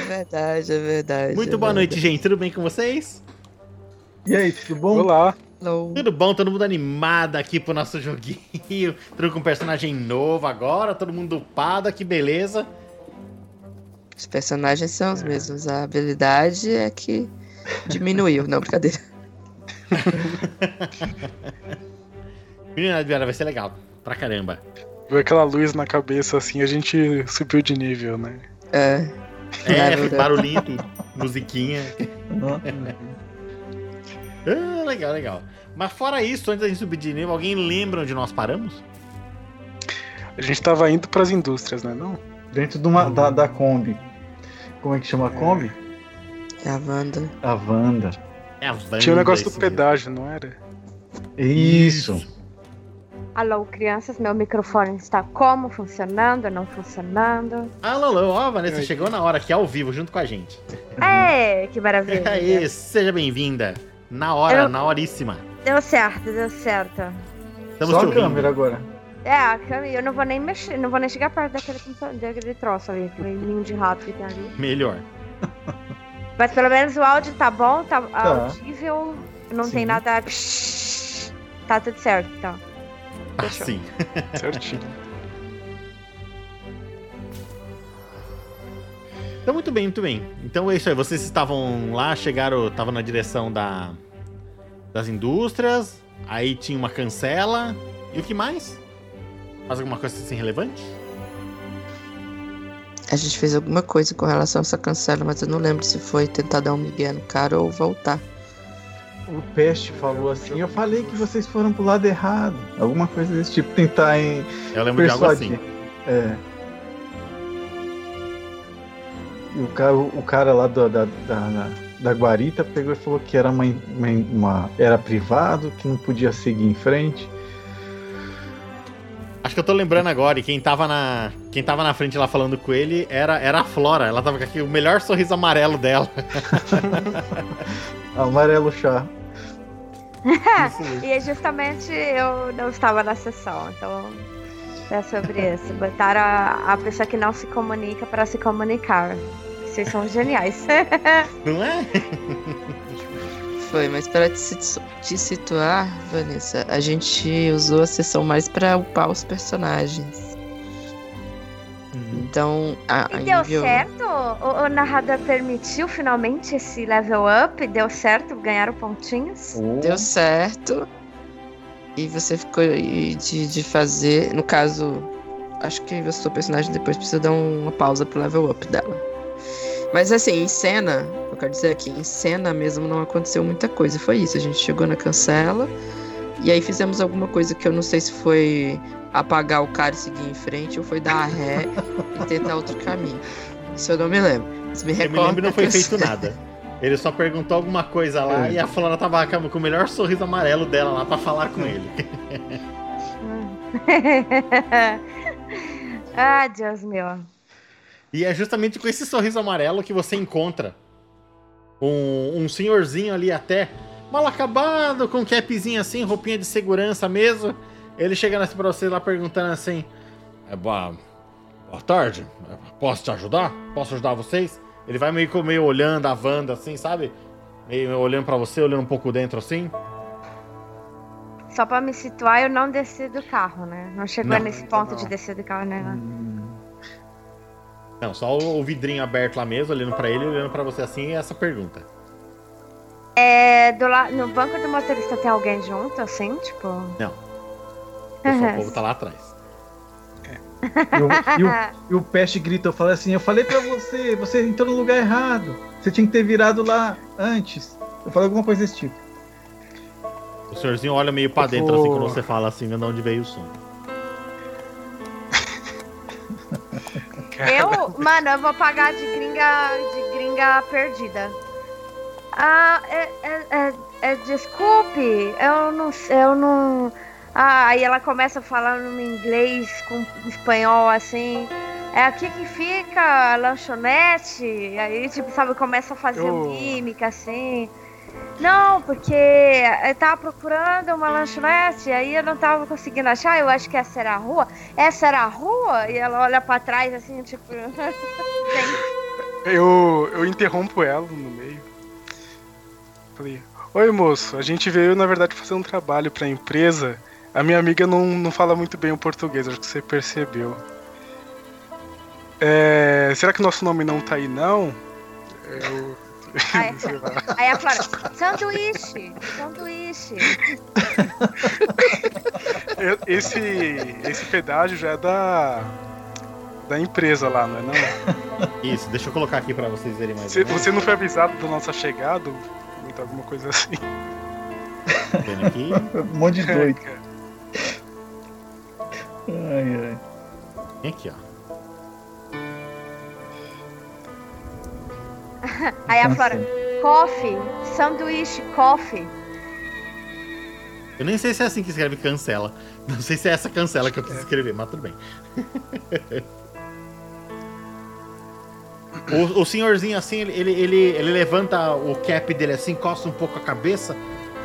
verdade, é verdade. Muito boa noite, gente. Tudo bem com vocês? E aí, tudo bom? Olá. Hello. Tudo bom? Todo mundo animado aqui pro nosso joguinho. Tudo com um personagem novo agora, todo mundo upado, que beleza. Os personagens são os mesmos, a habilidade é que diminuiu, não, brincadeira. Menina, vai ser legal, pra caramba. Viu aquela luz na cabeça assim, a gente subiu de nível, né? Barulhinho, tudo, musiquinha. Legal. Mas fora isso, antes da gente subir de nível, alguém lembra onde nós paramos? A gente tava indo pras indústrias, né? Não? Dentro de da Kombi. Como é que chama a Kombi? É a Wanda. A Wanda. É a Wanda. Tinha o negócio do pedágio, não era? Isso. Alô, crianças, meu microfone está como? Funcionando, não funcionando? Alô, ó, Vanessa chegou na hora aqui ao vivo junto com a gente. É, que maravilha. Aí, seja bem-vinda. Na hora, na horíssima. Deu certo. Estamos Só te a ouvindo. câmera agora. A câmera, eu não vou nem mexer, não vou nem chegar perto daquele troço ali, aquele ninho de rato que tem ali. Melhor. Mas pelo menos o áudio tá bom, tá audível, não tem nada. Tá tudo certo, então. Fechou. Sim. Certinho. Então, muito bem. Então é isso aí. Vocês estavam lá, estavam na direção das indústrias, aí tinha uma cancela. E o que mais? Faz alguma coisa assim relevante? A gente fez alguma coisa com relação a essa cancela, mas eu não lembro se foi tentar dar um migué no cara ou voltar. O Peste falou assim, eu falei que vocês foram pro lado errado. Alguma coisa desse tipo, tentar Eu lembro de algo assim. É. E o cara lá da guarita pegou e falou que era era privado, que não podia seguir em frente. Acho que eu tô lembrando agora, e quem tava na frente lá falando com ele era a Flora. Ela tava com o melhor sorriso amarelo dela. Amarelo chá. E justamente eu não estava na sessão, então é sobre isso. Botaram a pessoa que não se comunica para se comunicar. Vocês são geniais. Não é? Foi, mas para te situar, Vanessa, a gente usou a sessão mais para upar os personagens. Então, E deu certo? O narrador permitiu finalmente esse level up? Deu certo? Ganharam pontinhos? Deu certo. E você ficou de fazer. No caso, acho que a sua personagem depois precisa dar uma pausa pro level up dela. Mas assim, em cena, eu quero dizer que em cena mesmo não aconteceu muita coisa. Foi isso, a gente chegou na cancela e aí fizemos alguma coisa que eu não sei se foi apagar o cara e seguir em frente ou foi dar a ré e tentar outro caminho. Isso eu não me lembro. Mas Eu me lembro que não foi feito nada. Ele só perguntou alguma coisa lá e a Flora tava com o melhor sorriso amarelo dela lá pra falar com ele. Ah, Deus meu. E é justamente com esse sorriso amarelo que você encontra um senhorzinho ali até mal acabado, com um capzinho assim, roupinha de segurança mesmo. Ele chegando assim pra você lá perguntando assim: boa tarde, posso te ajudar? Posso ajudar vocês? Ele vai meio olhando a Wanda assim, sabe? Meio olhando pra você, olhando um pouco dentro assim. Só pra me situar, eu não desci do carro, né? Não chegou nesse ponto de descer do carro, né? Não, só o vidrinho aberto lá mesmo, olhando pra ele, olhando pra você assim, e essa pergunta. No banco do motorista tem alguém junto, assim, tipo? Não. O povo tá lá atrás. E o Peste gritou, falou assim, eu falei pra você entrou no lugar errado. Você tinha que ter virado lá antes. Eu falei alguma coisa desse tipo. O senhorzinho olha meio pra dentro, assim, quando você fala assim, vendo de onde veio o som. Eu vou pagar de gringa perdida. Desculpe, eu não. Aí ela começa a falar no inglês com espanhol assim. É aqui que fica a lanchonete. Aí, tipo, sabe, começa a fazer mímica assim. Não, porque eu tava procurando uma lanchonete, aí eu não tava conseguindo achar, eu acho que essa era a rua. Essa era a rua? E ela olha pra trás assim, tipo... Eu interrompo ela no meio. Falei, oi moço, a gente veio na verdade fazer um trabalho pra empresa. A minha amiga não fala muito bem o português, acho que você percebeu. Será que o nosso nome não tá aí não? Sei lá. Aí a Flora, sanduíche. Esse pedágio já é da empresa lá, não é não? Isso, deixa eu colocar aqui pra vocês verem mais. Você não foi avisado da nossa chegada? Alguma coisa assim. Vendo aqui. Um monte de doido. Ai. Vem aqui, ó. Aí a Flora, coffee, sanduíche, coffee. Eu nem sei se é assim que escreve cancela. Não sei se é essa cancela que eu quis escrever, mas tudo bem. O senhorzinho assim, ele levanta o cap dele assim, encosta um pouco a cabeça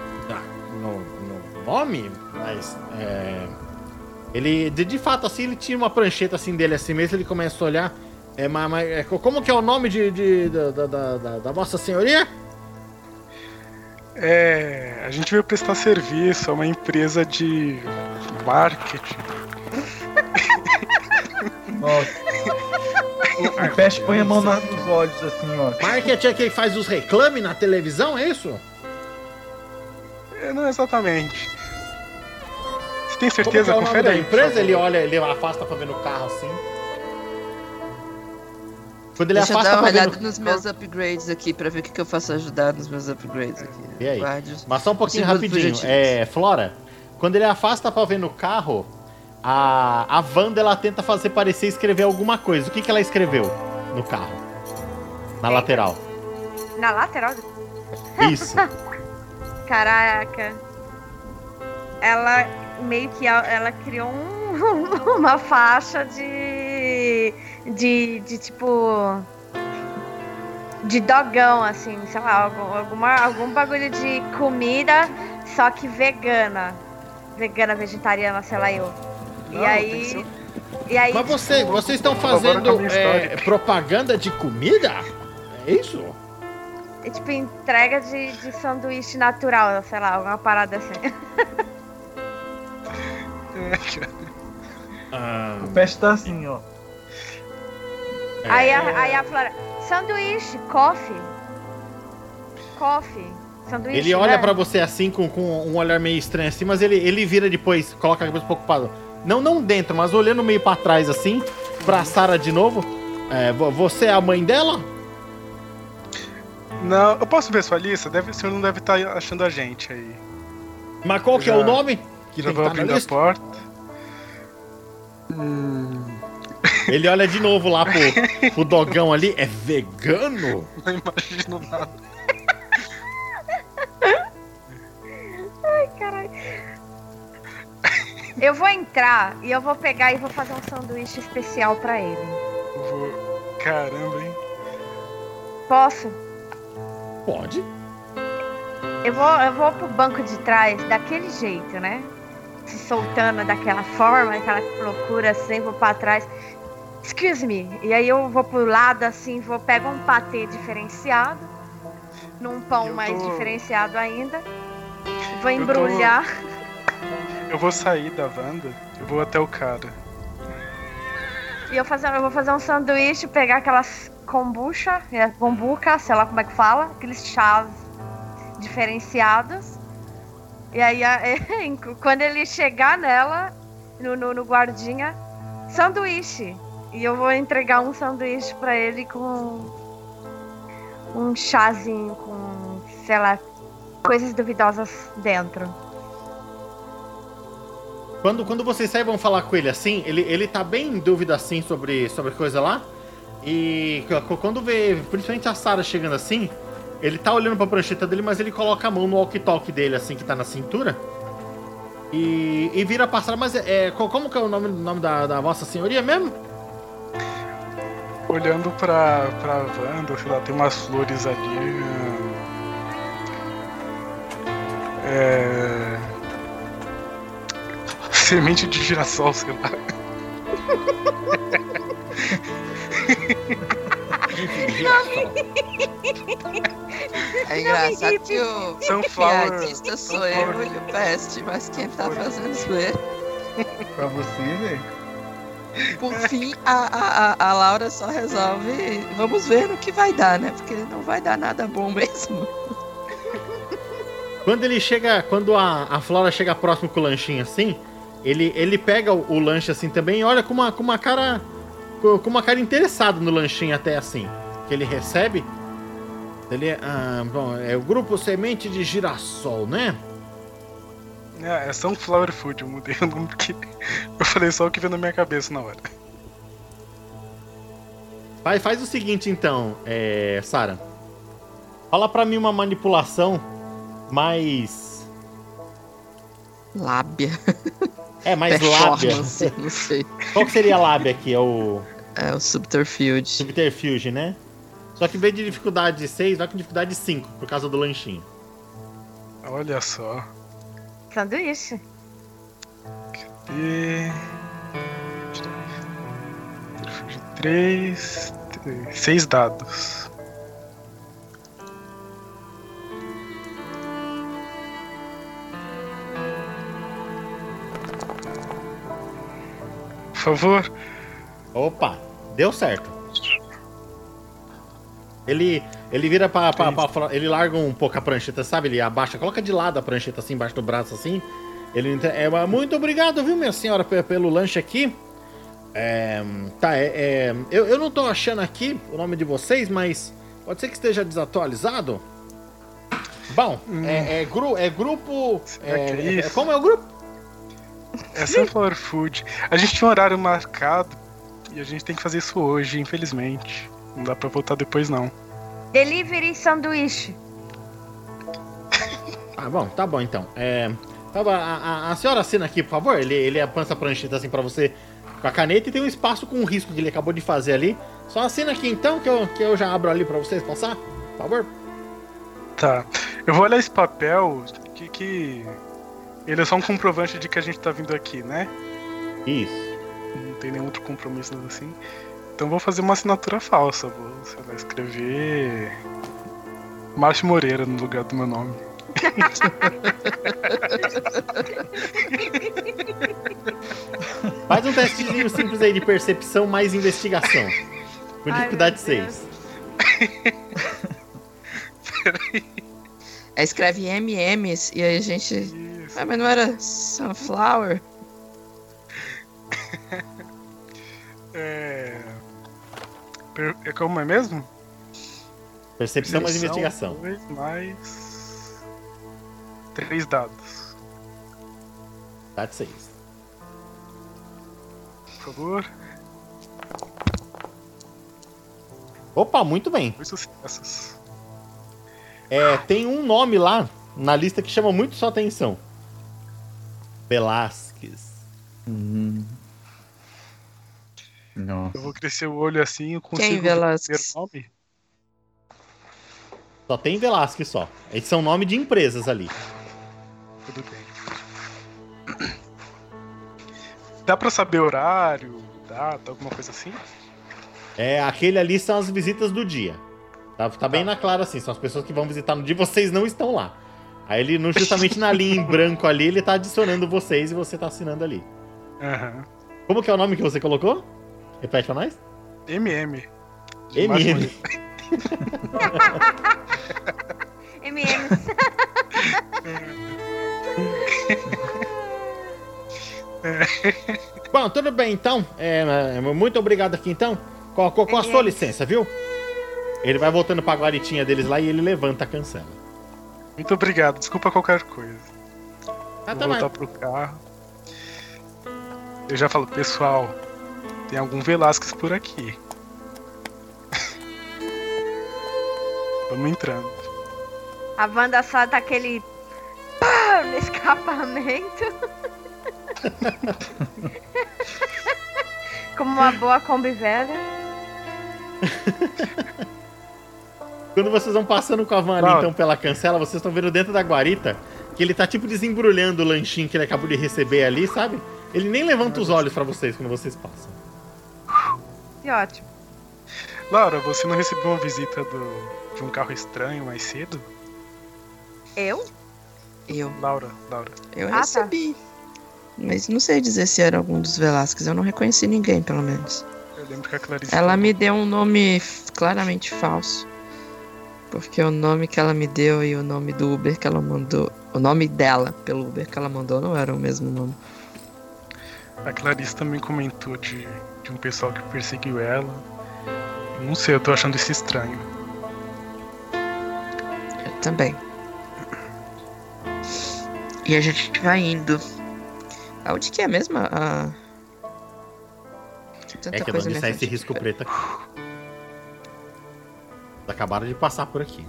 no nome, mas ele, de fato assim, ele tira uma prancheta assim dele assim mesmo, ele começa a olhar. Como que é o nome da Vossa Senhoria? A gente veio prestar serviço, é uma empresa de marketing. Nossa. O Peste põe a mão nos olhos assim, ó. Marketing é quem faz os reclames na televisão, é isso? Não exatamente. Você tem Como que certeza? é o nome Confere da aí, empresa? Ele olha, ele afasta pra ver no carro assim. Quando ele Deixa eu afasta dar uma pra ver olhada nos meus upgrades aqui pra ver o que eu faço ajudar nos meus upgrades aqui. E aí? Guarde. Mas só um pouquinho Sim, rapidinho. Flora, quando ele afasta pra ver no carro, a Wanda ela tenta fazer parecer escrever alguma coisa. O que ela escreveu no carro? Na lateral. Na lateral? Isso. Caraca. Ela meio que ela criou uma faixa de tipo de dogão, assim, sei lá, algum bagulho de comida, só que vegana, vegetariana, sei lá eu. Não, e aí Mas vocês estão fazendo propaganda de comida? É isso? é tipo entrega de sanduíche natural, sei lá, alguma parada assim. O Peste tá assim, ó. Aí a Flora, sanduíche, coffee, sanduíche. Ele olha né? pra você assim, com um olhar meio estranho assim, mas ele vira depois, coloca a cabeça um pouco ocupado. Não dentro, mas olhando meio pra trás assim, pra Sarah de novo. Você é a mãe dela? Não, eu posso ver sua lista? O senhor não deve estar achando a gente aí. Mas qual que é o nome? Que Já tem que vou estar na abrir a lista? porta. Ele olha de novo lá pro dogão ali. É vegano? Não imagino nada. Ai, caralho. Eu vou entrar e eu vou pegar e vou fazer um sanduíche especial pra ele. Caramba, hein? Posso? Pode. Eu vou pro banco de trás daquele jeito, né? Se soltando daquela forma, aquela loucura assim, vou pra trás. Excuse me. E aí eu vou pro lado assim, pego um patê diferenciado, num pão mais diferenciado ainda. Vou embrulhar. Eu vou sair da Wanda, eu vou até o cara. E eu vou fazer um sanduíche, pegar aquelas kombucha, sei lá como é que fala, aqueles chás diferenciados. E aí, quando ele chegar nela, no guardinha, sanduíche. E eu vou entregar um sanduíche pra ele com um chazinho, com, sei lá, coisas duvidosas dentro. Quando vocês saem vão falar com ele assim, ele tá bem em dúvida assim sobre coisa lá. E quando vê, principalmente a Sarah chegando assim, ele tá olhando pra prancheta dele, mas ele coloca a mão no walkie-talkie dele, assim, que tá na cintura. E vira pra Sarah, mas como que é o nome da Vossa Senhoria mesmo? Olhando pra Wanda, sei lá, tem umas flores ali. Semente de girassol, sei lá. Girassol. É engraçado que o Sunflower. piadista sou eu e o Peste, mas quem tá fazendo zoeira. Pra você, velho. Por fim, a Laura só resolve. Vamos ver no que vai dar, né? Porque não vai dar nada bom mesmo. Quando a Flora chega próximo com o lanchinho assim, ele pega o lanche assim também e olha com uma cara interessada no lanchinho até assim, que ele recebe. Ele é o grupo Semente de Girassol, né? É Sunflower Food, eu mudei o nome porque eu falei só o que veio na minha cabeça na hora. Faz o seguinte então, Sarah. Fala pra mim uma manipulação mais... Lábia. Mais lábia. Performance, não sei. Qual que seria a lábia aqui? É o Subterfuge. Subterfuge, né? Só que em vez de dificuldade 6, vai com dificuldade 5, por causa do lanchinho. Olha só. Sanduíche. E... 3, 6 dados. Por favor. Opa, deu certo. Ele vira pra ele larga um pouco a prancheta, sabe? Ele abaixa, coloca de lado a prancheta assim, embaixo do braço assim. Ele muito obrigado, viu, minha senhora, pelo lanche aqui. Eu não tô achando aqui o nome de vocês, mas pode ser que esteja desatualizado. Bom, grupo. Como é o grupo? É Sunflower Food. A gente tinha um horário marcado e a gente tem que fazer isso hoje, infelizmente. Não dá pra voltar depois, não. Delivery sanduíche. Bom, tá bom então. A senhora assina aqui, por favor. Ele avança a prancheta assim pra você com a caneta e tem um espaço com um risco que ele acabou de fazer ali. Só assina aqui então, que eu já abro ali pra vocês passar, por favor. Tá. Eu vou olhar esse papel que ele é só um comprovante de que a gente tá vindo aqui, né? Isso. Não tem nenhum outro compromisso assim. Então vou fazer uma assinatura falsa. Vou, sei lá, escrever Márcio Moreira no lugar do meu nome. Faz um testezinho simples aí de percepção mais investigação. Com dificuldade 6. Peraí. Escreve MMs e aí a gente... Isso. Mas não era Sunflower? Como é mesmo? Percepção mais investigação. 2 mais 3 dados. Dificuldade 6. Por favor. Opa, muito bem. 2 sucessos. Tem um nome lá na lista que chama muito sua atenção. Velasquez. Nossa. Eu vou crescer o olho assim, eu consigo Quem, ver o Velasquez? primeiro nome? Só tem Velasquez só. Esses são nome de empresas ali. Tudo bem. Dá pra saber horário, data, alguma coisa assim? Aquele ali são as visitas do dia. Tá bem na clara assim, são as pessoas que vão visitar no dia, vocês não estão lá. Aí ele, justamente na linha em branco ali, ele tá adicionando vocês e você tá assinando ali. Aham. Como que é o nome que você colocou? Repete pra nós. MM. MM. MMs. Bom, tudo bem então. Muito obrigado aqui então. Com a sua licença, viu? Ele vai voltando pra guaritinha deles lá e ele levanta a cancela. Muito obrigado, desculpa qualquer coisa. Tá Vou voltar pro carro. Eu já falo, pessoal, tem algum Velasquez por aqui. Vamos entrando. A Wanda só dá aquele pá no escapamento. Como uma boa Kombi velha. Quando vocês vão passando com a van ali, então, pela cancela, vocês estão vendo dentro da guarita que ele tá tipo desembrulhando o lanchinho que ele acabou de receber ali, sabe? Ele nem levanta os olhos pra vocês quando vocês passam. Que ótimo. Laura, você não recebeu uma visita de um carro estranho mais cedo? Eu? Laura. Eu tá. recebi. Mas não sei dizer se era algum dos Velasquez. Eu não reconheci ninguém, pelo menos. Eu lembro que a Clarice Ela falou. me deu um nome claramente falso. Porque o nome que ela me deu e o nome do Uber que ela mandou... O nome dela pelo Uber que ela mandou não era o mesmo nome. A Clarice também comentou de um pessoal que perseguiu ela. Não sei, eu tô achando isso estranho. Eu também. E a gente vai indo. Aonde que é mesmo a... Tem tanta É que é coisa onde na sai frente. esse risco preto aqui. Acabaram de passar por aqui.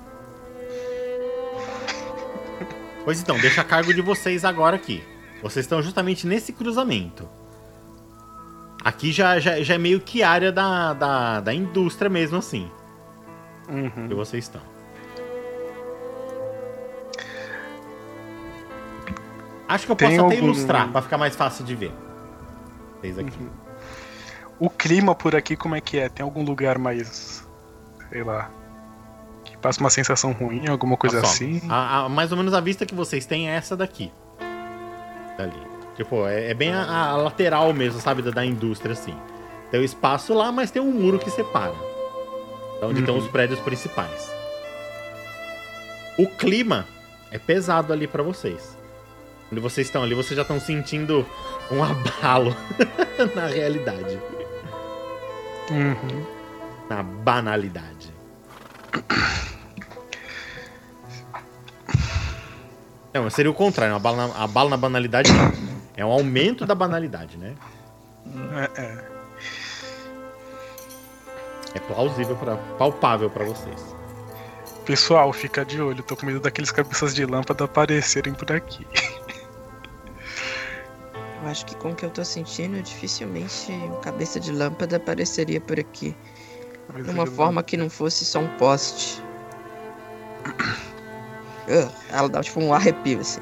Pois então, deixa a cargo de vocês agora aqui. Vocês estão justamente nesse cruzamento. Aqui já é meio que área da indústria mesmo, assim. Que vocês estão. Acho que eu posso até ilustrar, pra ficar mais fácil de ver. Vocês aqui. O clima por aqui, como é que é? Tem algum lugar mais... sei lá... que passa uma sensação ruim, alguma coisa Olha só, assim? mais ou menos a vista que vocês têm é essa daqui. Dali. Tipo, é bem a lateral mesmo, sabe? Da indústria, assim. Tem o espaço lá, mas tem um muro que separa. Onde estão os prédios principais. O clima é pesado ali pra vocês. Onde vocês estão ali, vocês já estão sentindo um abalo na realidade. Na banalidade. Não, seria o contrário. Abalo na banalidade não. É um aumento da banalidade, né? É plausível, palpável pra vocês. Pessoal, fica de olho. Tô com medo daqueles cabeças de lâmpada aparecerem por aqui. Eu acho que com o que eu tô sentindo, dificilmente um cabeça de lâmpada apareceria por aqui. De uma forma que não fosse só um poste. Ela dá tipo um arrepio, assim.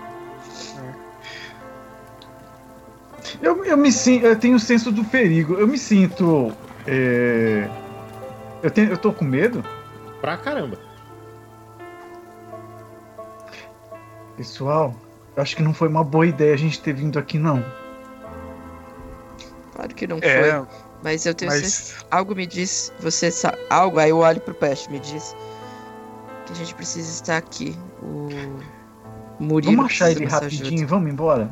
Eu tenho o senso do perigo. Eu me sinto. Eu tô com medo? Pra caramba. Pessoal, eu acho que não foi uma boa ideia a gente ter vindo aqui, não. Claro que não foi. Mas eu tenho certeza. Algo me diz. Você sabe. Algo, aí eu olho pro Peste, me diz que a gente precisa estar aqui. O Murilo. Vamos achar ele precisa da nossa rapidinho ajuda. e vamos embora?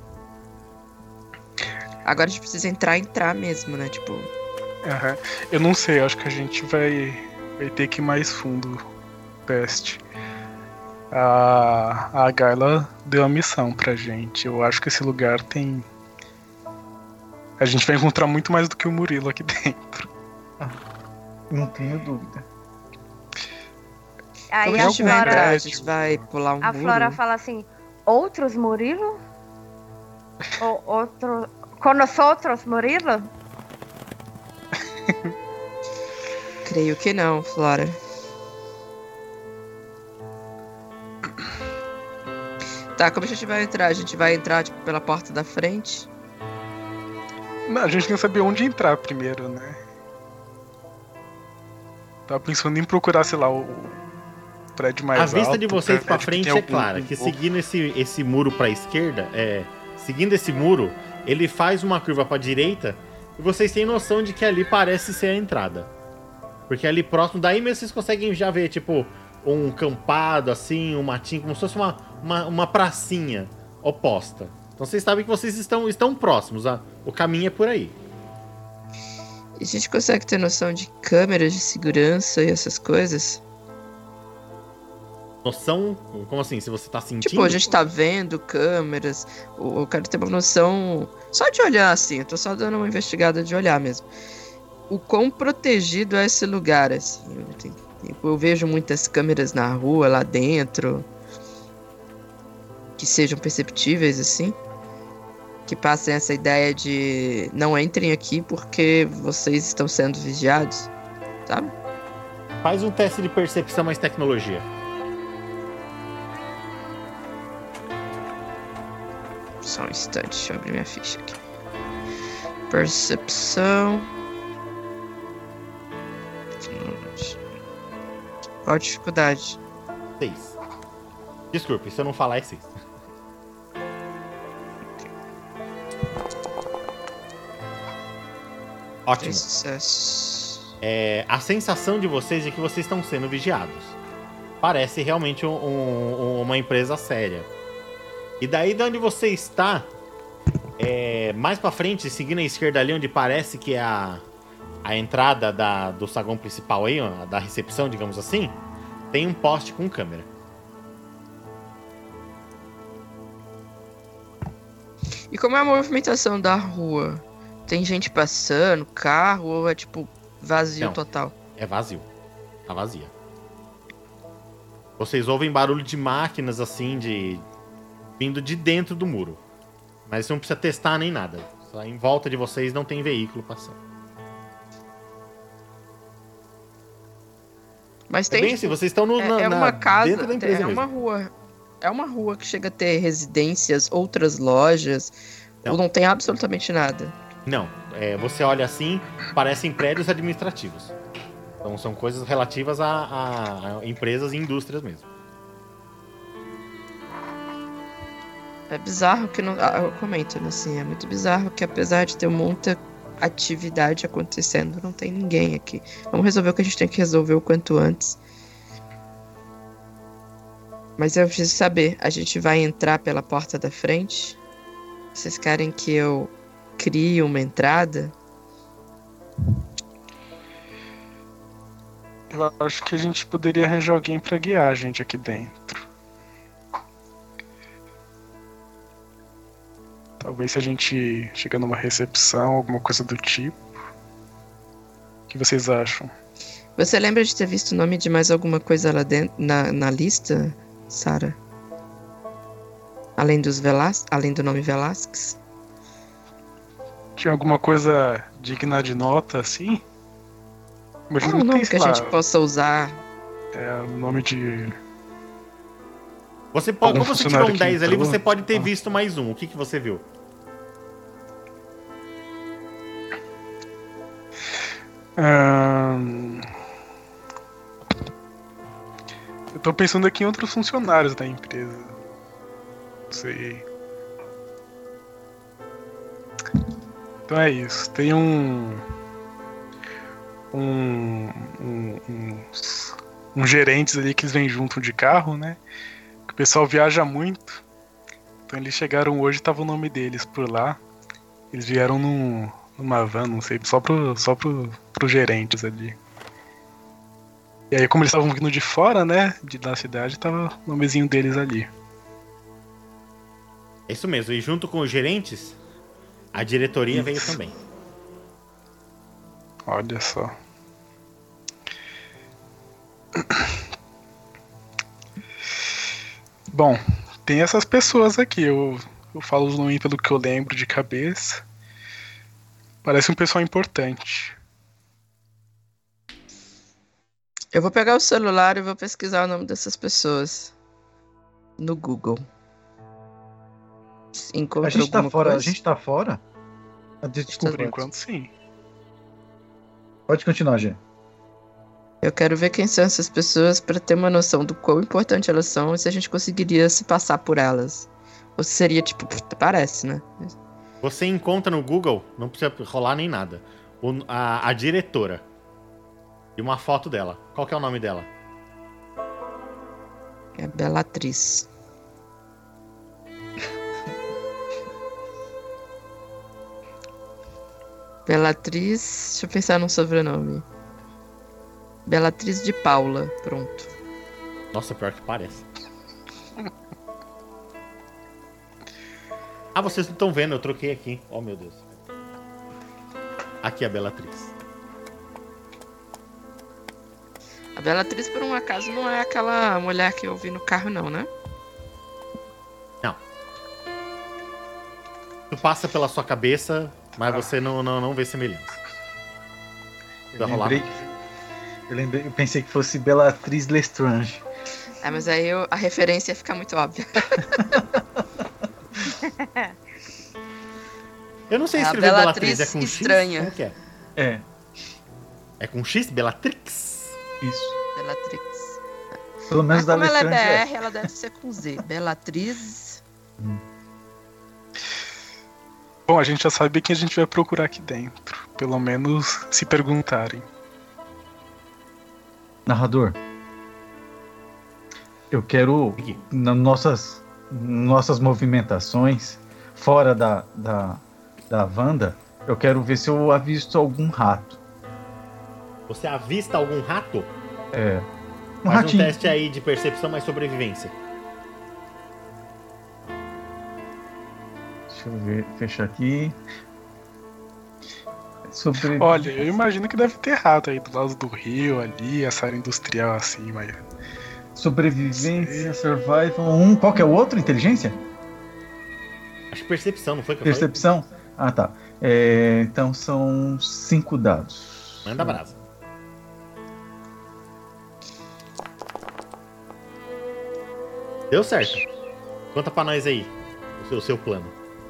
Agora a gente precisa entrar mesmo, né? Tipo. Eu não sei, acho que a gente vai ter que ir mais fundo, Peste. A Gayla deu a missão pra gente. Eu acho que esse lugar tem... A gente vai encontrar muito mais do que o Murilo aqui dentro. Não tenho dúvida. Aí Como a a gente vai entrar? A Flora, gente vai pular um a muro? Flora fala assim: outros Murilo? Ou outro. Com nós outros Murilo? Creio que não, Flora. Tá, como a gente vai entrar? A gente vai entrar tipo, pela porta da frente? Não, a gente tem que saber onde entrar primeiro, né? Tava pensando em procurar, sei lá, o prédio mais alto. A vista de vocês pra prédio frente tem é clara, que seguindo esse muro pra esquerda, seguindo esse muro, ele faz uma curva pra direita e vocês têm noção de que ali parece ser a entrada. Porque ali próximo, daí mesmo vocês conseguem já ver, tipo, um campado, assim, um matinho, como se fosse uma pracinha oposta. Então vocês sabem que vocês estão próximos, o caminho é por aí. E a gente consegue ter noção de câmeras de segurança e essas coisas? Noção? Como assim? Se você tá sentindo? Tipo, a gente tá vendo câmeras, eu quero ter uma noção só de olhar, assim, eu tô só dando uma investigada de olhar mesmo. O quão protegido é esse lugar, assim. Eu vejo muitas câmeras na rua, lá dentro, que sejam perceptíveis, assim. Que passem essa ideia de não entrem aqui porque vocês estão sendo vigiados, sabe? Faz um teste de percepção mais tecnologia. Só um instante, deixa eu abrir minha ficha aqui. Qual a dificuldade? 6. Desculpe, se eu não falar é 6. Ótimo. 3 sucessos. A sensação de vocês é que vocês estão sendo vigiados. Parece realmente uma empresa séria. E daí de onde você está, mais pra frente, seguindo a esquerda ali, onde parece que é a entrada do saguão principal aí, ó, da recepção, digamos assim, tem um poste com câmera. E como é a movimentação da rua? Tem gente passando, carro, ou é tipo vazio Não. total? É vazio. Tá vazia. Vocês ouvem barulho de máquinas assim, vindo de dentro do muro. Mas não precisa testar nem nada. Só em volta de vocês não tem veículo passando. Mas É tem, bem assim, vocês estão uma casa, dentro da empresa é uma mesmo. rua. É uma rua que chega a ter residências, outras lojas, Não. ou não tem absolutamente nada. Não, você olha assim, parecem prédios administrativos. Então são coisas relativas a empresas e indústrias mesmo. É bizarro que não. Eu comento, né, assim, é muito bizarro que apesar de ter muita atividade acontecendo, não tem ninguém aqui. Vamos resolver o que a gente tem que resolver o quanto antes. Mas eu preciso saber, a gente vai entrar pela porta da frente? Vocês querem que eu crie uma entrada? Eu acho que a gente poderia arranjar alguém pra guiar a gente aqui dentro. Talvez se a gente chegar numa recepção, alguma coisa do tipo. O que vocês acham? Você lembra de ter visto o nome de mais alguma coisa lá dentro, na lista, Sarah? Além do nome Velasquez? Tinha alguma coisa digna de nota, assim? Imagino Um que nome tem, que a sei lá, gente possa usar. o nome de... Você pode, Algum como você tirou um funcionário que 10 ali, entrou? você pode ter visto mais um. O que você viu? Eu tô pensando aqui em outros funcionários da empresa. Não sei. Então é isso. Tem uns gerentes ali que eles vêm junto de carro, né? Que o pessoal viaja muito. Então eles chegaram hoje e tava o nome deles por lá. Eles vieram numa van, não sei, só pros gerentes ali. E aí, como eles estavam vindo de fora, né, da cidade, tava o nomezinho deles ali. É isso mesmo. E junto com os gerentes, a diretoria veio também. Olha só. Bom, tem essas pessoas aqui. Eu falo os nomes pelo que eu lembro de cabeça. Parece um pessoal importante. Eu vou pegar o celular e vou pesquisar o nome dessas pessoas no Google. Encontra A gente tá alguma fora. coisa? A gente tá fora? Desculpa. Por enquanto, sim. Pode continuar, Gê. Eu quero ver quem são essas pessoas para ter uma noção do quão importante elas são e se a gente conseguiria se passar por elas. Ou se seria tipo, parece, né? Você encontra no Google, não precisa rolar nem nada, a diretora. E uma foto dela. Qual que é o nome dela? É Bellatriz. Bellatriz, deixa eu pensar num sobrenome. Bellatriz de Paula, pronto. Nossa, pior que parece. Ah, vocês não estão vendo, eu troquei aqui. Oh, meu Deus. Aqui é a Bellatriz. A Bellatriz, por um acaso, não é aquela mulher que eu vi no carro, não, né? Não. Tu passa pela sua cabeça, mas você não vê semelhança. Vai rolar? Eu pensei que fosse Bellatriz Lestrange. Ah, mas aí a referência ia ficar muito óbvia. Eu não sei É a escrever Bellatriz Bellatriz, é com estranha. X? Como que é? É, É com X? Bellatrix? isso. Bellatrix. Pelo menos Mas da como ela é Alexandria. BR, ela deve ser com Z. Bellatriz. Bom, a gente já sabe quem a gente vai procurar aqui dentro. Pelo menos se perguntarem. Narrador, eu quero, nas nossas movimentações, fora da Wanda, eu quero ver se eu avisto algum rato. Você avista algum rato? Um Faz ratinho. um teste aí de percepção mais sobrevivência. Deixa eu ver, fechar aqui. Olha, eu imagino que deve ter rato aí do lado do rio, ali, essa área industrial assim, mas... Sobrevivência, survival 1. Qual que é o outro? Inteligência? Acho que percepção, não foi que eu falei? Percepção? Ah, tá. Então são 5 dados. Manda brasa. Deu certo. Conta pra nós aí o seu plano.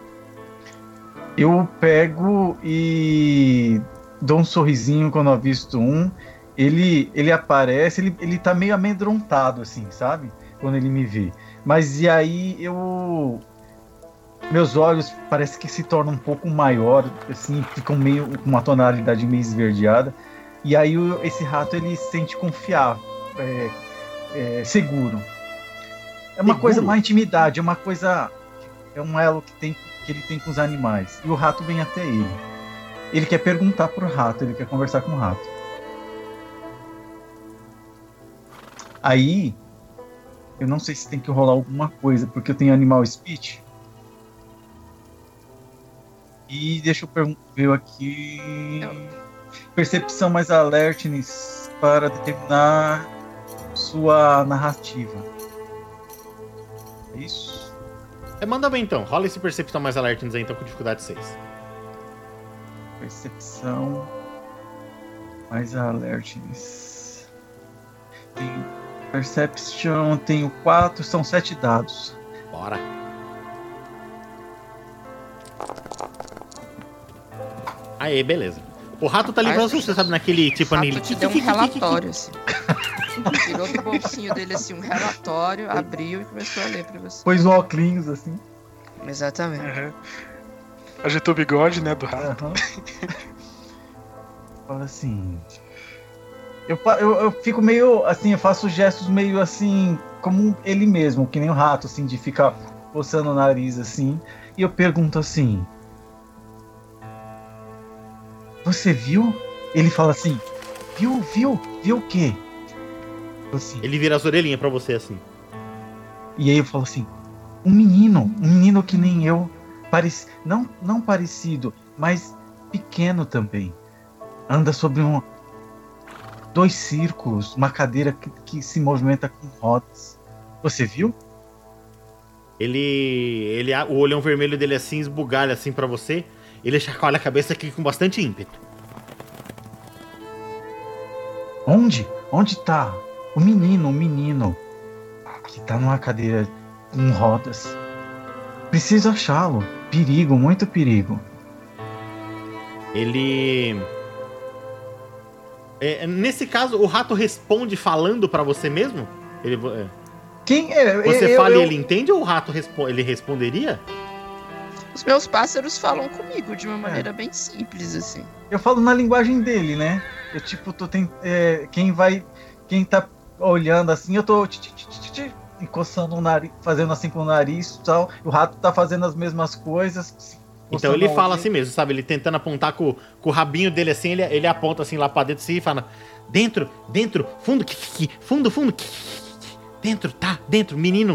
Eu pego e dou um sorrisinho quando eu avisto um. Ele aparece, ele tá meio amedrontado, assim, sabe? Quando ele me vê. Mas e aí meus olhos parece que se tornam um pouco maior, assim, ficam meio com uma tonalidade meio esverdeada. E aí esse rato ele se sente confiável, seguro. É uma Seguro? coisa, uma intimidade, é uma coisa, é um elo que ele tem com os animais. E o rato vem até ele. Ele quer perguntar pro rato, ele quer conversar com o rato. Aí, eu não sei se tem que rolar alguma coisa, porque eu tenho animal speech. E deixa eu ver aqui. Percepção mais alertness para determinar sua narrativa. É isso? Manda bem então. Rola esse percepção mais alertness aí então com dificuldade 6. Percepção mais alertness. Perception, tenho 4, são 7 dados. Bora. Aê, beleza. O rato tá livrando, você sabe, naquele tipo... O rato te deu um relatório, assim. Tirou do bolsinho dele, assim, um relatório, abriu e começou a ler pra você. Pôs o óculos, assim. Exatamente. Uhum. Agitou o bigode, né, do rato. Uhum. Fala assim... Eu fico meio, assim, eu faço gestos meio, assim, como ele mesmo, que nem o rato, assim, de ficar coçando o nariz, assim. E eu pergunto assim... Você viu? Ele fala assim... Viu o quê? Assim, Ele vira as orelhinhas pra você, assim. e aí eu falo assim... Um menino que nem eu. Não parecido, mas pequeno também. Anda sobre 2 círculos, uma cadeira que se movimenta com rodas. Você viu? O olhão vermelho dele assim esbugalha assim pra você. Ele chacoalha a cabeça aqui com bastante ímpeto. Onde? Onde tá? O menino que tá numa cadeira com rodas. Preciso achá-lo. Perigo, muito perigo. Ele... nesse caso, o rato responde falando pra você mesmo? Quem é? Você fala e ele entende ou o rato ele responderia? Os meus pássaros falam comigo de uma maneira bem simples, assim. Eu falo na linguagem dele, né? Eu tipo, quem tá olhando assim, eu tô encostando o nariz, fazendo assim com o nariz e tal. O rato tá fazendo as mesmas coisas. Então ele fala assim mesmo, sabe? Ele tentando apontar com o rabinho dele assim, ele aponta assim lá pra dentro assim e fala: Dentro, fundo, fundo, dentro, menino.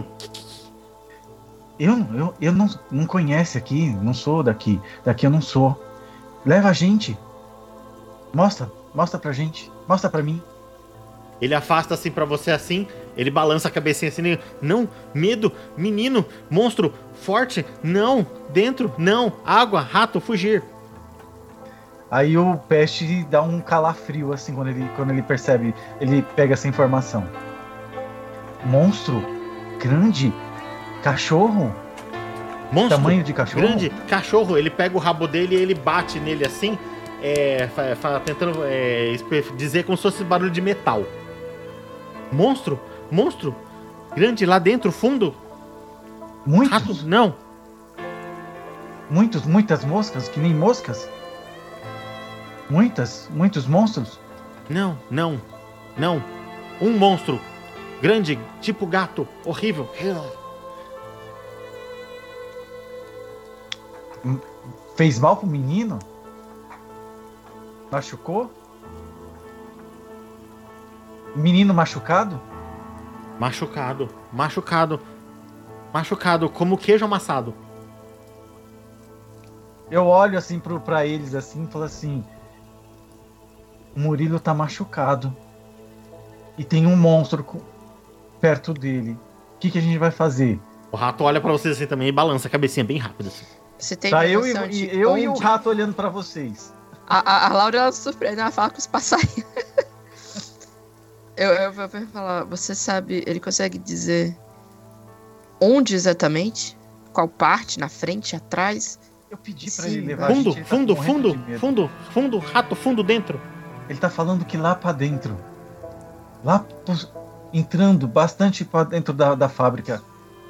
Eu não conheço aqui, não sou daqui. Daqui eu não sou. Leva a gente. Mostra pra gente. Mostra pra mim. Ele afasta assim pra você assim, ele balança a cabecinha assim, não, medo, menino, monstro, forte, não, dentro, não, água, rato, fugir. Aí o Peste dá um calafrio assim quando ele percebe, ele pega essa informação. Monstro? Grande? Cachorro? Monstro? Tamanho de cachorro? Grande, cachorro, ele pega o rabo dele e ele bate nele assim, tentando dizer como se fosse barulho de metal. Monstro? Monstro? Grande lá dentro, fundo? Muitos? Rato? Não. Muitas moscas, que nem moscas? Muitos monstros? Não. Um monstro. Grande, tipo gato. Horrível. Fez mal pro menino? Machucou? Menino machucado? Machucado, como queijo amassado. Eu olho assim pra eles assim e falo assim: o Murilo tá machucado. E tem um monstro perto dele. O que a gente vai fazer? O rato olha pra vocês assim também e balança a cabecinha bem rápido assim. Você tem Tá eu noção de e o onde- rato olhando pra vocês. A Laura, ela se surpreende, ela fala com os passarinhos. eu vou falar, você sabe, ele consegue dizer onde exatamente? Qual parte? Na frente, atrás? Eu pedi pra Sim, ele levar a gente, ele tá morrendo de medo. Fundo, rato, fundo dentro. Ele tá falando que lá pra dentro. Entrando bastante pra dentro da fábrica.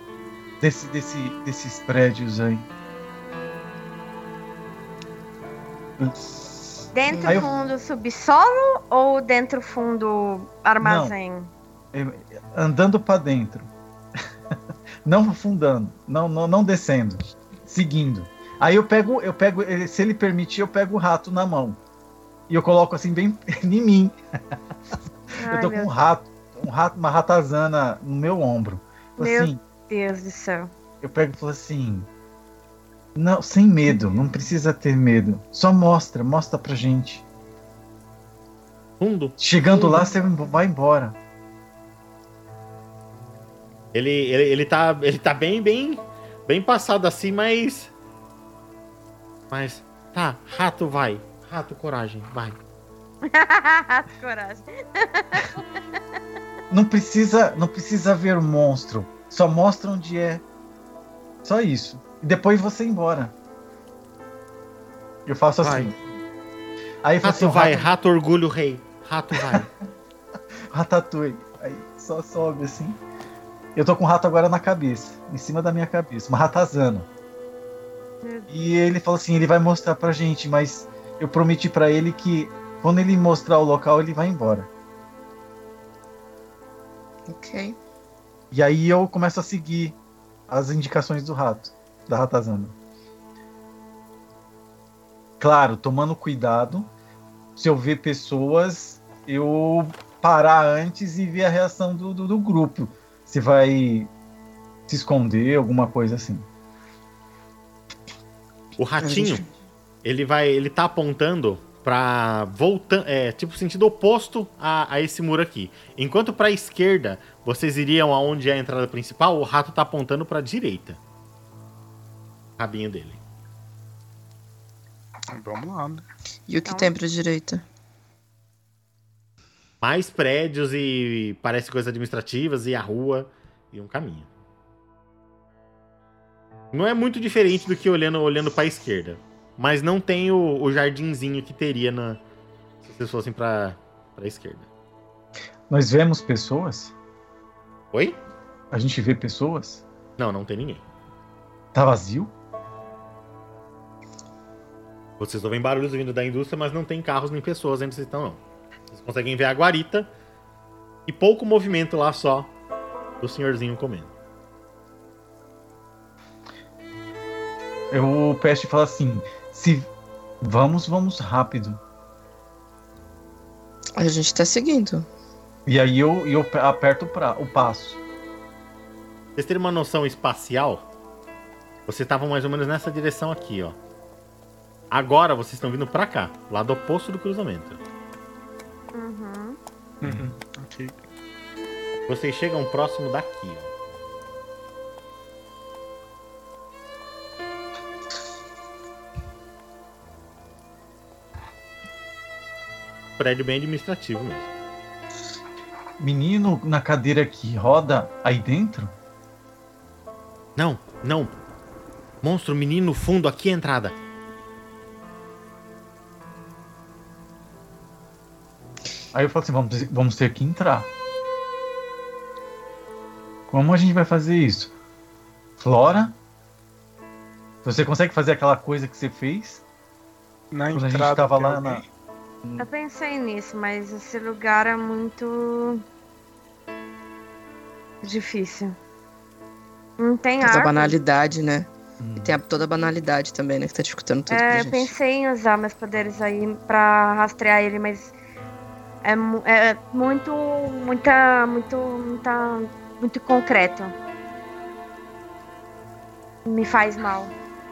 Desses prédios aí. Dentro Aí eu- fundo subsolo ou dentro fundo armazém? Andando pra dentro. Não afundando. Não descendo. Seguindo. Aí eu pego, se ele permitir, eu pego o rato na mão. E eu coloco assim bem em mim. Eu tô com um rato, uma ratazana no meu ombro. Meu Assim, Deus do céu. eu pego e falo assim: não, sem medo, não precisa ter medo. Só mostra pra gente. Fundo. Chegando lá, você vai embora. Ele tá bem passado assim, mas tá, rato vai. Rato, coragem, vai. Coragem. Não precisa ver o monstro. Só mostra onde é. Só isso. E depois você ir embora. Eu faço assim. Aí eu faço Rato assim, vai, rato orgulho rei. Rato vai. Ratatouille. Aí só sobe assim. Eu tô com o rato agora na cabeça. Em cima da minha cabeça. Uma ratazana. E ele falou assim, ele vai mostrar pra gente, mas eu prometi pra ele que quando ele mostrar o local, ele vai embora. Ok. E aí eu começo a seguir as indicações do rato, da ratazana. Claro, tomando cuidado. Se eu ver pessoas, eu parar antes e ver a reação do grupo. Se vai se esconder, alguma coisa assim. O ratinho, ele tá apontando pra voltar, tipo sentido oposto a esse muro aqui. Enquanto pra esquerda, vocês iriam aonde é a entrada principal, o rato tá apontando pra direita. Rabinho dele. Vamos lá, né? E o que tem pra direita? Mais prédios e parece coisas administrativas e a rua e um caminho. Não é muito diferente do que olhando pra esquerda. Mas não tem o jardinzinho que teria se vocês fossem pra esquerda. Nós vemos pessoas? Oi? A gente vê pessoas? Não tem ninguém. Tá vazio? Vocês ouvem barulhos vindo da indústria, mas não tem carros nem pessoas onde vocês estão, não. Vocês conseguem ver a guarita e pouco movimento lá só do senhorzinho comendo. O Peste fala assim, vamos rápido. A gente tá seguindo. E aí eu aperto o passo. Vocês terem uma noção espacial, vocês estavam mais ou menos nessa direção aqui, ó. Agora vocês estão vindo pra cá, lado oposto do cruzamento. Ok. Vocês chegam próximo daqui, ó. Prédio bem administrativo mesmo. Menino na cadeira que roda aí dentro? Não. Monstro, menino, fundo, aqui é a entrada. Aí eu falo assim, vamos ter que entrar. Como a gente vai fazer isso? Flora? Você consegue fazer aquela coisa que você fez? Na Quando a gente entrada tava tem lá alguém? na... Eu pensei nisso, mas esse lugar é muito difícil. Não tem Essa árvore. banalidade, né? E tem toda a banalidade também, né? Que tá dificultando tudo pra Eu gente. pensei em usar meus poderes aí pra rastrear ele, mas é muito concreto. Me faz mal.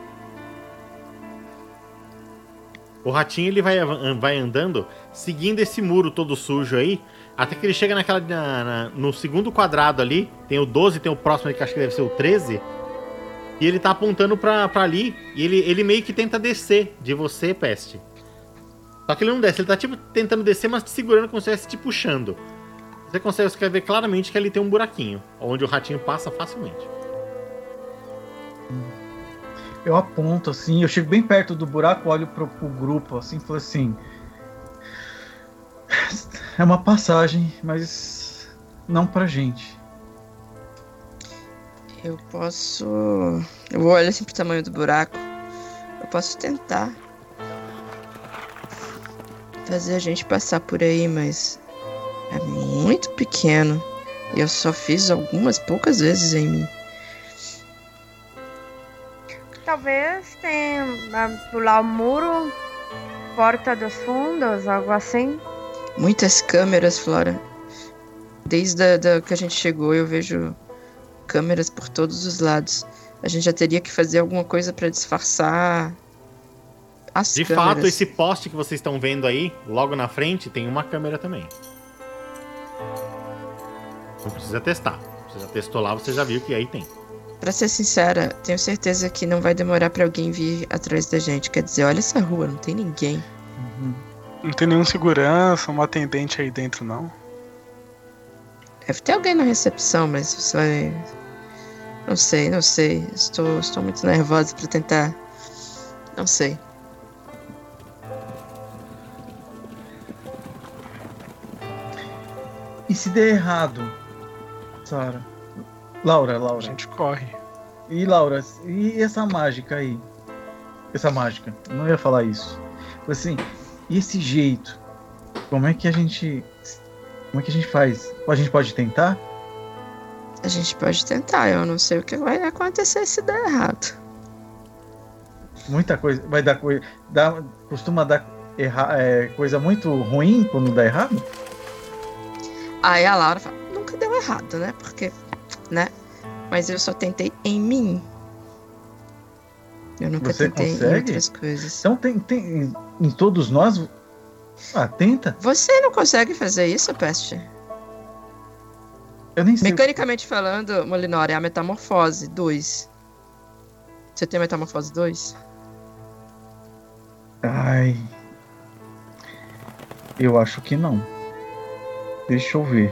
O ratinho ele vai andando, seguindo esse muro todo sujo aí, até que ele chega no segundo quadrado ali, tem o 12, tem o próximo ali que acho que deve ser o 13, e ele tá apontando pra ali, e ele meio que tenta descer de você, Peste. Só que ele não desce, ele tá tipo tentando descer, mas te segurando como se estivesse te puxando. Você consegue ver claramente que ali tem um buraquinho, onde o ratinho passa facilmente. Eu aponto assim, eu chego bem perto do buraco, olho pro grupo assim e falo assim... É uma passagem, mas não pra gente. Eu vou olhar assim pro tamanho do buraco. Eu posso tentar fazer a gente passar por aí, mas é muito pequeno. E eu só fiz algumas poucas vezes em mim. Talvez tenha pular o muro, porta dos fundos, algo assim. Muitas câmeras, Flora. Desde que a gente chegou, eu vejo câmeras por todos os lados. A gente já teria que fazer alguma coisa pra disfarçar as De câmeras. fato, esse poste que vocês estão vendo aí, logo na frente, tem uma câmera também. Não precisa testar. Você já testou lá, você já viu que aí tem. Pra ser sincera, tenho certeza que não vai demorar pra alguém vir atrás da gente. Quer dizer, olha essa rua, não tem ninguém. Não tem nenhum segurança, uma atendente aí dentro, não? Deve ter alguém na recepção, mas você vai... Não sei. Estou muito nervosa pra tentar... Não sei. E se der errado, Sarah? Laura. A gente corre. E Laura, e essa mágica aí? Essa mágica, eu não ia falar isso. Assim, e esse jeito? Como é que a gente faz? A gente pode tentar? A gente pode tentar, eu não sei o que vai acontecer se der errado. Muita coisa, vai dar coisa, costuma dar coisa muito ruim quando dá errado? Aí a Laura fala, nunca deu errado, né? Porque, né? Mas eu só tentei em mim. Eu nunca Você tentei consegue? em outras coisas. Então tem em todos nós. Tenta. Você não consegue fazer isso, Peste? Eu nem sei. Mecanicamente falando, Molinor, é a Metamorfose 2. Você tem a Metamorfose 2? Ai. Eu acho que não. Deixa eu ver.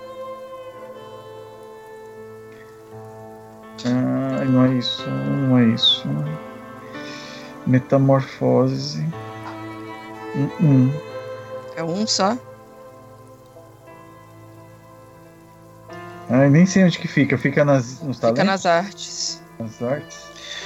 Não é isso. Metamorfose. É um só? Ai, nem sei onde que fica. Fica nos talentos? Fica nas artes. Nas artes?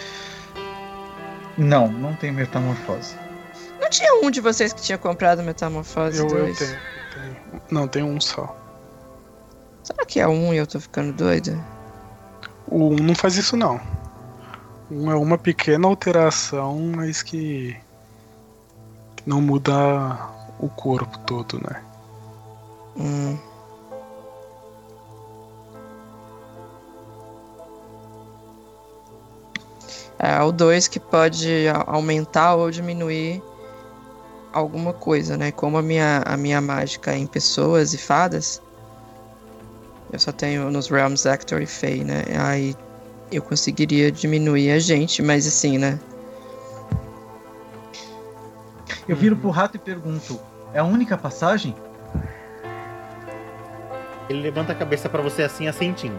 Não tem metamorfose. Não tinha um de vocês que tinha comprado Metamorfose Eu 2? tenho. Não, tem um só. Será que é um e eu tô ficando doida? O 1 não faz isso, não. É uma pequena alteração, mas que não muda o corpo todo, né? É o 2 que pode aumentar ou diminuir alguma coisa, né? Como a minha mágica é em pessoas e fadas, eu só tenho nos Realms Actor e Fey, né? Aí eu conseguiria diminuir a gente, mas assim, né? Eu viro pro rato e pergunto: é a única passagem? Ele levanta a cabeça pra você assim, assentindo.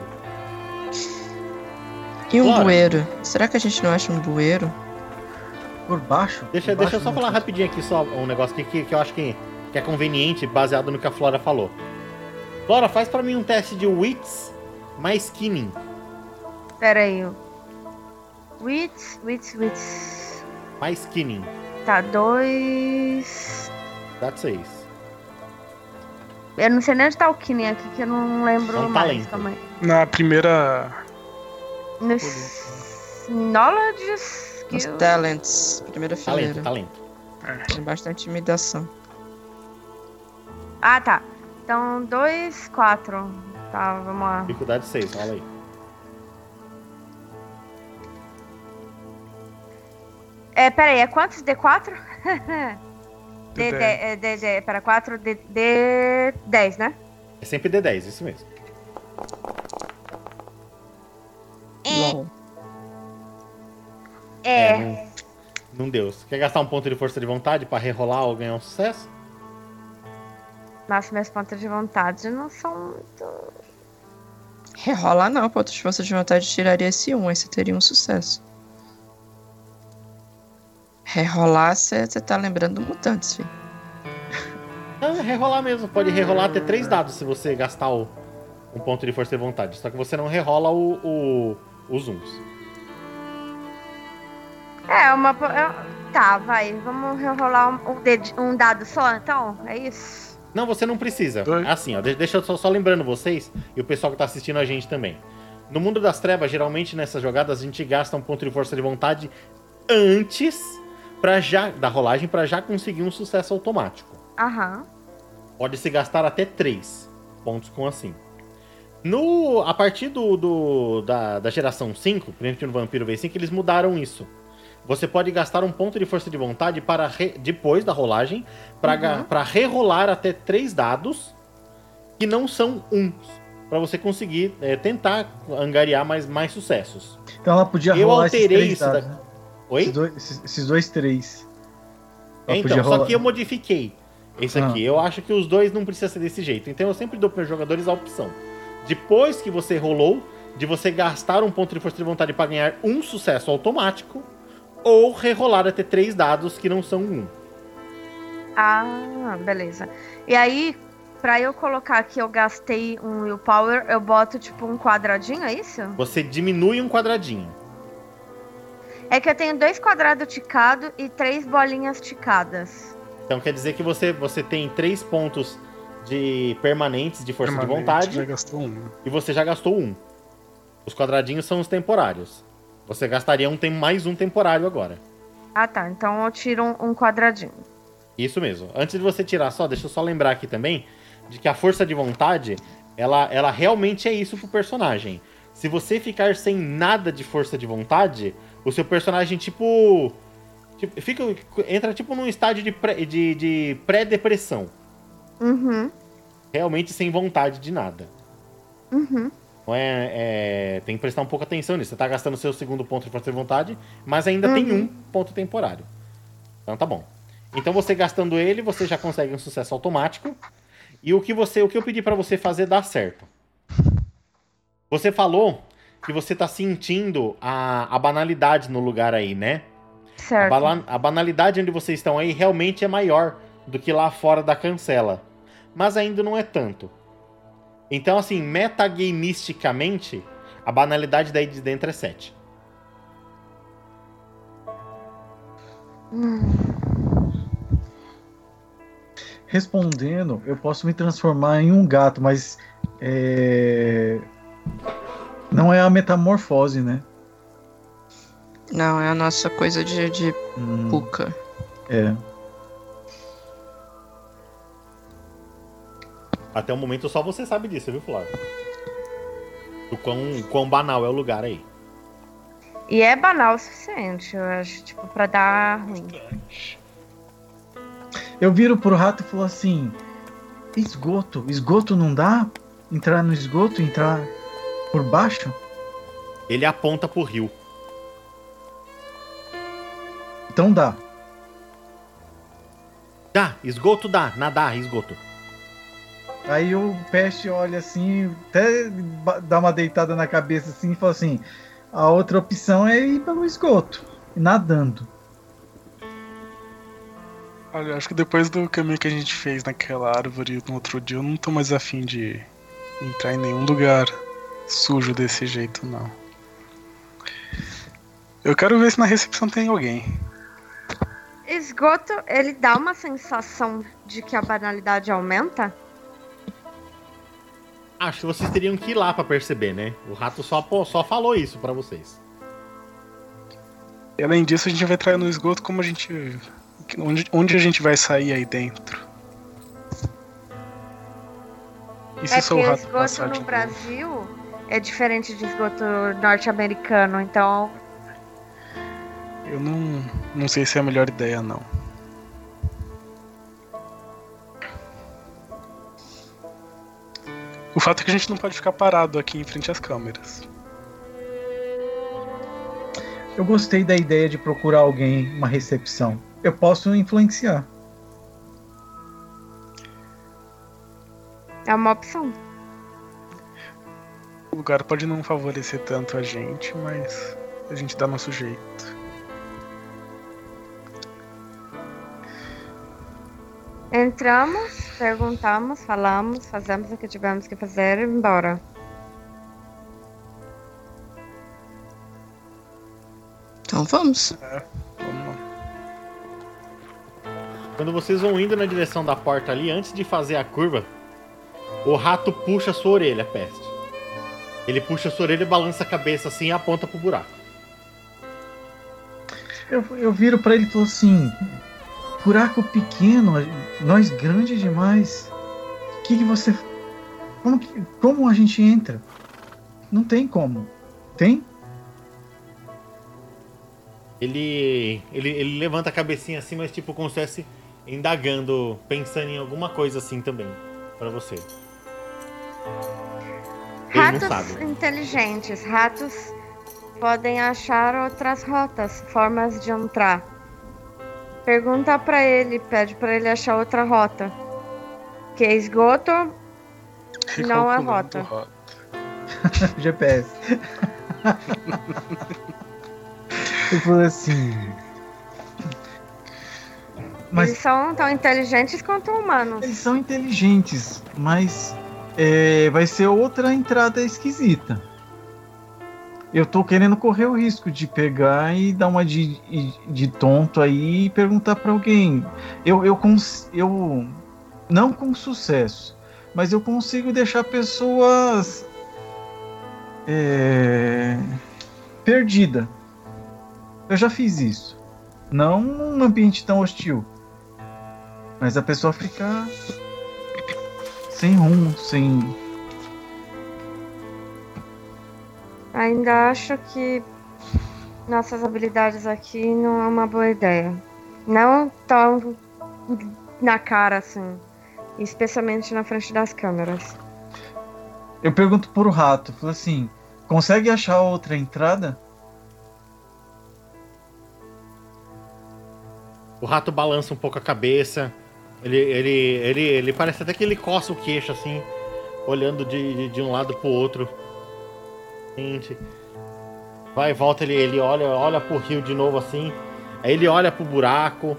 E um Flora. bueiro? Será que a gente não acha um bueiro? Por baixo? Deixa eu só falar rapidinho aqui só um negócio que eu acho que é conveniente, baseado no que a Flora falou. Flora, faz pra mim um teste de Wits mais Kinning. Pera aí. Wits. Mais Kinning. Tá, 2. Dá 6. Eu não sei nem onde tá o Kinning aqui, que eu não lembro É um mais. talento. Calma aí. Na primeira. No Knowledge Os Skill. talents. Primeira fileira. Talento. Tem bastante intimidação. Ah, tá. Então, 2, 4. Tá, vamos lá. Dificuldade 6, fala aí. Pera aí, é quantos? D4? D10. Pera, 4, D10, né? É sempre D10, isso mesmo. LOL. Não deu. Você quer gastar um ponto de força de vontade pra rerolar ou ganhar um sucesso? Nossa, minhas pontas de vontade não são muito... Rerolar não, ponto de força de vontade tiraria esse 1, aí você teria um sucesso. Rerolar, você tá lembrando do Mutantes, filho. Não, é rerolar mesmo. Pode rerolar até 3 dados se você gastar um ponto de força de vontade. Só que você não rerola os uns. Tá, vai. Vamos rerolar um dado só, então? É isso? Não, você não precisa. Dois. Assim, ó, deixa eu só lembrando vocês e o pessoal que tá assistindo a gente também. No mundo das trevas, geralmente nessas jogadas a gente gasta um ponto de força de vontade antes da rolagem pra já conseguir um sucesso automático. Aham. Pode se gastar até 3 pontos com assim. A partir da geração 5, principalmente no Vampiro V5, eles mudaram isso. Você pode gastar um ponto de força de vontade depois da rolagem para rerolar até 3 dados que não são uns. Para você conseguir tentar angariar mais sucessos. Então ela podia Eu rolar alterei esses 3 isso dados, da- né? Oi? Esses 2, 3. Ela Então, podia só rolar. que eu modifiquei esse aqui. Eu acho que os dois não precisam ser desse jeito. Então eu sempre dou para os jogadores a opção. Depois que você rolou, de você gastar um ponto de força de vontade para ganhar um sucesso automático, ou rerolar até 3 dados que não são 1. Ah, beleza. E aí, pra eu colocar que eu gastei um willpower, eu boto tipo um quadradinho, é isso? Você diminui um quadradinho. É que eu tenho 2 quadrados ticados e 3 bolinhas ticadas. Então quer dizer que você tem 3 pontos de permanentes de força de Permanente, vontade já gastou um. e você já gastou 1. Os quadradinhos são os temporários. Você gastaria mais um temporário agora. Ah, tá. Então eu tiro um quadradinho. Isso mesmo. Antes de você tirar deixa eu só lembrar aqui também de que a força de vontade, ela realmente é isso pro personagem. Se você ficar sem nada de força de vontade, o seu personagem entra tipo num estágio de pré-depressão. Uhum. Realmente sem vontade de nada. Uhum. Então tem que prestar um pouco atenção nisso. Você tá gastando seu segundo ponto de força de vontade, mas ainda tem um ponto temporário. Então tá bom. Então você gastando ele, você já consegue um sucesso automático. E o que eu pedi pra você fazer dá certo. Você falou que você tá sentindo a banalidade no lugar aí, né? Certo. A banalidade onde vocês estão aí realmente é maior do que lá fora da cancela. Mas ainda não é tanto. Então, assim, metagamisticamente, a banalidade daí de dentro é 7. Respondendo, eu posso me transformar em um gato, mas não é a metamorfose, né? Não, é a nossa coisa de puca. É. Até o momento só você sabe disso, viu, Flávio? O quão banal é o lugar aí. E é banal o suficiente, eu acho, tipo, pra dar ruim. Eu viro pro rato e falo assim: esgoto? Esgoto não dá? Entrar no esgoto? Entrar por baixo? Ele aponta pro rio. Então dá. Dá, esgoto dá, nadar, esgoto. Aí o peixe olha assim, até dá uma deitada na cabeça assim e fala assim: a outra opção é ir pelo esgoto, nadando. Olha, acho que depois do caminho que a gente fez naquela árvore no outro dia, eu não tô mais afim de entrar em nenhum lugar sujo desse jeito, não. Eu quero ver se na recepção tem alguém. Esgoto, ele dá uma sensação de que a banalidade aumenta? Acho que vocês teriam que ir lá pra perceber, né? O rato só falou isso pra vocês. E além disso, a gente vai entrar no esgoto como a gente... Onde a gente vai sair aí dentro? E se sou o rato esgoto passar de no novo? Brasil é diferente de esgoto norte-americano, então... Eu não sei se é a melhor ideia, não. O fato é que a gente não pode ficar parado aqui em frente às câmeras. Eu gostei da ideia de procurar alguém, uma recepção. Eu posso influenciar. É uma opção. O lugar pode não favorecer tanto a gente, mas a gente dá nosso jeito. Entramos, perguntamos, falamos, fazemos o que tivemos que fazer e embora. Então vamos. Vamos lá. Quando vocês vão indo na direção da porta ali, antes de fazer a curva, o rato puxa a sua orelha, Peste. Ele puxa a sua orelha, balança a cabeça assim e aponta pro buraco. Eu viro pra ele e falo assim: buraco pequeno, nós grande demais. Que você... Como a gente entra? Não tem como. Tem? Ele levanta a cabecinha assim, mas tipo como se estivesse indagando, pensando em alguma coisa assim também, pra você. Ele não Ratos sabe. inteligentes. Ratos podem achar outras rotas, formas de entrar. Pergunta pra ele, pede pra ele achar outra rota. Que esgoto não é Recalculando rota. GPS. Eu falei assim... Mas Eles são tão inteligentes quanto humanos. eles são inteligentes, mas vai ser outra entrada esquisita. Eu tô querendo correr o risco de pegar e dar uma de tonto aí e perguntar pra alguém. Eu não com sucesso, mas eu consigo deixar pessoas perdidas. Eu já fiz isso. Não num ambiente tão hostil, mas a pessoa fica sem rumo, sem... Ainda acho que nossas habilidades aqui não é uma boa ideia. Não tão na cara assim. Especialmente na frente das câmeras. Eu pergunto pro rato, falo assim: consegue achar outra entrada? O rato balança um pouco a cabeça. Ele parece até que ele coça o queixo assim, olhando de um lado pro outro. Gente, vai e volta, ele olha pro rio de novo assim. Aí ele olha pro buraco.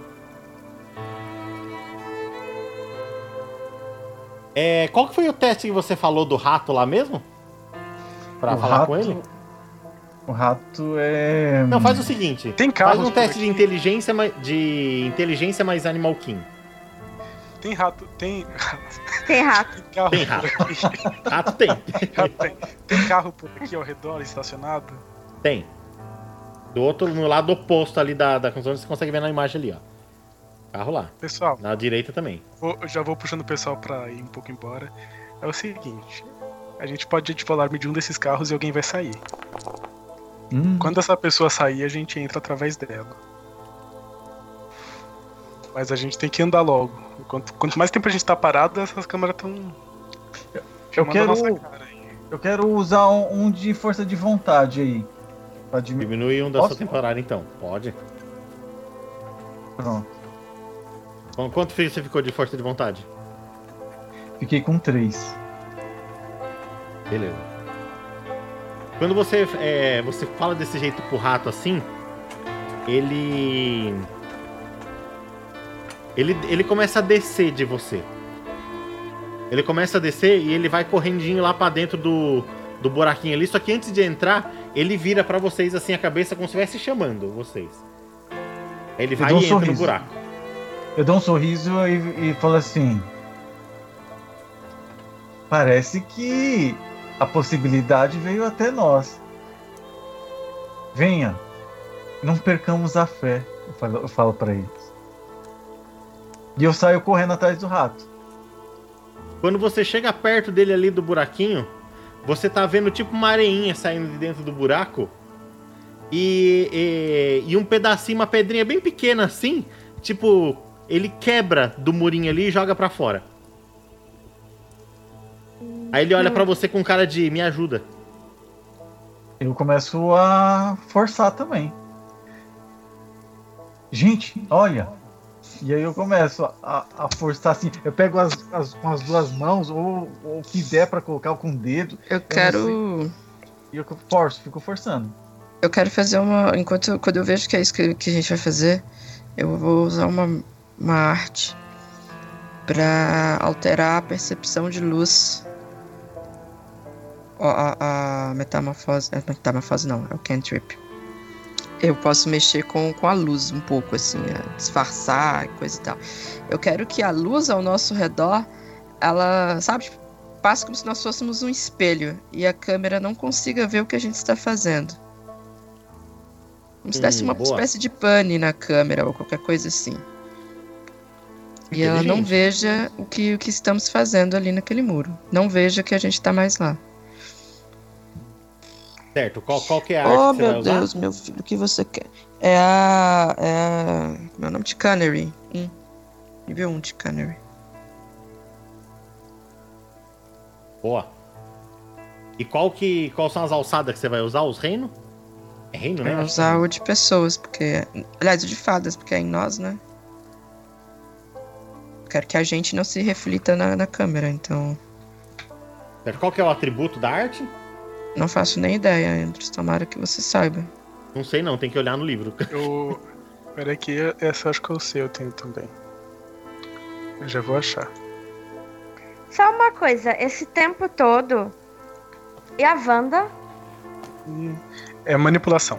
Qual que foi o teste que você falou do rato lá mesmo? Pra falar com ele? O rato é... Não, faz o seguinte. Tem carros faz um por teste de aqui. inteligência mais Animal King. Tem rato, tem Tem rato. carro Tem por rato. aqui. Rato tem. Tem carro por aqui ao redor estacionado? Tem. No lado oposto ali da construção, você consegue ver na imagem ali, ó. Carro lá. Pessoal, Na direita também. eu já vou puxando o pessoal pra ir um pouco embora. É o seguinte, a gente pode ativar o alarme de um desses carros e alguém vai sair. Quando essa pessoa sair, a gente entra através dela. Mas a gente tem que andar logo. Quanto mais tempo a gente tá parado, essas câmeras estão filmando a nossa cara aí. Eu quero usar um de força de vontade aí. Pra Diminui um da Posso? sua temporária, então. Pode. Pronto. Quanto você ficou de força de vontade? Fiquei com 3. Beleza. Quando você fala desse jeito pro rato assim, ele começa a descer de você. Ele começa a descer e ele vai correndinho lá pra dentro do do buraquinho ali, só que antes de entrar, ele vira pra vocês assim a cabeça como se estivesse chamando vocês. Aí ele vai e entra no buraco. Eu dou um sorriso e falo assim: parece que a possibilidade veio até nós. Venha, não percamos a fé, eu falo pra eles. E eu saio correndo atrás do rato. Quando você chega perto dele ali do buraquinho, você tá vendo tipo uma areinha saindo de dentro do buraco. E um pedacinho, uma pedrinha bem pequena assim, tipo, ele quebra do murinho ali e joga pra fora. Aí ele olha pra você com cara de me ajuda. Eu começo a forçar também. Gente, olha. E aí eu começo a forçar assim. Eu pego com as duas mãos, ou o que der pra colocar com o dedo. Eu quero. E eu fico forçando. Eu quero fazer uma. Quando eu vejo que é isso que a gente vai fazer, eu vou usar uma arte pra alterar a percepção de luz. A metamorfose. A metamorfose não, é o cantrip. Eu posso mexer com a luz um pouco, assim, disfarçar e coisa e tal. Eu quero que a luz ao nosso redor, ela, sabe, passe como se nós fôssemos um espelho e a câmera não consiga ver o que a gente está fazendo. Como se desse uma espécie de pane na câmera ou qualquer coisa assim. E ela não veja o que estamos fazendo ali naquele muro. Não veja que a gente está mais lá. Certo, qual que é a arte que você vai usar? Oh, meu Deus, meu filho, o que você quer? É meu nome de Canary. Nível 1 de Canary. Boa. E qual são as alçadas que você vai usar? Os reinos? É reino, né? Eu vou usar o de pessoas, porque... Aliás, o de fadas, porque é em nós, né? Quero que a gente não se reflita na câmera, então... Certo. Qual que é o atributo da arte? Não faço nem ideia, Andros. Tomara que você saiba. Não sei não, tem que olhar no livro. Peraí que essa acho que eu sei, eu tenho também. Eu já vou achar. Só uma coisa, esse tempo todo... E a Wanda? É manipulação.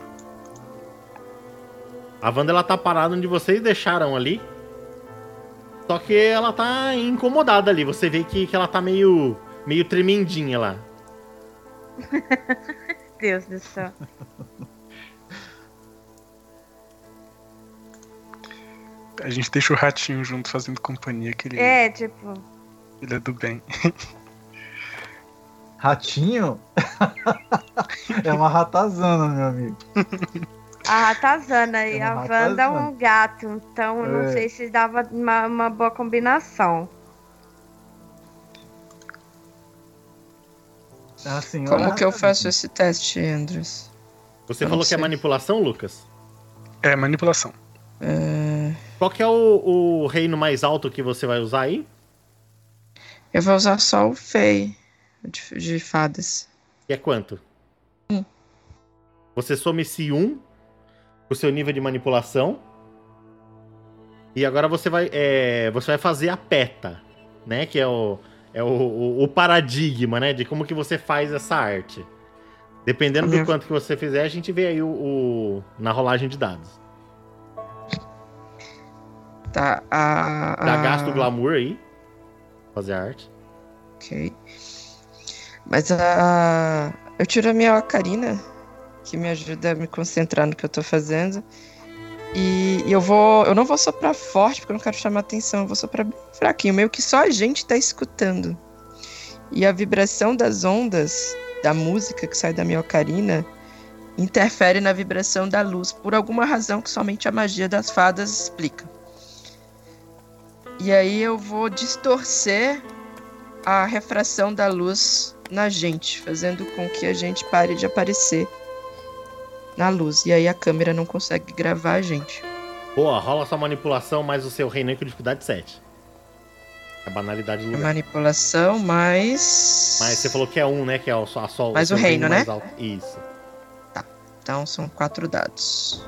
A Wanda, ela tá parada onde vocês deixaram ali. Só que ela tá incomodada ali. Você vê que ela tá meio tremendinha lá. Deus do céu. A gente deixa o ratinho junto fazendo companhia, que ele É, tipo... ele é do bem. Ratinho? É uma ratazana, meu amigo. A ratazana e É a uma Wanda é ratazana. um gato, então eu não sei se dava uma boa combinação. A senhora Como que eu ratazana. faço esse teste, Andros? Você Eu falou não que é sei. manipulação, Lucas? É manipulação. Qual que é o reino mais alto que você vai usar aí? Eu vou usar só o Fey de fadas. E é quanto? Você soma esse 1 pro seu nível de manipulação. E agora você vai fazer a peta, né? Que é o paradigma, né? De como que você faz essa arte. Dependendo do quanto que você fizer, a gente vê aí na rolagem de dados. Tá, Dá gasto glamour aí. Fazer a arte. Ok. Mas eu tiro a minha ocarina, que me ajuda a me concentrar no que eu tô fazendo. E eu não vou soprar forte, porque eu não quero chamar atenção. Eu vou soprar bem fraquinho, meio que só a gente tá escutando. E a vibração das ondas da música que sai da minha ocarina interfere na vibração da luz, por alguma razão que somente a magia das fadas explica. E aí eu vou distorcer a refração da luz na gente, fazendo com que a gente pare de aparecer na luz. E aí a câmera não consegue gravar a gente. Boa, rola sua manipulação mais o seu reino aí com dificuldade 7. A banalidade do A lugar. manipulação mais... Mas você falou que é 1, né? Que é a sol. Mais o seu reino, né? mais alto. Isso. Então são 4 dados.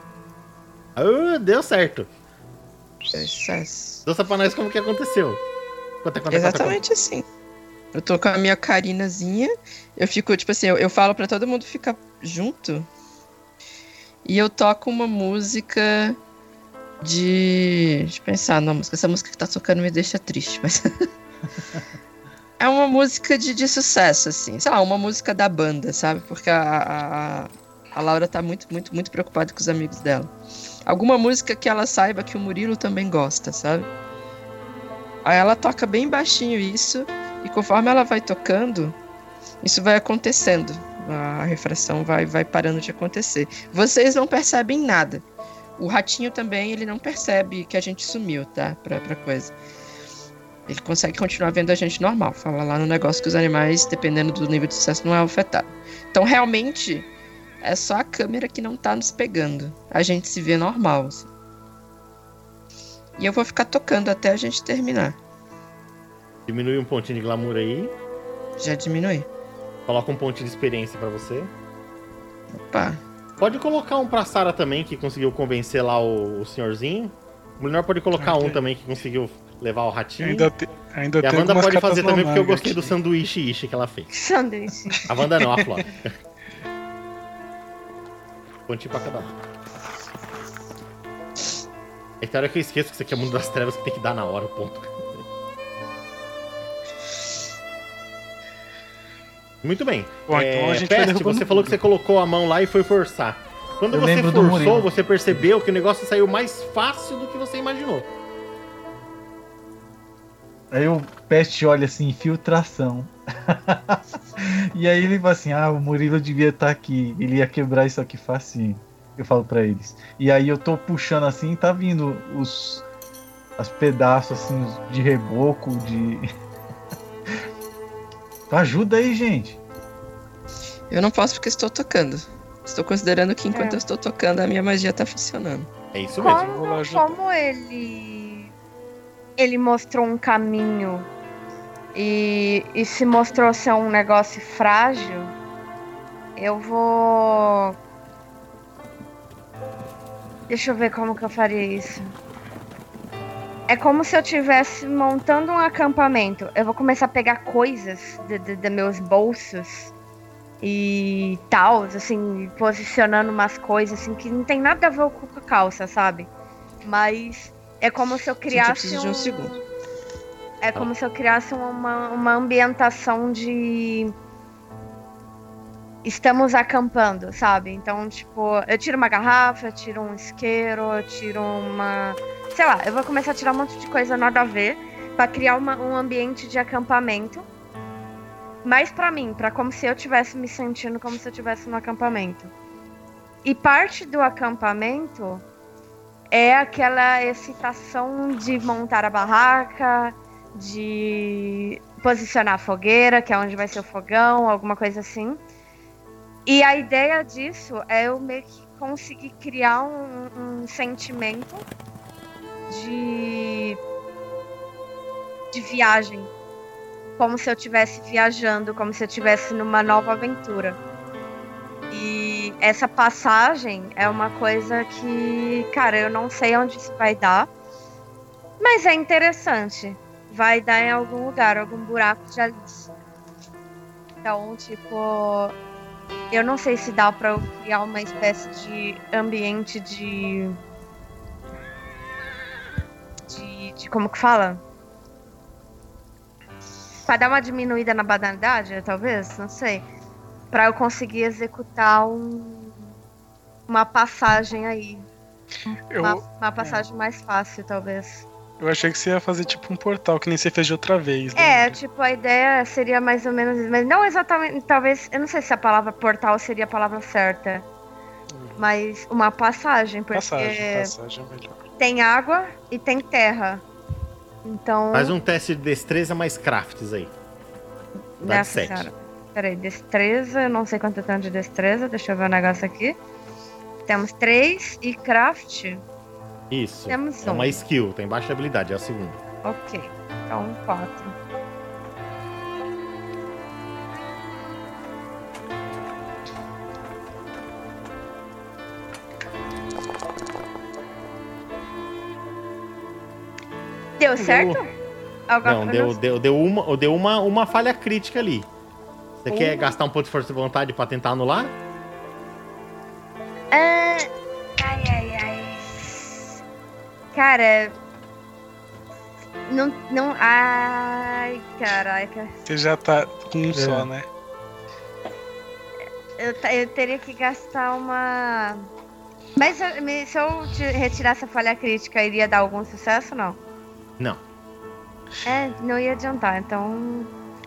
Deu certo. Sucesso. Dança pra nós como que aconteceu. Conta. Exatamente assim. Eu tô com a minha carinazinha, eu fico, tipo assim, eu falo pra todo mundo ficar junto. E eu toco uma música deixa eu pensar na música. Essa música que tá tocando me deixa triste, mas... É uma música de sucesso, assim. Sei lá, uma música da banda, sabe? Porque a Laura tá muito preocupada com os amigos dela. Alguma música que ela saiba que o Murilo também gosta, sabe? Aí ela toca bem baixinho isso, e conforme ela vai tocando, isso vai acontecendo. A refração vai parando de acontecer. Vocês não percebem nada. O ratinho também, ele não percebe que a gente sumiu, tá? Pra coisa. Ele consegue continuar vendo a gente normal. Fala lá no negócio que os animais, dependendo do nível de sucesso, não é afetado. Então, realmente, é só a câmera que não tá nos pegando. A gente se vê normal. Assim. E eu vou ficar tocando até a gente terminar. Diminui um pontinho de glamour aí. Já diminui. Coloca um pontinho de experiência pra você. Opa. Pode colocar um pra Sarah também, que conseguiu convencer lá o senhorzinho. O Melhor pode colocar um também, que conseguiu levar o ratinho. Ainda e a tem Wanda pode algumas fazer também, porque eu gostei aqui. do sanduíche que ela fez. Sanduíche. A Wanda não, a Flora. Pontinho pra cada um. É que hora que eu esqueço que isso aqui é Mundo das Trevas, que tem que dar na hora o ponto. Muito bem. Bom, então a gente vai Peste, derrubando você falou tudo. que você colocou a mão lá e foi forçar. Quando Eu você lembro do forçou, Murilo. você percebeu que o negócio saiu mais fácil do que você imaginou. Aí o Peste olha assim, infiltração. E aí ele fala assim, o Murilo devia estar aqui. Ele ia quebrar isso aqui facinho. Eu falo pra eles. E aí eu tô puxando assim, tá vindo os pedaços assim de reboco, de... Ajuda aí, gente. Eu não posso porque estou tocando. Estou considerando que enquanto eu estou tocando, a minha magia tá funcionando. É isso mesmo. vou lá ajudar. Como ele mostrou um caminho e se mostrou ser um negócio frágil, eu vou... Deixa eu ver como que eu faria isso. É como se eu estivesse montando um acampamento. Eu vou começar a pegar coisas de meus bolsos e tal, assim, posicionando umas coisas assim que não tem nada a ver com a calça, sabe? Mas é como se eu Gente, eu criasse preciso de um segundo. É como se eu criasse uma ambientação de... Estamos acampando, sabe? Então, tipo, eu tiro uma garrafa, eu tiro um isqueiro, eu tiro uma... Sei lá, eu vou começar a tirar um monte de coisa nada a ver pra criar um ambiente de acampamento. Mas pra mim, pra como se eu estivesse me sentindo como se eu estivesse no acampamento. E parte do acampamento é aquela excitação de montar a barraca, de posicionar a fogueira, que é onde vai ser o fogão, alguma coisa assim. E a ideia disso é eu meio que conseguir criar um sentimento de viagem. Como se eu estivesse viajando, como se eu estivesse numa nova aventura. E essa passagem é uma coisa que, cara, eu não sei onde isso vai dar, mas é interessante. Vai dar em algum lugar, algum buraco de Alice. Então, tipo, eu não sei se dá pra eu criar uma espécie de ambiente de como que fala? Pra dar uma diminuída na banalidade, talvez, não sei. Pra eu conseguir executar uma passagem aí. Uma passagem mais fácil, talvez. Eu achei que você ia fazer tipo um portal, que nem você fez de outra vez. É, tipo, a ideia seria mais ou menos isso. Mas não exatamente, talvez, eu não sei se a palavra portal seria a palavra certa. Mas uma passagem, porque Passagem é melhor. tem água e tem terra. Então... Faz um teste de destreza mais crafts aí. Dá de 7. Senhora. Peraí, destreza, eu não sei quanto é tanto de destreza, deixa eu ver o negócio aqui. Temos 3 e craft. Isso. Temos É um. uma skill, tá embaixo da habilidade, é a segunda. Ok, então 4. Deu certo? Não, deu uma falha crítica ali. Você quer gastar um ponto de força de vontade pra tentar anular? Ai. Cara. Não. Ai, caraca. Você já tá com um só, né? Eu teria que gastar uma. Mas se eu retirar essa falha crítica, iria dar algum sucesso, não? Não. Não ia adiantar, então.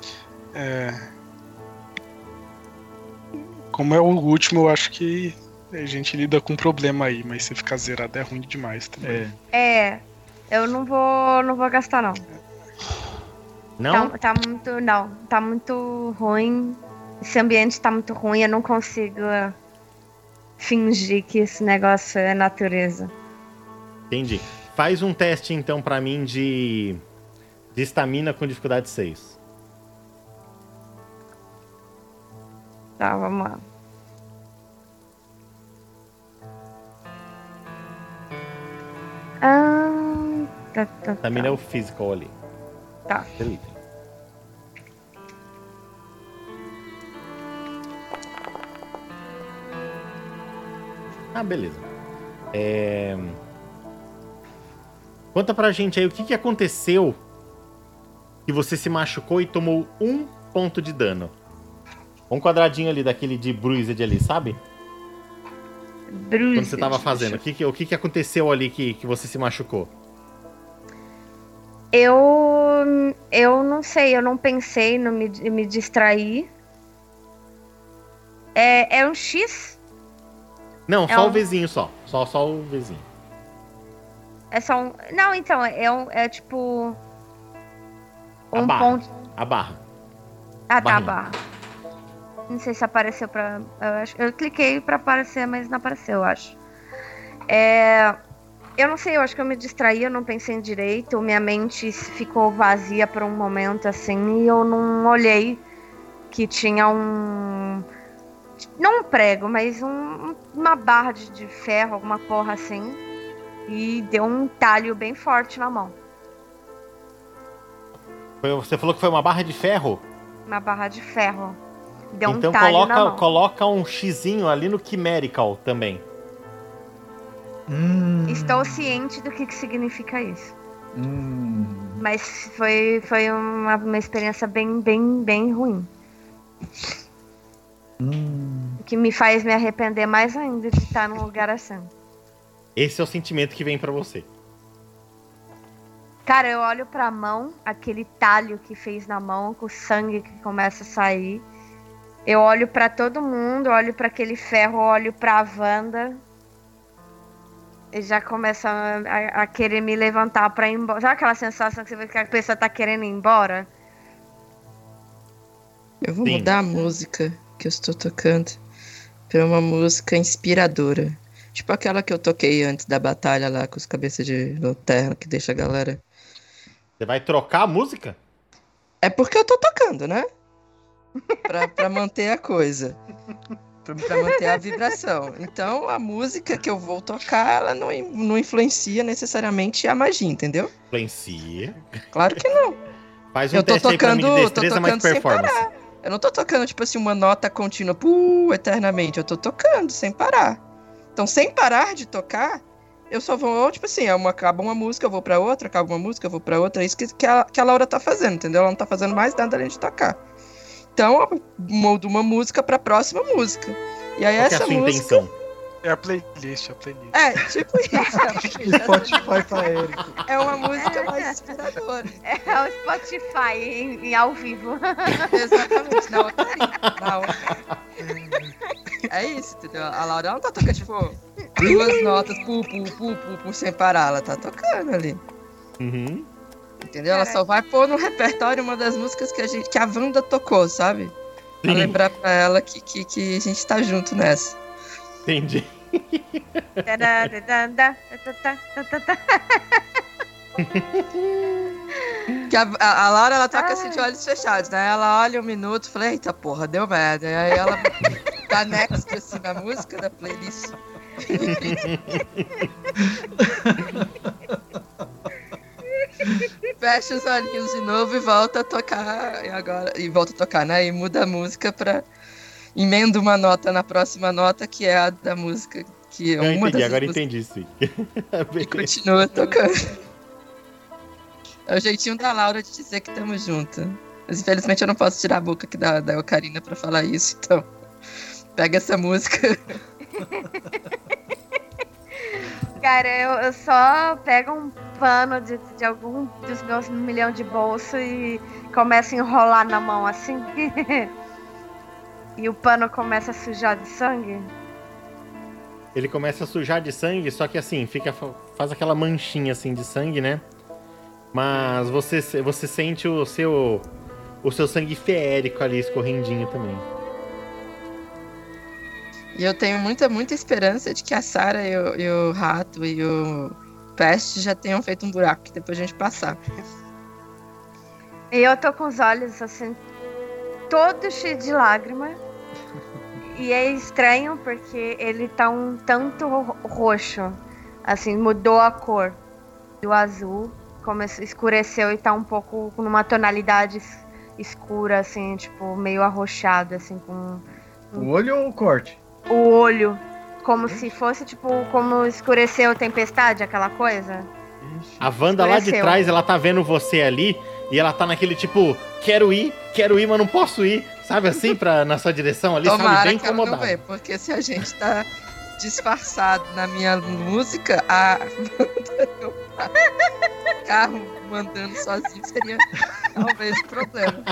Como é o último, eu acho que a gente lida com um problema aí, mas se ficar zerado é ruim demais também. Eu não vou gastar, não. Não? Tá muito ruim. Esse ambiente tá muito ruim, eu não consigo fingir que esse negócio é natureza. Entendi. Faz um teste, então, pra mim de estamina com dificuldade 6. Tá, vamos lá. Estamina é o physical ali. Tá. Beleza. Beleza. Conta pra gente aí o que aconteceu que você se machucou e tomou 1 ponto de dano. Um quadradinho ali daquele de bruised ali, sabe? Bruised. Quando você tava fazendo. O que aconteceu ali que você se machucou? Eu não sei, eu não pensei em me distrair. É um X? Não, só o Vzinho só. Só o Vzinho. É só um. Não, então, é tipo. Um ponto. A barra. Ah, tá, a barra. Não sei se apareceu pra. Eu cliquei pra aparecer, mas não apareceu, eu acho. Eu não sei, eu acho que eu me distraí, eu não pensei direito. Minha mente ficou vazia por um momento assim e eu não olhei que tinha não um prego, mas uma barra de ferro, alguma porra assim. E deu um talho bem forte na mão. Você falou que foi uma barra de ferro? Uma barra de ferro. Deu então um talho na mão. Coloca um xizinho ali no Chimerical também. Estou ciente do que significa isso. Mas foi uma experiência bem ruim. O que me faz me arrepender mais ainda de estar num lugar assim. Esse é o sentimento que vem pra você. Cara, eu olho pra mão, aquele talho que fez na mão, com o sangue que começa a sair. Eu olho pra todo mundo, olho pra aquele ferro, olho pra Wanda. E já começa a querer me levantar pra ir embora. Sabe aquela sensação que você vê que a pessoa tá querendo ir embora? Eu vou mudar a música que eu estou tocando pra uma música inspiradora. Tipo aquela que eu toquei antes da batalha lá com os cabeças de lanterna, que deixa a galera... Você vai trocar a música? É porque eu tô tocando, né? Pra manter a coisa. Pra manter a vibração. Então, a música que eu vou tocar, ela não influencia necessariamente a magia, entendeu? Influencia? Claro que não. Faz um teste aí pra mim de destreza mais performance. Eu não tô tocando, tipo assim, uma nota contínua, eternamente. Eu tô tocando sem parar. Então, sem parar de tocar, eu só vou, tipo assim, acaba uma música, eu vou pra outra, acaba uma música, eu vou pra outra. É isso que a Laura tá fazendo, entendeu? Ela não tá fazendo mais nada além de tocar. Então, eu mudo uma música pra próxima música. E aí, essa música... intenção? É a playlist. Tipo isso. Spotify pra Érico. É uma música mais inspiradora. É o Spotify em ao vivo. Exatamente, na outra. É isso, entendeu? A Laura não tá tocando, tipo, 2 notas, sem parar. Ela tá tocando ali. Uhum. Entendeu? Ela só vai pôr no repertório uma das músicas que a Wanda tocou, sabe? Pra lembrar pra ela que a gente tá junto nessa. Entendi. Que a Laura, ela toca assim de olhos fechados, né? Ela olha 1 minuto e fala, eita porra, deu merda. E aí ela dá next assim na música da playlist. fecha os olhinhos de novo e volta a tocar. E volta a tocar, né? E muda a música pra. Emenda uma nota na próxima nota, que é a da música. Que é Eu uma entendi, das agora músicas. entendi, sim. E continua tocando. É o jeitinho da Laura de dizer que estamos juntos. Mas infelizmente eu não posso tirar a boca aqui da Ocarina pra falar isso, então. Pega essa música. Cara, eu só pego um pano de algum dos meus 1 milhão de bolso e começo a enrolar na mão assim. E o pano começa a sujar de sangue. Ele começa a sujar de sangue, só que assim, faz aquela manchinha assim de sangue, né? Mas você sente o seu sangue feérico ali escorrendinho também. E eu tenho muita, muita esperança de que a Sarah e o Rato e o Peste já tenham feito um buraco que depois a gente passar. E eu tô com os olhos assim, todos cheios de lágrima. E é estranho porque ele tá um tanto roxo. Assim, mudou a cor do azul. Escureceu e tá um pouco numa tonalidade escura, assim, tipo, meio arroxado, assim, com... O olho ou o corte? O olho. Como se fosse, tipo, como escureceu Tempestade, aquela coisa. A Wanda lá de trás, ela tá vendo você ali e ela tá naquele tipo, quero ir, mas não posso ir. Sabe assim, na sua direção ali, Tomara sabe, bem que ela não incomodada. vê, porque se a gente tá disfarçado na minha música, a carro mandando sozinho seria talvez o problema.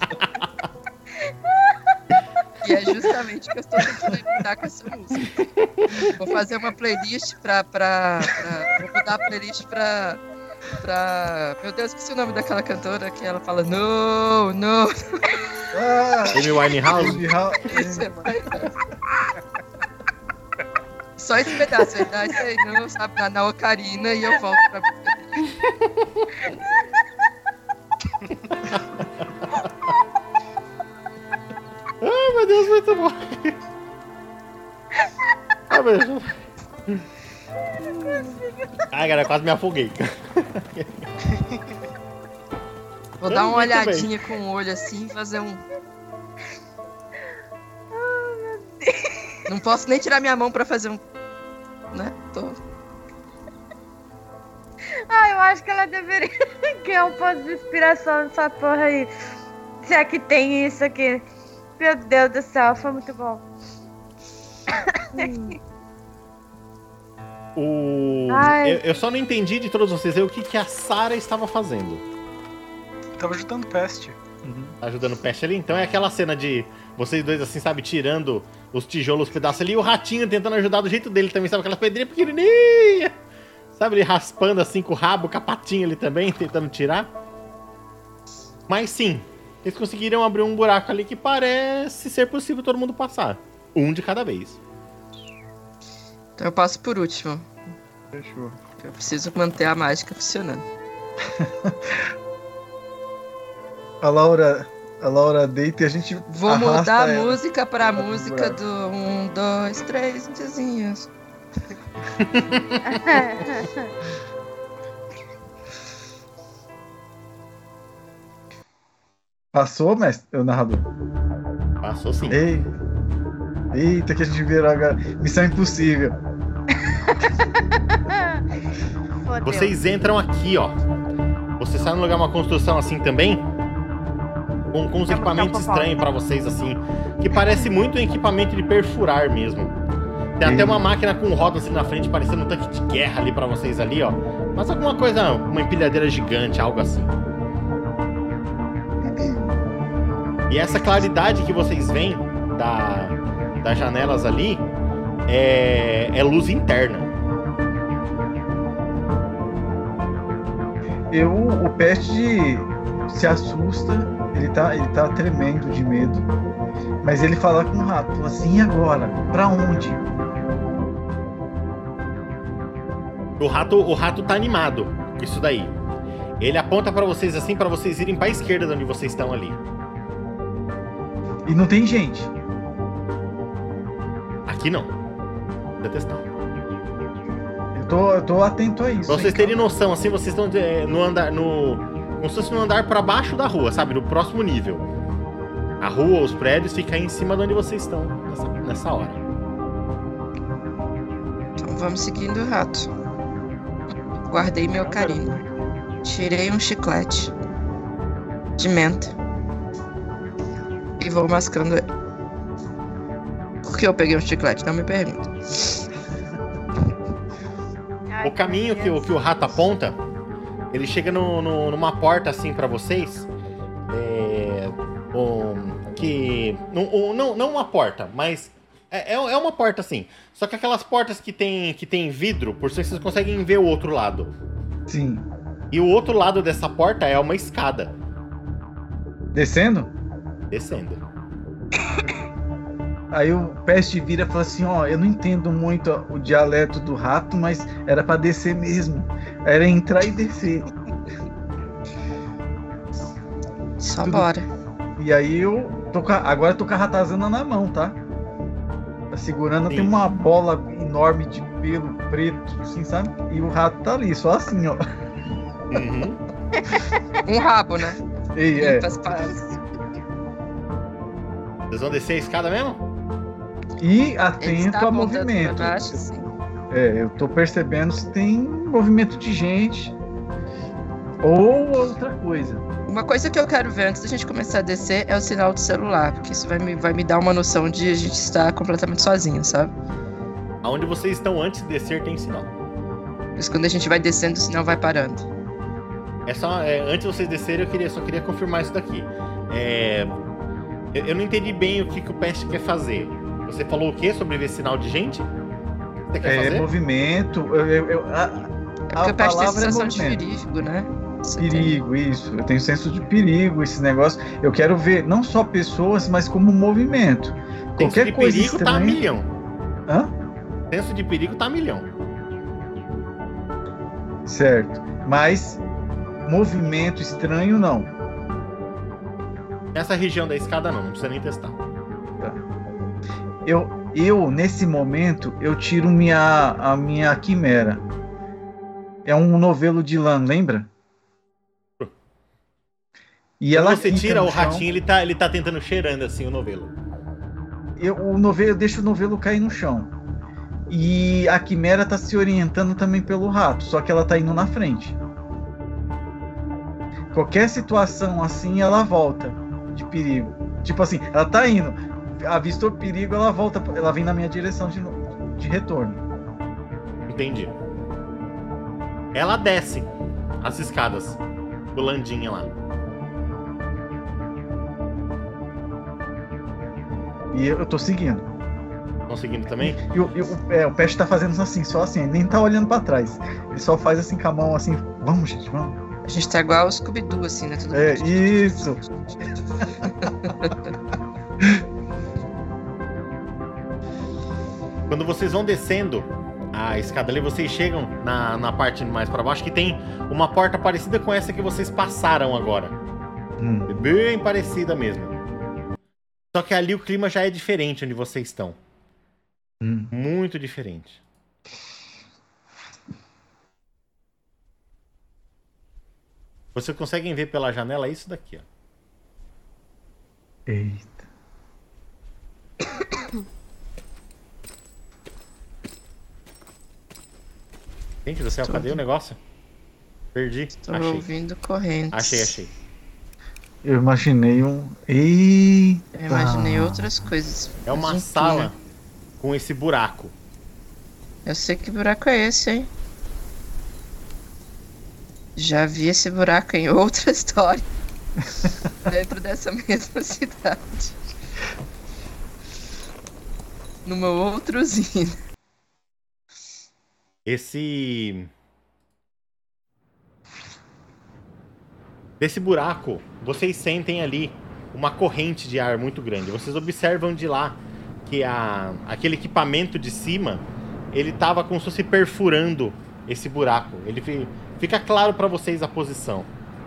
E é justamente o que eu estou tentando evitar com essa música. Vou fazer uma playlist vou mudar a playlist pra... Meu Deus, esqueci o nome daquela cantora que ela fala no. Amy Winehouse? Isso é mais. Só esse pedaço, aí dá isso aí, não, sabe, na Ocarina e eu volto pra música. Ai, meu Deus, muito bom. Ah, beijo. Ai, cara, quase me afoguei. Vou dar uma Muito olhadinha com o olho assim e fazer um. Não posso nem tirar minha mão pra fazer um. Né? Eu acho que ela deveria ganhar um ponto de inspiração nessa porra aí. Se é que tem isso aqui. Meu Deus do céu, foi muito bom. Eu só não entendi de todos vocês aí o que a Sarah estava fazendo. Tava ajudando o Peste. Tá ajudando o Peste ali? Então é aquela cena de vocês dois assim, sabe, tirando os tijolos, os pedaços ali, e o ratinho tentando ajudar do jeito dele também, sabe, aquela pedrinha pequenininha. Sabe, ele raspando assim com o rabo, com a patinha ali também, tentando tirar. Mas sim, eles conseguiram abrir um buraco ali que parece ser possível todo mundo passar. Um de cada vez. Então eu passo por último. Fechou. Eu preciso manter a mágica funcionando. A Laura deita e a gente Vou arrasta mudar a ela. música pra Ela música do do 1, 2, 3 diazinhos. Passou, mestre? O narrador. Passou sim. Eita, que a gente virou agora. Missão impossível. Fodeu. Vocês entram aqui, ó. Você sai num lugar, uma construção assim também, com uns equipamentos estranhos pra vocês, assim, que parece muito um equipamento de perfurar mesmo. Tem até uma máquina com rodas assim na frente, parecendo um tanque de guerra ali pra vocês ali, ó. Mas alguma coisa, uma empilhadeira gigante, algo assim. E essa claridade que vocês veem das janelas ali é luz interna. O Peste se assusta, ele tá tremendo de medo. Mas ele fala com o rato, assim, e agora? Pra onde? O rato tá animado com isso daí. Ele aponta pra vocês assim, pra vocês irem pra esquerda de onde vocês estão ali. E não tem gente. Aqui não. Vou testar. Eu tô atento a isso. Pra vocês hein, terem noção, assim, vocês estão no como se fosse um andar pra baixo da rua, sabe? No próximo nível. A rua, os prédios ficam em cima de onde vocês estão nessa hora. Então vamos seguindo o rato. Guardei meu carinho. Tirei um chiclete de menta e vou mascando ele. Por que eu peguei um chiclete? Não me pergunta. O caminho que o rato aponta, ele chega numa porta assim pra vocês. Não uma porta, mas é uma porta assim. Só que aquelas portas que tem vidro, por isso vocês conseguem ver o outro lado. Sim. E o outro lado dessa porta é uma escada. Descendo? Descendo. Aí o Peste vira e fala assim, ó, eu não entendo muito o dialeto do rato, mas era pra descer mesmo. Era entrar e descer. Só bora. E aí agora eu tô com a ratazana na mão, tá? Tá segurando, Sim. tem uma bola enorme de pelo preto, assim, sabe? E o rato tá ali, só assim, ó. Uhum. Um rabo, né? E, Limpa as paradas. Vocês vão descer a escada mesmo? e Ele atento está a apontando pra movimento. baixo, sim. Eu tô percebendo se tem movimento de gente ou outra coisa. Uma coisa que eu quero ver antes da gente começar a descer é o sinal do celular, porque isso vai me dar uma noção de a gente estar completamente sozinho, sabe? Aonde vocês estão antes de descer tem sinal. Mas quando a gente vai descendo, o sinal vai parando. Antes de vocês descerem, eu só queria confirmar isso daqui. Eu não entendi bem o que o Peste quer fazer. Você falou o quê sobre ver sinal de gente? Você quer fazer? Movimento. É porque eu peço a sensação de perigo, né? Você Perigo, isso. Eu tenho senso de perigo, esse negócio. Eu quero ver não só pessoas, mas como movimento. Senso Qualquer de coisa perigo tá a estranha. milhão. Hã? Senso de perigo tá a milhão. Certo. Mas movimento estranho, não. Nessa região da escada não precisa nem testar. Eu nesse momento, eu tiro a minha quimera. É um novelo de lã, lembra? E Quando ela você fica tira no o chão. ratinho, ele tá tentando cheirando assim o novelo. Eu deixo o novelo cair no chão. E a quimera tá se orientando também pelo rato, só que ela tá indo na frente. Qualquer situação assim, ela volta de perigo. Tipo assim, ela tá indo, avistou perigo, ela volta, ela vem na minha direção de retorno. Entendi. Ela desce as escadas, pulandinha lá. E eu tô seguindo. Estão seguindo também? E o Peste tá fazendo assim, só assim, ele nem tá olhando pra trás. Ele só faz assim com a mão assim, vamos gente, vamos. A gente tá igual o Scooby-Doo, assim, né? Tudo Isso. Quando vocês vão descendo a escada ali, vocês chegam na parte mais pra baixo, que tem uma porta parecida com essa que vocês passaram agora. Bem parecida mesmo. Só que ali o clima já é diferente onde vocês estão. Muito diferente. Vocês conseguem ver pela janela isso daqui, ó. Eita. Gente do céu, cadê o negócio? Perdi. Tô Achei. ouvindo correntes. Achei. Eu imaginei um. Eita. Eu imaginei outras coisas. É uma Mas, sala enfim, né? com esse buraco. Eu sei que buraco é esse, hein? Já vi esse buraco em outra história. Dentro dessa mesma cidade. Numa outra usina. Desse buraco, vocês sentem ali uma corrente de ar muito grande. Vocês observam de lá que aquele equipamento de cima, ele tava como se fosse perfurando esse buraco. Ele fica claro para vocês a posição.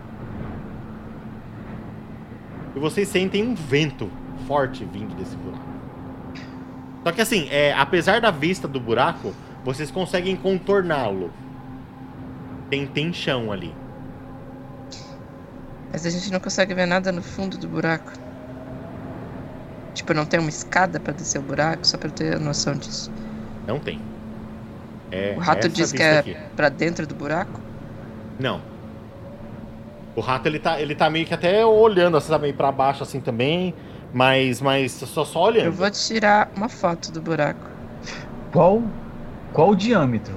E vocês sentem um vento forte vindo desse buraco. Só que assim, apesar da vista do buraco, vocês conseguem contorná-lo. Tem chão ali. Mas a gente não consegue ver nada no fundo do buraco. Tipo, não tem uma escada pra descer o buraco, só pra eu ter noção disso. Não tem. O rato essa diz que vista é aqui. pra dentro do buraco? Não. O rato, ele tá meio que até olhando, assim, tá meio pra baixo assim também, mas só olhando. Eu vou tirar uma foto do buraco. Qual o diâmetro?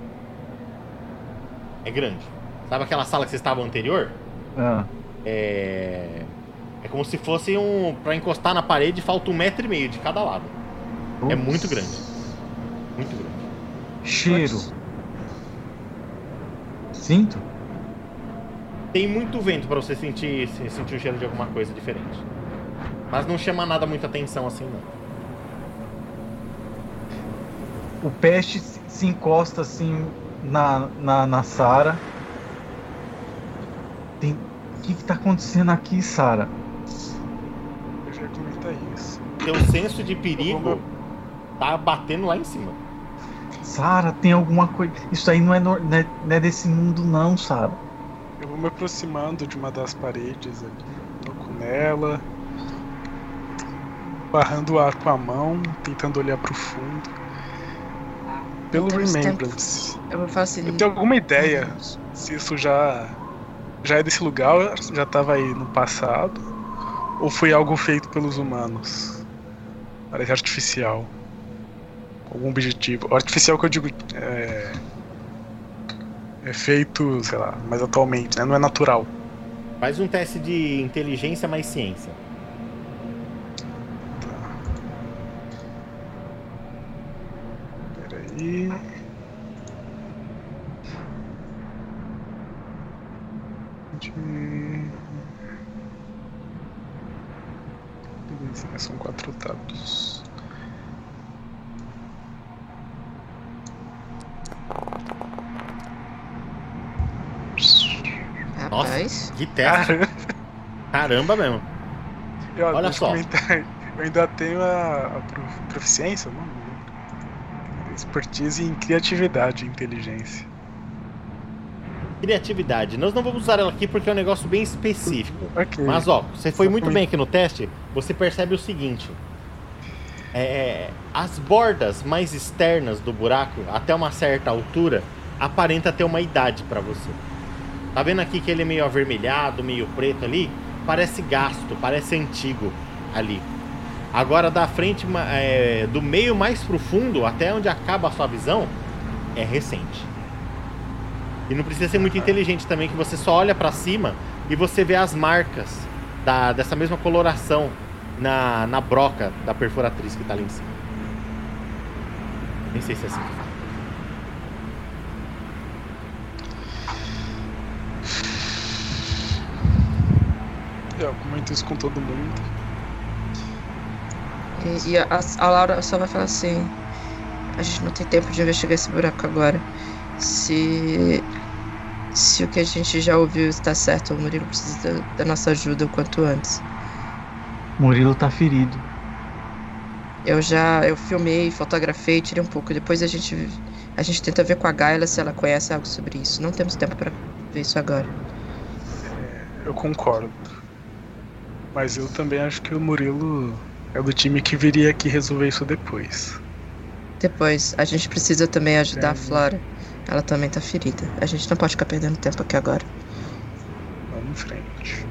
É grande. Sabe aquela sala que vocês estavam anterior? Ah, É como se fosse pra encostar na parede, falta 1,5 metro de cada lado. É muito grande. Muito grande. cheiro. Sinto? Tem muito vento pra você sentir o cheiro de alguma coisa diferente. Mas não chama nada muita atenção assim, não. O peste se encosta assim na Sarah. O que tá acontecendo aqui, Sarah? Eu já ia comentar isso. Teu senso de perigo tá batendo lá em cima. Sarah, tem alguma coisa. Isso aí não é desse mundo, não, Sarah. Eu vou me aproximando de uma das paredes ali, toco nela, barrando o ar com a mão, tentando olhar pro fundo. Pelo Temos Remembrance. Eu vou falar assim. Eu tenho alguma ideia se isso já é desse lugar, já tava aí no passado, ou foi algo feito pelos humanos? Parece artificial. Algum objetivo. Artificial que eu digo é feito, sei lá, mais atualmente, né? Não é natural. Faz um teste de inteligência mais ciência. Peraí. Beleza, são 4 dados. Nossa, Rapaz. que teste. Caramba mesmo. Olha Deixa eu só. comentar, eu ainda tenho a proficiência, não? Expertise em criatividade e inteligência. Criatividade. Nós não vamos usar ela aqui porque é um negócio bem específico. Ok. Mas ó, você foi muito bem aqui no teste. Você percebe o seguinte. As bordas mais externas do buraco, até uma certa altura, aparenta ter uma idade pra você. Tá vendo aqui que ele é meio avermelhado, meio preto ali? Parece gasto, parece antigo ali. Agora da frente, do meio mais pro fundo, até onde acaba a sua visão, é recente. E não precisa ser muito inteligente também, que você só olha pra cima e você vê as marcas dessa mesma coloração na broca da perfuratriz que tá ali em cima. Nem sei se é assim que fala. Eu comento isso com todo mundo. E a Laura só vai falar assim: a gente não tem tempo de investigar esse buraco agora. Se o que a gente já ouviu está certo, o Murilo precisa da nossa ajuda o quanto antes. Murilo tá ferido. Eu filmei, fotografei, tirei um pouco. Depois a gente tenta ver com a Gaila se ela conhece algo sobre isso. Não temos tempo para ver isso agora. Eu concordo. Mas eu também acho que o Murilo é do time que viria aqui resolver isso depois. Depois, a gente precisa também ajudar a Flora. Ela também tá ferida. A gente não pode ficar perdendo tempo aqui agora. Vamos em frente.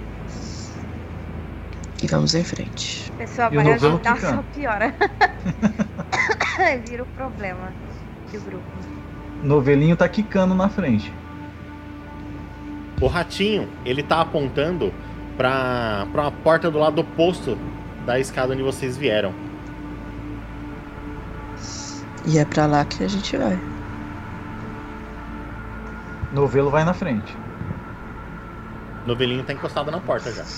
E vamos em frente. A pessoa E o vai novelo ajudar, quicando. só piora. Vira o problema do grupo. Novelinho tá quicando na frente. O ratinho, ele tá apontando pra uma porta do lado oposto da escada onde vocês vieram. E é pra lá que a gente vai. Novelo vai na frente. Novelinho tá encostado na porta já.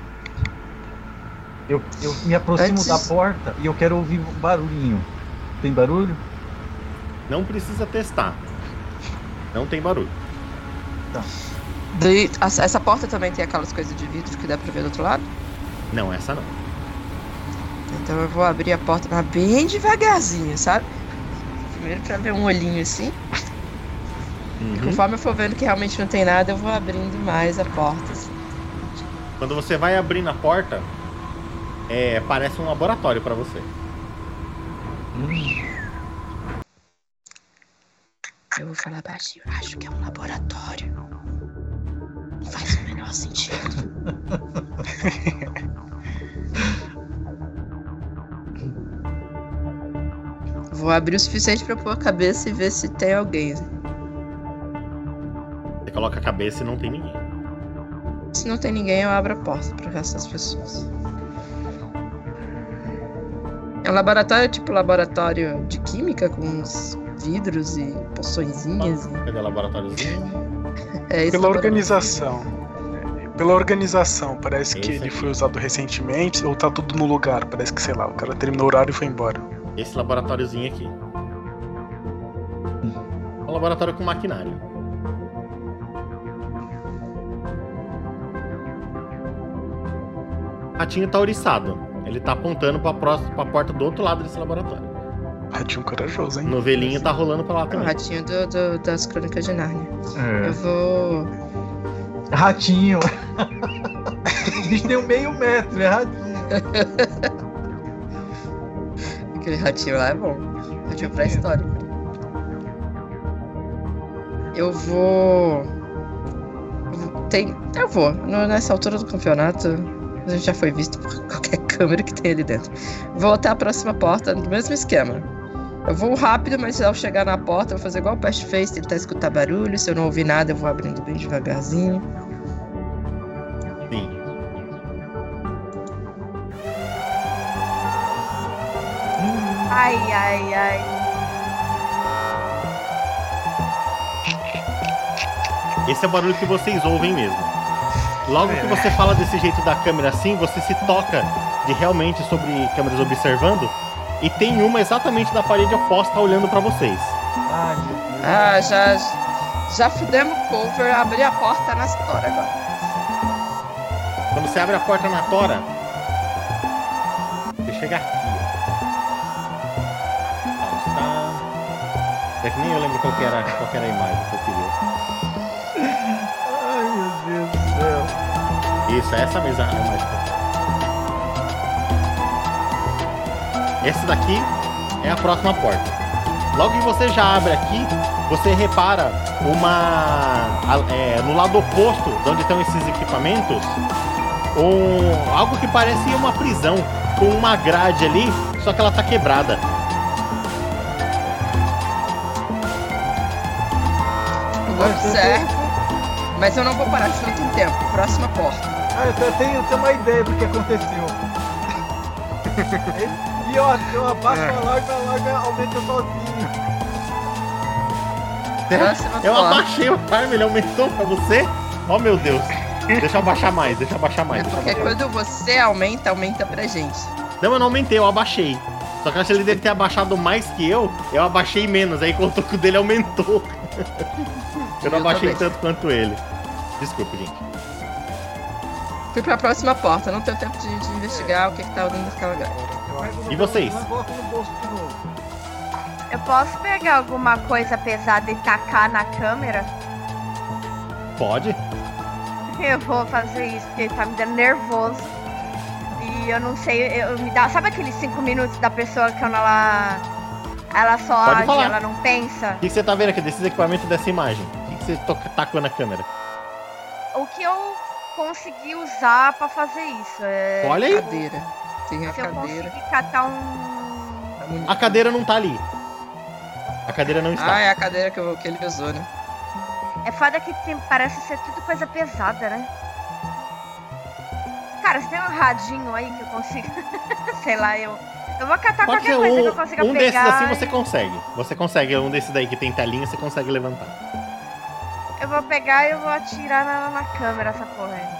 Eu me aproximo Antes- da porta e eu quero ouvir um barulhinho. Tem barulho? Não precisa testar. Não tem barulho. Essa porta também tem aquelas coisas de vidro que dá pra ver do outro lado? Não, essa não. Então eu vou abrir a porta mas bem devagarzinho, sabe? Primeiro pra ver um olhinho assim. E Uhum. conforme eu for vendo que realmente não tem nada, eu vou abrindo mais a porta. Assim. Quando você vai abrindo a porta, parece um laboratório pra você. Eu vou falar baixinho, eu acho que é um laboratório. Não faz o menor sentido. Vou abrir o suficiente pra pôr a cabeça e ver se tem alguém. Você coloca a cabeça e não tem ninguém. Se não tem ninguém, eu abro a porta pro resto das pessoas. É um laboratório tipo laboratório de química, com uns vidros e poçõezinhas. Cadê o laboratóriozinho? É isso. Pela organização, parece que Esse ele aqui. foi usado recentemente ou tá tudo no lugar. Parece que, sei lá, o cara terminou o horário e foi embora. Esse laboratóriozinho aqui. É um laboratório com maquinário. O ratinho tá oriçado. Ele tá apontando pra porta do outro lado desse laboratório. Ratinho corajoso, hein? O novelinho tá rolando pra lá É o também. ratinho das Crônicas de Nárnia. É. Eu vou... Ratinho. O bicho tem 0,5 metro, é ratinho. Aquele ratinho lá é bom. Ratinho pré-histórico. Eu vou... Nessa altura do campeonato, a gente já foi visto por qualquer câmera que tem ali dentro. Vou até a próxima porta, do mesmo esquema. Eu vou rápido, mas ao chegar na porta, eu vou fazer igual o Pest fez, tentar escutar barulho. Se eu não ouvir nada, eu vou abrindo bem devagarzinho. Sim. Ai, ai, ai. Esse é o barulho que vocês ouvem mesmo. Logo que você fala desse jeito da câmera assim, você se toca de realmente sobre câmeras observando, e tem uma exatamente da parede oposta olhando pra vocês. Ai, meu Deus. Ah, já fudemos o cover, abri a porta nas tora agora. Quando você abre a porta na tora, você chega aqui, ó. Está... É que nem eu lembro qual que era a imagem que eu queria. Ai, meu Deus do céu. Isso, essa mesma imagem. Essa daqui é a próxima porta. Logo que você já abre aqui, você repara no lado oposto de onde estão esses equipamentos, algo que parece uma prisão, com uma grade ali, só que ela tá quebrada. Eu observo, mas eu não vou parar, isso não tem tempo. Próxima porta. Ah, eu tenho uma ideia do que aconteceu. E ó, eu abaixo a larga aumenta sozinho. Próxima Eu porta. abaixei o timer, ele aumentou pra você? Oh meu Deus. Deixa eu abaixar mais. É porque quando você aumenta pra gente. Não, eu não aumentei, eu abaixei. Só que eu acho que ele deve ter abaixado mais que eu abaixei menos, aí contou que o dele aumentou. Eu não abaixei tanto quanto ele. Desculpa, gente. Fui pra próxima porta, não tenho tempo de investigar o que tá dentro daquela grade. E vocês? Coloca no bolso de novo. Eu posso pegar alguma coisa pesada e tacar na câmera? Pode? Eu vou fazer isso, porque tá me dando nervoso. E eu não sei, sabe aqueles 5 minutos da pessoa que quando ela só Pode age, falar. ela não pensa? O que você tá vendo aqui desses equipamentos dessa imagem? O que você tacou na câmera? O que eu consegui usar pra fazer isso é... Olha aí. Cadeira. Tem a Se eu cadeira. conseguir catar A cadeira não tá ali. A cadeira não está. Ah, é a cadeira que ele usou, né? É foda que parece ser tudo coisa pesada, né? Cara, você tem um radinho aí que eu consigo... Sei lá, eu vou catar Pode qualquer ser coisa que eu consiga um desses pegar. assim você consegue. Você consegue, um desses daí que tem telinha, você consegue levantar. Eu vou pegar e eu vou atirar na câmera essa porra aí.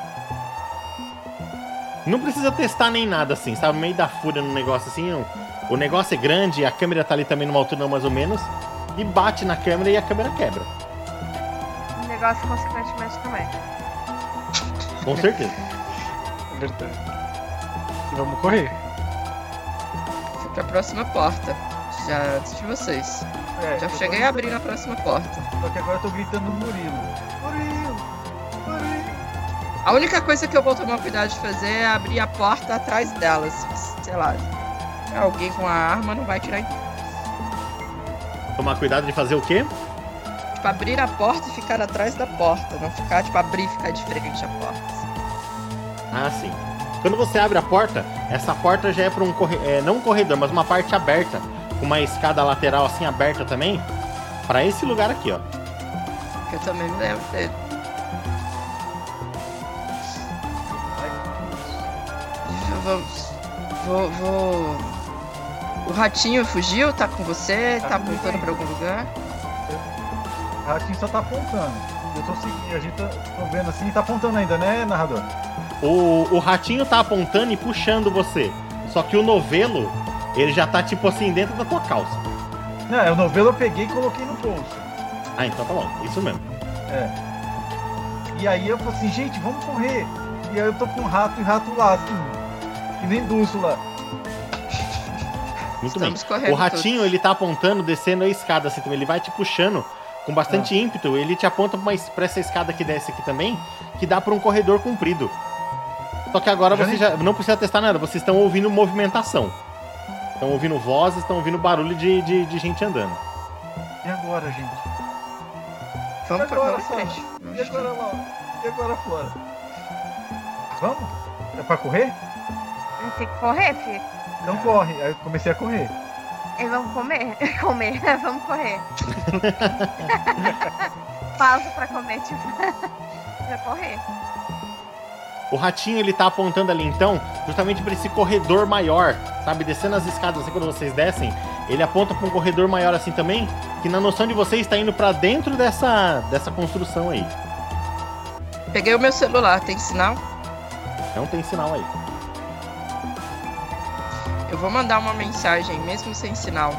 Não precisa testar nem nada assim, sabe? Meio da fúria no negócio assim, não. O negócio é grande, a câmera tá ali também numa altura mais ou menos, e bate na câmera e a câmera quebra. O negócio, consequentemente, também. Com certeza. É verdade. E vamos correr. Fui pra próxima porta. Já antes de vocês. Já Eu cheguei tô- a abrir na próxima porta. Só que agora eu tô gritando no Murilo. Murilo! Murilo! A única coisa que eu vou tomar cuidado de fazer é abrir a porta atrás delas. Sei lá. Alguém com a arma não vai tirar em... Tomar cuidado de fazer o quê? Tipo, abrir a porta e ficar atrás da porta. Não ficar, tipo, abrir e ficar de frente à porta. Ah, sim. Quando você abre a porta, essa porta já é para não um corredor, mas uma parte aberta. Com uma escada lateral assim aberta também. Pra esse lugar aqui, ó. Que eu também me lembro dele. Vou... O ratinho fugiu? Tá com você? Tá apontando pra algum lugar? O ratinho só tá apontando. Eu tô seguindo, a gente tô vendo assim, tá apontando ainda, né, narrador? O ratinho tá apontando e puxando você. Só que o novelo, ele já tá tipo assim dentro da tua calça. Não, o novelo eu peguei e coloquei no bolso. Ah, então tá bom. Isso mesmo. É. E aí eu falei assim, gente, vamos correr. E aí eu tô com o rato e o rato lá, assim. Que nem Dúrsula. Muito Estamos bem. correndo O ratinho, todos. ele tá apontando, descendo a escada assim também. Ele vai te puxando com bastante ímpeto. Ele te aponta pra essa escada que desce aqui também, que dá pra um corredor comprido. Só que agora você já não precisa testar nada. Vocês estão ouvindo movimentação. Estão ouvindo vozes, estão ouvindo barulho de gente andando. E agora, gente? Vamos pra agora, frente. E agora lá? E agora fora? Vamos? É pra correr? A gente tem que correr, filho. Então corre. Aí eu comecei a correr. E vamos comer? Comer. Vamos correr. Pausa pra comer, tipo. Pra correr. O ratinho, ele tá apontando ali, então, justamente pra esse corredor maior, sabe? Descendo as escadas assim, quando vocês descem, ele aponta pra um corredor maior assim também, que na noção de vocês está indo pra dentro dessa construção aí. Peguei o meu celular, tem sinal? Não tem sinal aí. Eu vou mandar uma mensagem, mesmo sem sinal.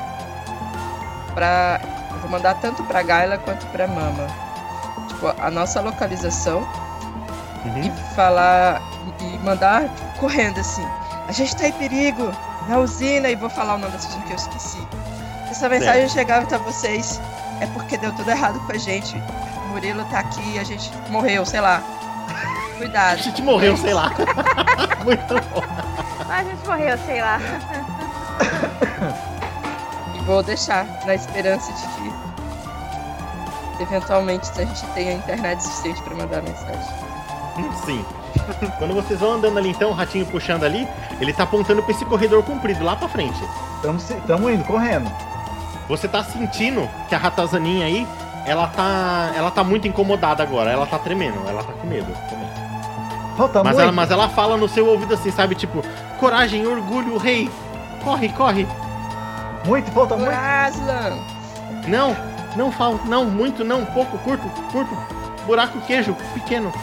Eu vou mandar tanto pra Gaila quanto pra Mama. Tipo, a nossa localização. E falar. E mandar tipo, correndo assim. A gente tá em perigo na usina. E vou falar o nome da usina que eu esqueci. Se essa mensagem chegar até vocês, é porque deu tudo errado com a gente. O Murilo tá aqui e a gente morreu, sei lá. Cuidado. A gente morreu, sei lá. Muito bom. A gente morreu, sei lá. E vou deixar na esperança de que eventualmente a gente tenha internet suficiente pra mandar a mensagem. Sim. Quando vocês vão andando ali, então, o ratinho puxando ali, ele tá apontando pra esse corredor comprido, lá pra frente. Tamo indo, correndo. Você tá sentindo que a ratazaninha aí, ela tá muito incomodada agora. Ela tá tremendo, ela tá com medo também. Falta Mas muito. ela fala no seu ouvido assim, sabe? Tipo, coragem, orgulho, rei. Corre, corre. Muito, falta muito. Aslan! Não falta, não, muito não, pouco, curto. Buraco, queijo, pequeno.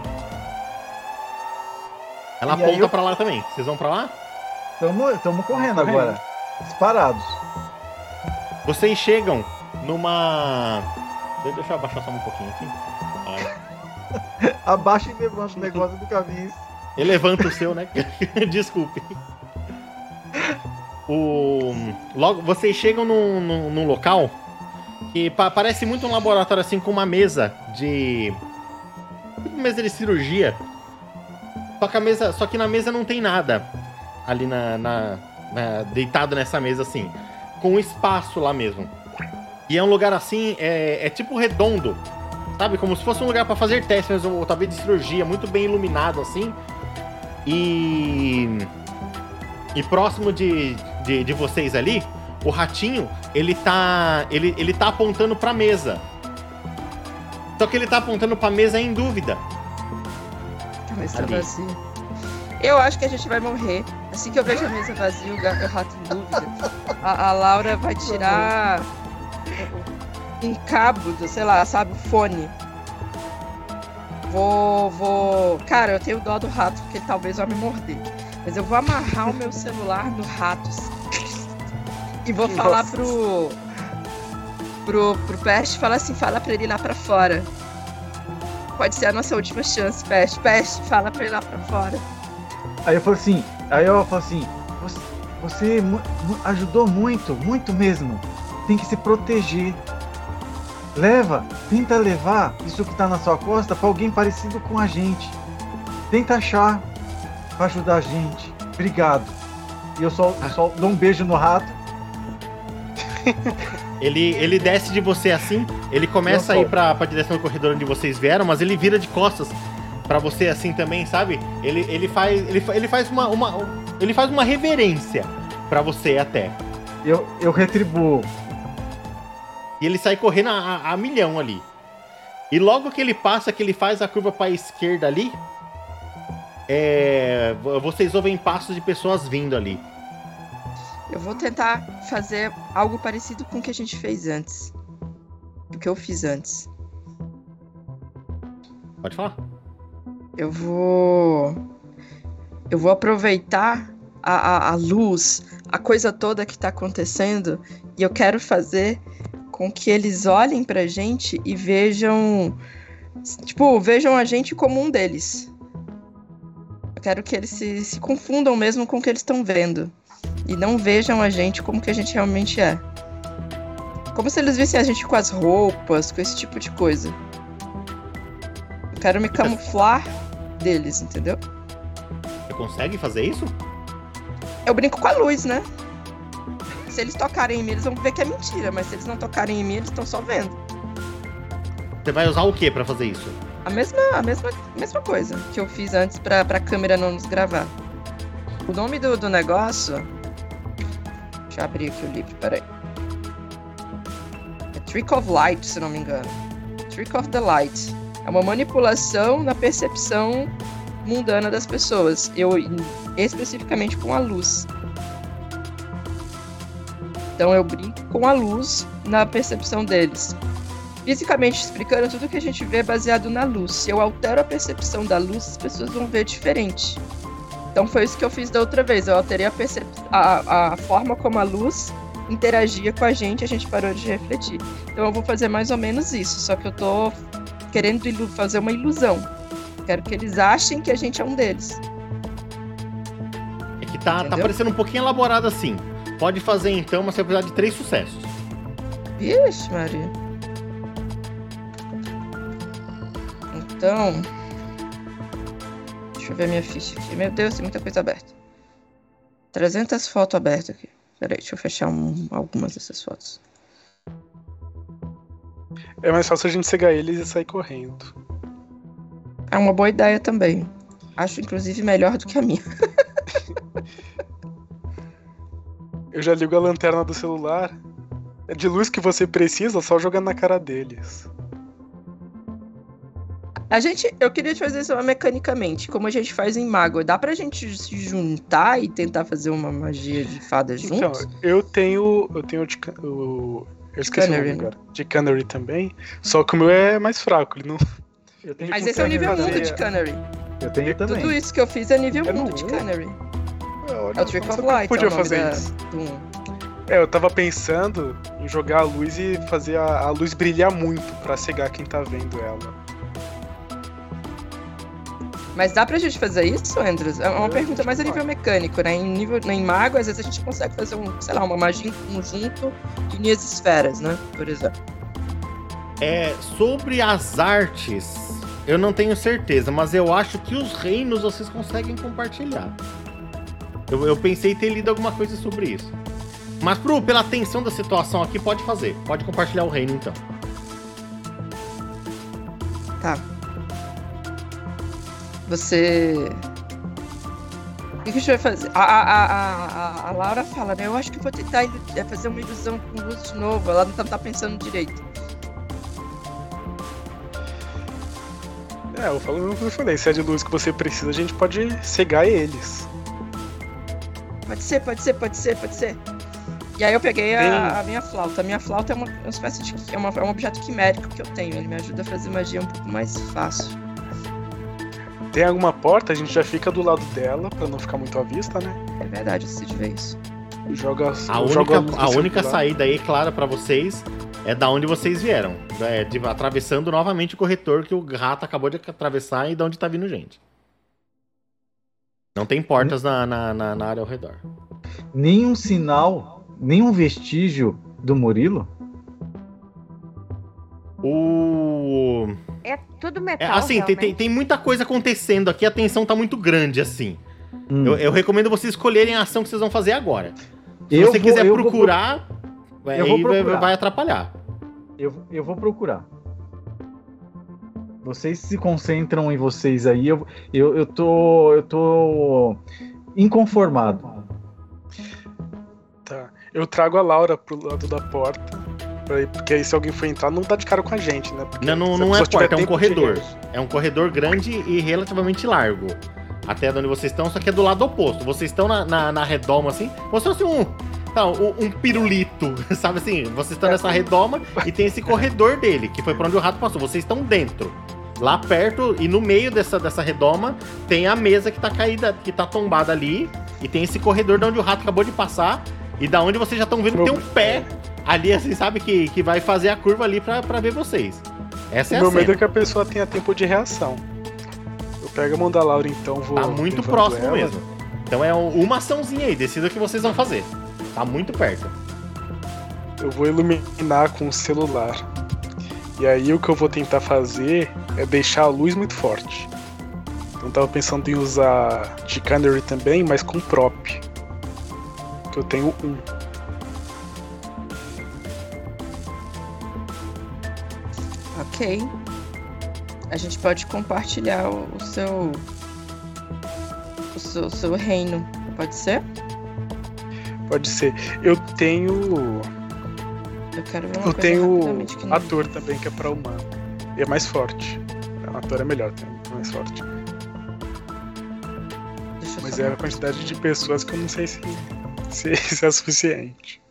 Ela E aí aponta pra lá também. Vocês vão pra lá? Tamo correndo agora. Disparados. Vocês chegam numa... Deixa eu abaixar só um pouquinho aqui. Olha. Abaixa e levanta o negócio do caminho. Ele levanta o seu, né? Desculpe. Logo, vocês chegam num local que parece muito um laboratório assim, com uma mesa de... Uma mesa de cirurgia. Só que na mesa não tem nada. Ali deitado nessa mesa assim. Com um espaço lá mesmo. E é um lugar assim, é tipo redondo. Sabe? Como se fosse um lugar pra fazer testes, ou talvez de cirurgia, muito bem iluminado assim. E próximo de vocês ali, o ratinho, ele tá apontando pra mesa. Só que ele tá apontando pra mesa em dúvida. A mesa Ali. vazia. Eu acho que a gente vai morrer. Assim que eu vejo a mesa vazia, o rato em dúvida, a Laura vai tirar um cabo do, sei lá, sabe, o fone. Cara, eu tenho dó do rato, porque ele talvez vá me morder. Mas eu vou amarrar o meu celular no rato. E vou falar pro Peste, falar assim, fala pra ele ir lá pra fora. Pode ser a nossa última chance, Peste. Peste, fala pra ele ir lá pra fora. Aí eu falo assim, você ajudou muito, muito mesmo. Tem que se proteger. Tenta levar isso que tá na sua costa pra alguém parecido com a gente. Tenta achar pra ajudar a gente. Obrigado. E eu só dou um beijo no rato. Ele desce de você assim, ele começa a ir pra direção do corredor onde vocês vieram, mas ele vira de costas pra você assim também, sabe? Ele faz uma reverência pra você até. Eu retribuo. E ele sai correndo a milhão ali. E logo que ele passa, que ele faz a curva pra esquerda ali, vocês ouvem passos de pessoas vindo ali. Eu vou tentar fazer algo parecido com o que a gente fez antes. O que eu fiz antes. Pode falar. Eu vou aproveitar a luz, a coisa toda que tá acontecendo, e eu quero fazer com que eles olhem pra gente e vejam a gente como um deles. Eu quero que eles se confundam mesmo com o que eles estão vendo. E não vejam a gente como que a gente realmente é. Como se eles vissem a gente com as roupas, com esse tipo de coisa. Eu quero me camuflar deles, entendeu? Você consegue fazer isso? Eu brinco com a luz, né? Se eles tocarem em mim, eles vão ver que é mentira. Mas se eles não tocarem em mim, eles estão só vendo. Você vai usar o que pra fazer isso? A mesma coisa que eu fiz antes pra câmera não nos gravar. O nome do negócio... Deixa eu abrir aqui o livro, peraí. É Trick of Light, se não me engano. Trick of the Light. É uma manipulação na percepção mundana das pessoas. Especificamente com a luz. Então eu brinco com a luz na percepção deles. Fisicamente explicando, tudo que a gente vê é baseado na luz. Se eu altero a percepção da luz, as pessoas vão ver diferente. Então foi isso que eu fiz da outra vez. Eu alterei a forma como a luz interagia com a gente parou de refletir. Então eu vou fazer mais ou menos isso, só que eu tô querendo fazer uma ilusão. Quero que eles achem que a gente é um deles. É que tá parecendo um pouquinho elaborado assim. Pode fazer então, mas você vai precisar de 3 sucessos. Vixe, Maria. Então... Deixa eu ver minha ficha aqui. Meu Deus, tem muita coisa aberta. 300 fotos abertas aqui. Peraí, deixa eu fechar algumas dessas fotos. É mais fácil a gente cegar eles e sair correndo. É uma boa ideia também. Acho, inclusive, melhor do que a minha. Eu já ligo a lanterna do celular. É de luz que você precisa, só jogando na cara deles. Eu queria te fazer isso mecanicamente, como a gente faz em Mago. Dá pra gente se juntar e tentar fazer uma magia de fada juntos? Então, eu tenho eu esqueci o nome agora. De Canary também. Só que o meu é mais fraco, ele não... Mas esse é o nível 1 de Canary. Eu tenho também. Tudo isso que eu fiz é nível 1 de Canary. É o Trick of Light. Podia fazer isso. Eu tava pensando em jogar a luz e fazer a luz brilhar muito pra cegar quem tá vendo ela. Mas dá pra gente fazer isso, Andrews? É uma pergunta mais a nível mecânico, né? Em Mago, às vezes a gente consegue fazer uma magia em conjunto de linhas esferas, né? Por exemplo. Sobre as artes, eu não tenho certeza, mas eu acho que os reinos vocês conseguem compartilhar. Eu pensei em ter lido alguma coisa sobre isso. Mas pela tensão da situação aqui, pode fazer. Pode compartilhar o reino, então. Tá. Você... O que a gente vai fazer? A Laura fala, né? Eu acho que eu vou tentar fazer uma ilusão com luz de novo. Ela não tá pensando direito. Eu falo o que eu falei. Se é de luz que você precisa, a gente pode cegar eles. Pode ser. E aí eu peguei a minha flauta. A minha flauta é uma espécie de... É um objeto quimérico que eu tenho. Ele me ajuda a fazer magia um pouco mais fácil. Tem alguma porta, a gente já fica do lado dela, pra não ficar muito à vista, né? É verdade, eu decidi ver isso. A única saída aí, clara pra vocês, é da onde vocês vieram. Atravessando novamente o corretor que o rato acabou de atravessar e de onde tá vindo gente. Não tem portas na área ao redor. Nenhum sinal, nenhum vestígio do Murilo? Tudo metal, assim, tem muita coisa acontecendo aqui, a tensão tá muito grande, assim. Eu recomendo vocês escolherem a ação que vocês vão fazer agora. Se você quiser procurar, vai atrapalhar. Eu vou procurar. Vocês se concentram em vocês aí, eu tô inconformado. Tá. Eu trago a Laura pro lado da porta, porque aí se alguém for entrar, não dá de cara com a gente, né? Porque não é porta, é um corredor. É um corredor grande e relativamente largo. Até onde vocês estão, só que é do lado oposto. Vocês estão na redoma, assim, como se fosse um pirulito, sabe assim? Vocês estão nessa redoma e tem esse corredor dele, que foi por onde o rato passou. Vocês estão dentro. Lá perto e no meio dessa redoma tem a mesa que tá caída, que tá tombada ali. E tem esse corredor de onde o rato acabou de passar. E da onde vocês já estão vendo que tem um pé ali, assim, sabe? Que vai fazer a curva ali pra ver vocês. Essa é a cena. O meu medo é que a pessoa tenha tempo de reação. Eu pego a mão da Laura, então vou... Tá muito próximo mesmo. Então é uma açãozinha aí, decida o que vocês vão fazer. Tá muito perto. Eu vou iluminar com o celular. E aí o que eu vou tentar fazer é deixar a luz muito forte. Então tava pensando em usar Chicanery também, mas com prop. Que eu tenho 1. Ok. A gente pode compartilhar o seu reino. Pode ser? Pode ser. Eu tenho ator também, que é pra humano. E é mais forte. O ator é melhor, é mais forte. Mas é a quantidade de pessoas que eu não sei se é suficiente.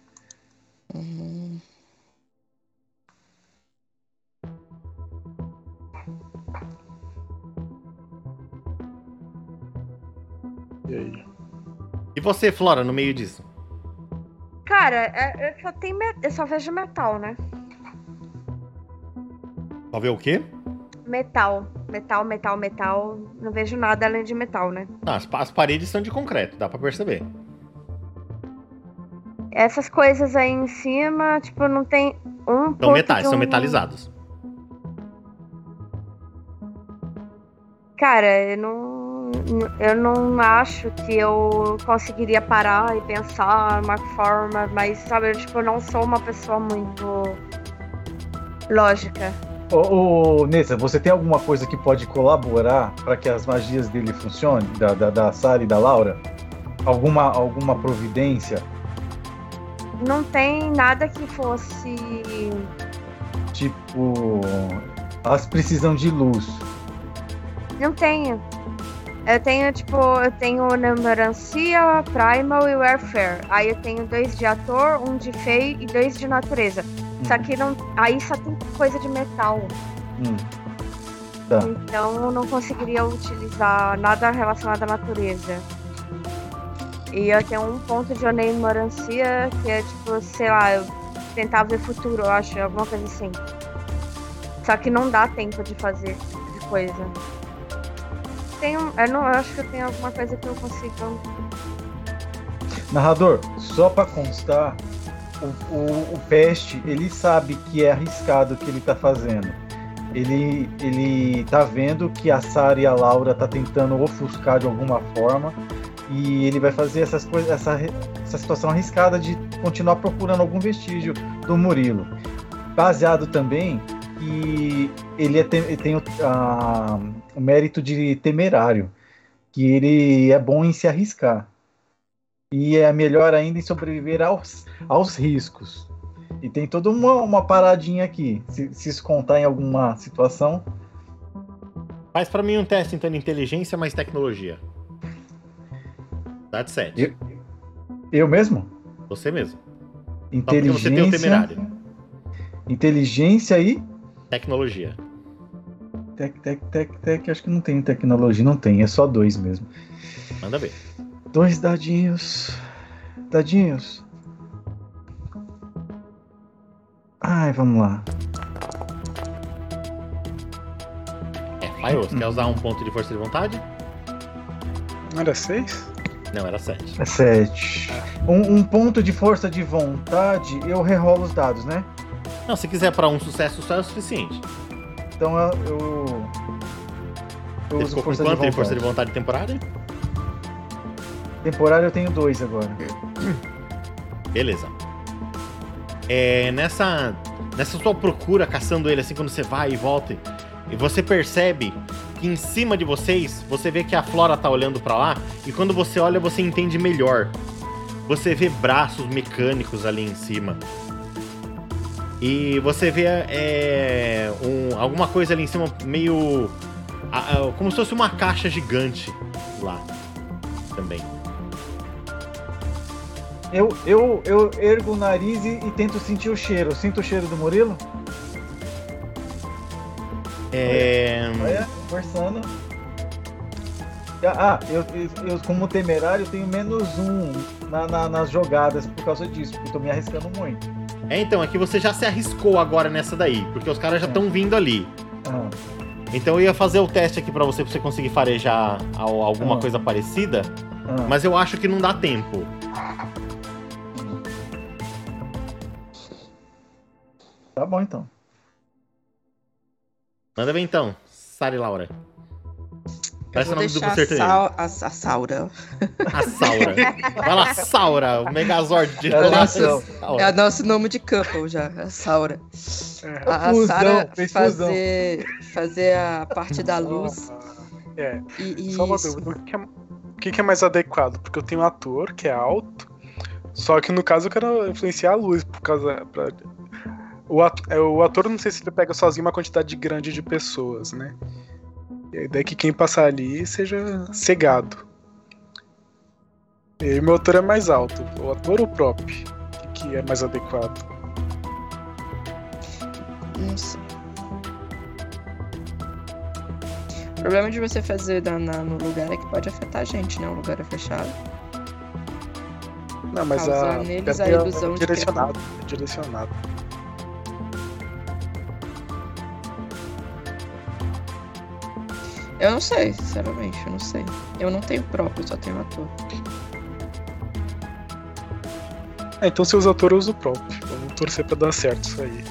E aí? E você, Flora, no meio disso? Cara, eu só vejo metal, né? Só ver o quê? Metal. Não vejo nada além de metal, né? As paredes são de concreto, dá pra perceber. Essas coisas aí em cima, tipo, não tem um São metais, são metalizados. Cara, eu não acho que eu conseguiria parar e pensar uma forma, mas, sabe, eu não sou uma pessoa muito lógica. Ô, Nessa, você tem alguma coisa que pode colaborar para que as magias dele funcionem? Da Sara e da Laura? Alguma providência? Não tem nada que fosse... Tipo... Elas precisam de luz. Não tenho. Eu tenho Numerancia, Primal e Warfare. Aí eu tenho 2 de ator, 1 de Fey e 2 de natureza. Só que não. Aí só tem coisa de metal. Tá. Então eu não conseguiria utilizar nada relacionado à natureza. E eu tenho 1 ponto de Oneiromancia, que é tipo, sei lá, eu tentar ver futuro, eu acho, alguma coisa assim. Só que não dá tempo de fazer esse tipo de coisa. Eu acho que eu tenho alguma coisa que eu consiga. Narrador, só pra constar, o Peste, ele sabe que é arriscado o que ele tá fazendo. Ele tá vendo que a Sara e a Laura tá tentando ofuscar de alguma forma, e ele vai fazer essas coisas, essa situação arriscada de continuar procurando algum vestígio do Murilo. Baseado também que ele tem o mérito de temerário, que ele é bom em se arriscar. E é melhor ainda em sobreviver aos riscos. E tem toda uma paradinha aqui. Se isso contar em alguma situação. Faz pra mim um teste então de inteligência mais tecnologia. Dá de 7. Eu mesmo? Você mesmo. Inteligência. Só porque você tem o temerário. Inteligência e tecnologia. Acho que não tem tecnologia, não tem, é só 2 mesmo. Manda ver. 2 dadinhos. Ai, vamos lá. Falhou. Você quer usar 1 ponto de força de vontade? Não era 6? Não, era 7. É 7. Um ponto de força de vontade, eu rerolo os dados, né? Não, se quiser pra um sucesso só é o suficiente. Então eu Você uso ficou com força quanto de em força de vontade. vontade temporária? Temporário eu tenho 2 agora. Beleza. Nessa sua procura, caçando ele, assim, quando você vai e volta, e você percebe que em cima de vocês, você vê que a Flora tá olhando pra lá, e quando você olha, você entende melhor. Você vê braços mecânicos ali em cima. E você vê alguma coisa ali em cima, meio... como se fosse uma caixa gigante lá também. Eu ergo o nariz e tento sentir o cheiro. Sinto o cheiro do Murilo? Olha, conversando. Eu como temerário tenho -1 nas jogadas por causa disso, porque eu tô me arriscando muito. Então, é que você já se arriscou agora nessa daí, porque os caras já estão vindo ali. Ah, Então eu ia fazer o teste aqui pra você conseguir farejar alguma coisa parecida, mas eu acho que não dá tempo. Tá bom então. Manda ver então, Sara e Laura. Parece o nome do deixar sertanejo. a Saura. A Saura. Vai lá, Saura, o Megazord de É É o nosso nome de couple já, a Saura. A Fusão, Sara fez fusão. fazer a parte da luz. Só uma dúvida, o que é mais adequado? Porque eu tenho um ator que é alto, só que no caso eu quero influenciar a luz, por causa... O ator, não sei se ele pega sozinho uma quantidade grande de pessoas, né? E a ideia é que quem passar ali seja cegado. E meu ator é mais alto, o ator ou o prop? O que é mais adequado? Não sei. O problema de você fazer no lugar é que pode afetar a gente, né? O lugar é fechado. Não, mas Causar neles a ilusão de que é direcionado. É direcionado. Eu não sei, sinceramente, eu não sei. Eu não tenho próprio, eu só tenho ator. Então se usa ator, eu uso o próprio. Vamos torcer pra dar certo isso aí.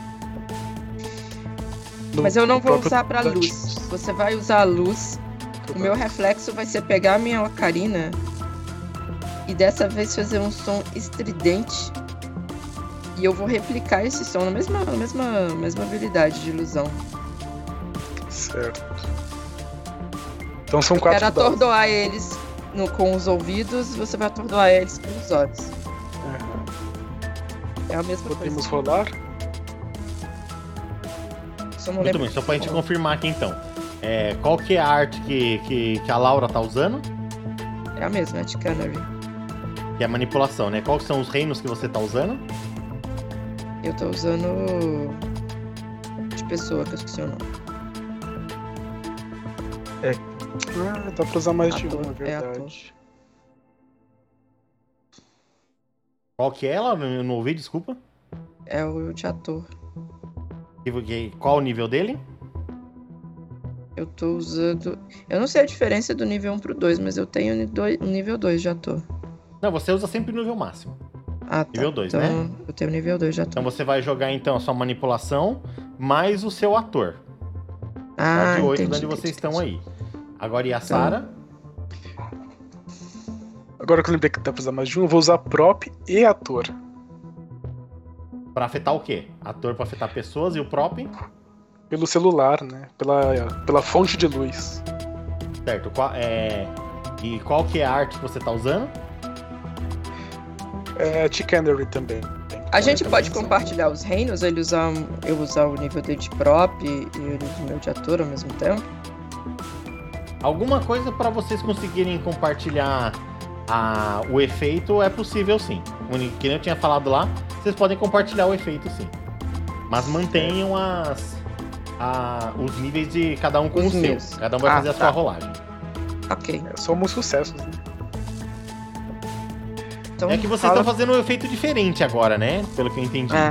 Mas eu não vou próprio usar pra da luz. Teams. Você vai usar a luz. O meu reflexo vai ser pegar a minha ocarina e dessa vez fazer um som estridente. E eu vou replicar esse som na mesma habilidade de ilusão. Certo. Então são 4 Quero dados. atordoar eles com os ouvidos e você vai atordoar eles com os olhos. Uhum. É a mesma Podemos coisa. rolar? Só não Muito lembro bem, só pra gente como. confirmar aqui então. Qual que é a arte que a Laura tá usando? É a mesma, é de Canary. Que é a manipulação, né? Quais são os reinos que você tá usando? Eu tô usando de pessoa, que eu esqueci o nome. Dá pra usar mais de Ator, um, é é verdade. Qual que é ela? Eu não ouvi, desculpa. É o de ator. Qual o nível dele? Eu tô usando... Eu não sei a diferença do nível 1 pro 2, mas eu tenho o nível 2 de ator. Não, você usa sempre o nível máximo. Ah, tá. Nível 2, então, né? Eu tenho o nível 2 de ator. Então você vai jogar então a sua manipulação mais o seu ator. Ah, de 8 de entendi, onde vocês entendi. estão aí. Agora e a Sara? Agora que eu lembrei que dá pra usar mais de um, eu vou usar prop e ator. Pra afetar o quê? Ator pra afetar pessoas e o prop? Pelo celular, né? Pela fonte de luz. Certo. E qual que é a arte que você tá usando? É Chicanery também. A gente pode compartilhar os reinos, eu usar o nível dele de prop e ele o meu de ator ao mesmo tempo? Alguma coisa pra vocês conseguirem compartilhar o efeito é possível sim. Que nem eu tinha falado lá, vocês podem compartilhar o efeito sim. Mas mantenham os níveis de cada um com Os o seu. meus. Cada um vai fazer a tá. sua rolagem. Ok. Somos sucessos, né? Então, É que vocês estão fazendo um efeito diferente agora, né? Pelo que eu entendi. É.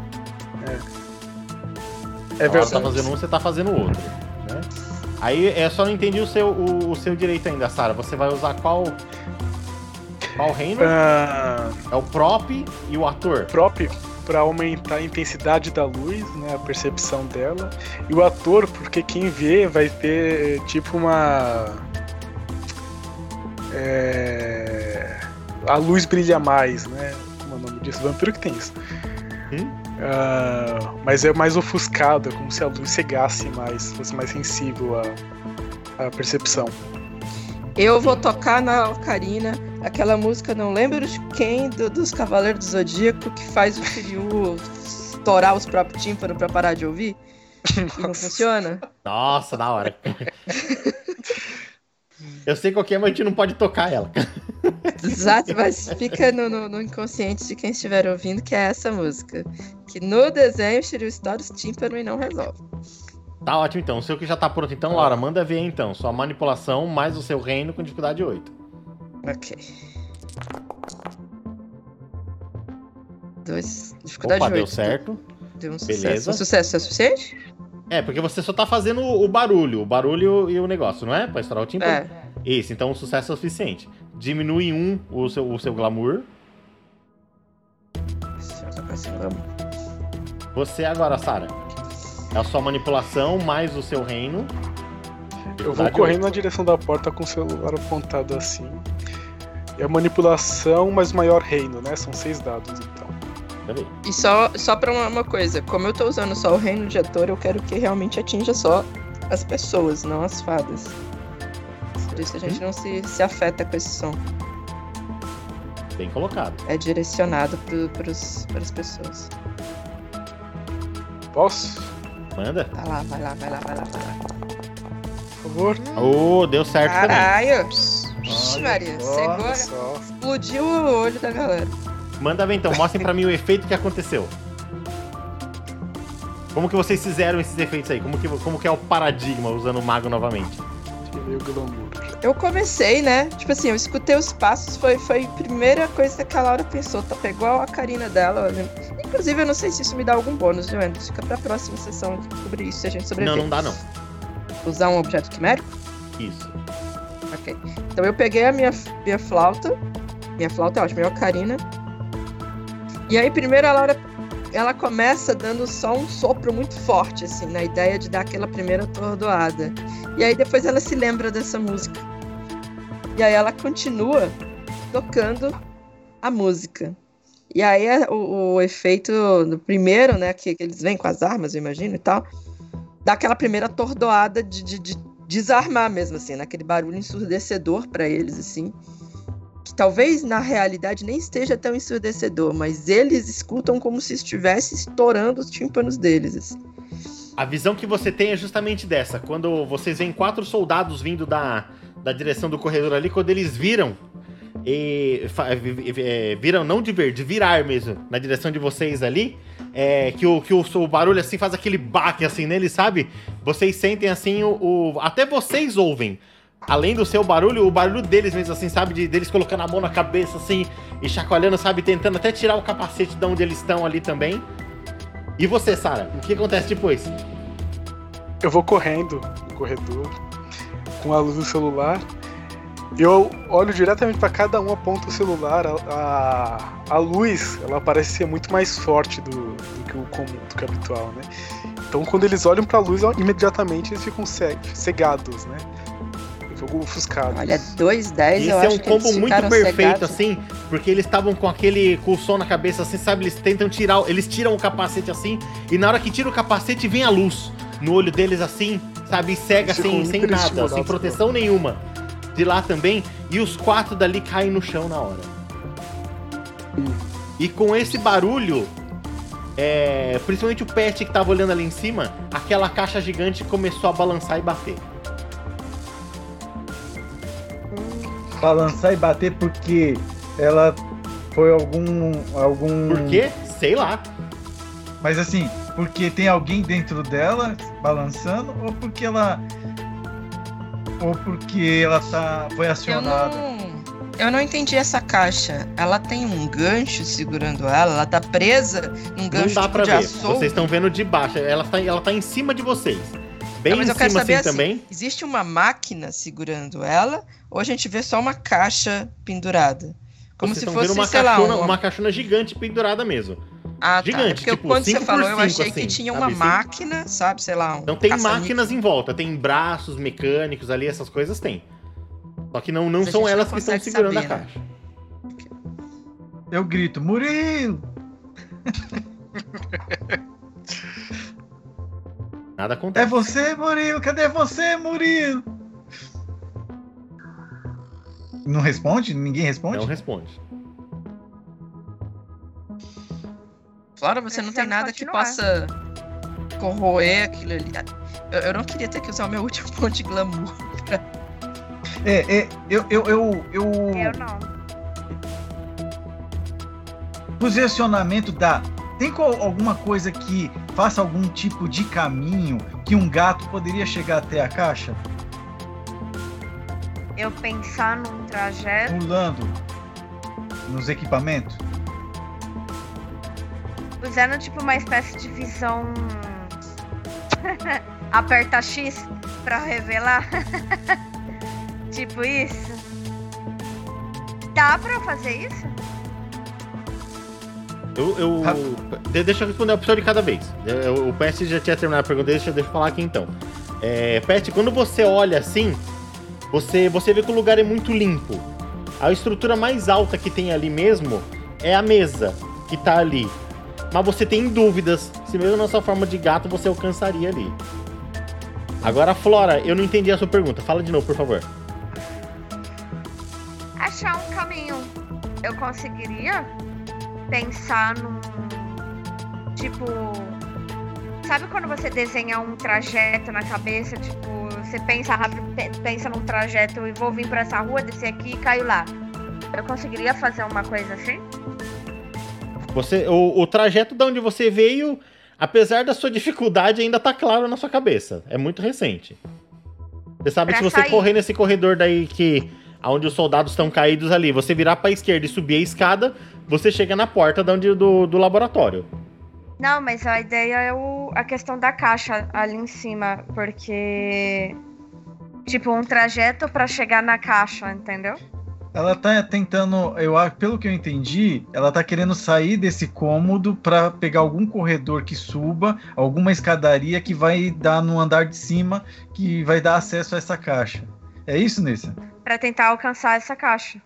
É Ela verdade. tá fazendo um, você tá fazendo o outro, né? Aí eu só não entendi o seu direito ainda, Sara. Você vai usar qual reino? É o prop e o ator? Prop. pra aumentar a intensidade da luz, né, a percepção dela. E o ator, porque quem vê vai ter tipo uma... a luz brilha mais, né? Como é o nome disso? Vampiro que tem isso. Mas é mais ofuscado, é como se a luz cegasse mais, fosse mais sensível à percepção. Eu vou tocar na ocarina aquela música, não lembro de quem, dos Cavaleiros do Zodíaco, que faz o Kiryu estourar os próprios tímpanos pra parar de ouvir. E não funciona. Nossa, da hora. Eu sei qual que é, mas a gente não pode tocar ela. Exato, mas fica no inconsciente de quem estiver ouvindo que é essa música. Que no desenho o Shiryu estoura os tímpanos e não resolve. Tá ótimo então. O seu que já tá pronto então, Laura, manda ver então. Sua manipulação mais o seu reino com dificuldade 8. Ok. 2, dificuldade 8. Opa, deu certo. Deu um Beleza. sucesso. Um sucesso é suficiente? É, porque você só tá fazendo o barulho e o negócio, não é? Pra estourar o tímpano? É. Isso, então o sucesso é o suficiente. Diminui 1 o seu glamour. Você agora, Sarah. É a sua manipulação mais o seu reino. Eu vou correndo na direção da porta com o celular apontado assim. É a manipulação mais o maior reino, né? São 6 dados, então. E só pra uma coisa, como eu tô usando só o reino de ator, eu quero que realmente atinja só as pessoas, não as fadas. Por isso a gente não se afeta com esse som. Bem colocado. É direcionado pras pessoas. Posso? Manda. Vai lá. Por favor. Deu certo também. Caralho! Vixe, Maria, cegou, explodiu o olho da galera. Manda ver então, mostrem pra mim o efeito que aconteceu. Como que vocês fizeram esses efeitos aí? Como que é o paradigma usando o mago novamente? Tirei o glamour. Eu comecei, né? Tipo assim, eu escutei os passos, foi a primeira coisa que a Laura pensou, tá? Pegou a carina dela. Inclusive, eu não sei se isso me dá algum bônus, viu, Andrew? Fica pra próxima sessão descobrir isso se a gente sobreviver. Não dá não. Usar um objeto quimérico? Isso. Ok. Então eu peguei a minha flauta. Minha flauta é ótima, minha ocarina. E aí, primeiro, a Laura, ela começa dando só um sopro muito forte, assim, na ideia de dar aquela primeira atordoada. E aí, depois ela se lembra dessa música. E aí, ela continua tocando a música. E aí, o efeito do primeiro, né, que eles vêm com as armas, eu imagino, e tal, dá aquela primeira atordoada de desarmar mesmo, assim, naquele barulho ensurdecedor pra eles, assim. Que talvez na realidade nem esteja tão ensurdecedor, mas eles escutam como se estivesse estourando os tímpanos deles. Assim. A visão que você tem é justamente dessa. Quando vocês veem 4 soldados vindo da direção do corredor ali, quando eles viram, viram não de ver, de virar mesmo, na direção de vocês ali, que o barulho assim faz aquele baque assim neles, sabe? Vocês sentem assim, até vocês ouvem. Além do seu barulho, o barulho deles mesmo, assim, sabe? Deles colocando a mão na cabeça, assim, e chacoalhando, sabe? Tentando até tirar o capacete de onde eles estão ali também. E você, Sarah? O que acontece depois? Eu vou correndo no corredor, com a luz do celular. Eu olho diretamente para cada um, aponto o celular. A luz, ela parece ser muito mais forte do que o comum, do que o habitual, né? Então, quando eles olham para a luz, imediatamente eles ficam cegados, né? Jogo ofuscado. Olha, 2-10, isso eu é acho um que combo eles muito ficaram perfeito, cegados. assim, porque eles estavam com o som na cabeça, assim, sabe? Eles tentam eles tiram o capacete assim, e na hora que tira o capacete, vem a luz no olho deles, assim, sabe? E cega, assim, sem nada, sem proteção nenhuma. De lá também, e os 4 dali caem no chão na hora. E com esse barulho, principalmente o Pet que tava olhando ali em cima, aquela caixa gigante começou a balançar e bater. Balançar e bater porque ela foi algum... Por quê? Sei lá. Mas assim, porque tem alguém dentro dela balançando ou porque ela foi acionada? Eu não entendi essa caixa. Ela tem um gancho segurando ela tá presa num gancho não dá pra de ver. açougue. Vocês estão vendo de baixo. Ela tá em cima de vocês. Bem mas em eu quero cima saber assim também. Existe uma máquina segurando ela ou a gente vê só uma caixa pendurada? Como Vocês se estão fosse, vendo sei lá, uma caixona gigante pendurada mesmo. Ah, Gigante, tá. É porque tipo, quando você 5 por falou, eu 5, achei assim, que tinha sabe? uma máquina, sabe? Sei lá. Não tem caça-níquel. máquinas em volta, tem braços mecânicos ali, essas coisas tem. Só que não Mas a são gente elas não que estão consegue segurando saber, a né? caixa. Eu grito, Murilo! Nada acontece. É você, Murilo? Cadê você, Murilo? Não responde? Ninguém responde? Não responde. Flora, você não tem Precisamos nada que continuar. possa corroer aquilo ali. Eu não queria ter que usar o meu último ponto de glamour. Eu não. Posicionamento da... Tem alguma coisa que faça algum tipo de caminho que um gato poderia chegar até a caixa? Eu pensar num trajeto. Pulando nos equipamentos? Usando tipo uma espécie de visão. Aperta X pra revelar. Tipo isso. Dá pra fazer isso? Deixa eu responder a opção de cada vez. O Pet já tinha terminado a pergunta, deixa eu falar aqui então. Pet, quando você olha assim, você vê que o lugar é muito limpo. A estrutura mais alta que tem ali mesmo é a mesa que tá ali. Mas você tem dúvidas se mesmo na sua forma de gato você alcançaria ali. Agora, Flora, eu não entendi a sua pergunta. Fala de novo, por favor. Achar um caminho. Eu conseguiria pensar num. Tipo. Sabe quando você desenha um trajeto na cabeça? Tipo, você pensa rápido, pensa num trajeto e vou vir pra essa rua, descer aqui e caio lá. Eu conseguiria fazer uma coisa assim? O trajeto de onde você veio, apesar da sua dificuldade, ainda tá claro na sua cabeça. É muito recente. Você sabe que se você correr nesse corredor daí onde os soldados estão caídos ali, você virar pra esquerda e subir a escada, você chega na porta do laboratório. Não, mas a ideia é a questão da caixa ali em cima, porque tipo um trajeto pra chegar na caixa, entendeu? Ela tá tentando, pelo que eu entendi, ela tá querendo sair desse cômodo pra pegar algum corredor que suba, alguma escadaria que vai dar no andar de cima, que vai dar acesso a essa caixa. É isso, Nessa? Pra tentar alcançar essa caixa.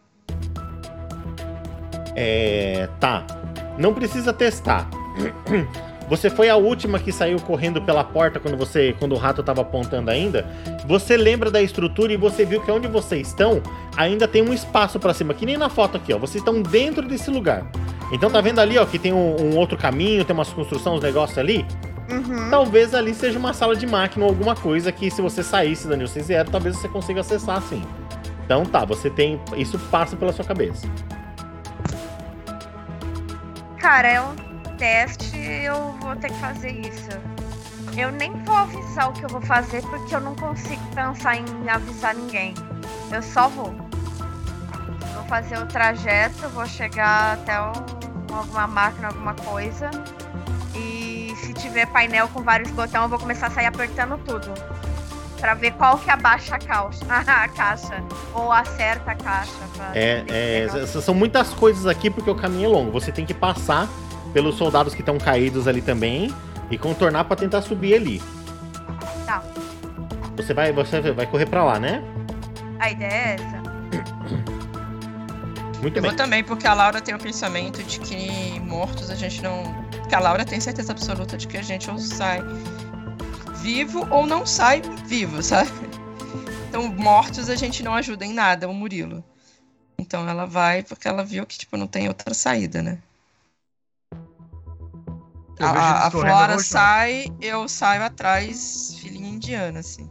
Tá. Não precisa testar. Você foi a última que saiu correndo pela porta quando o rato tava apontando ainda. Você lembra da estrutura e você viu que onde vocês estão ainda tem um espaço pra cima, que nem na foto aqui, ó. Vocês estão dentro desse lugar. Então tá vendo ali, ó, que tem um outro caminho, tem umas construções, uns negócios ali? Uhum. Talvez ali seja uma sala de máquina ou alguma coisa que se você saísse da New 60, talvez você consiga acessar assim. Então tá, isso passa pela sua cabeça. Cara, é um teste, eu vou ter que fazer isso. Eu nem vou avisar o que eu vou fazer porque eu não consigo pensar em avisar ninguém. Eu só vou. Vou fazer o trajeto, vou chegar até alguma máquina, alguma coisa. E se tiver painel com vários botões, eu vou começar a sair apertando tudo. Pra ver qual que abaixa a caixa. Ou acerta a caixa. São muitas coisas aqui porque o caminho é longo. Você tem que passar pelos soldados que estão caídos ali também e contornar pra tentar subir ali. Tá. Você vai correr pra lá, né? A ideia é essa. Muito Eu bem. vou também, porque a Laura tem o pensamento de que mortos a gente não... Porque a Laura tem certeza absoluta de que a gente ou sai vivo ou não sai vivo, sabe? Então, mortos a gente não ajuda em nada, o Murilo. Então ela vai porque ela viu que, tipo, não tem outra saída, né? A Flora sai, eu saio atrás, filhinha indiana, assim.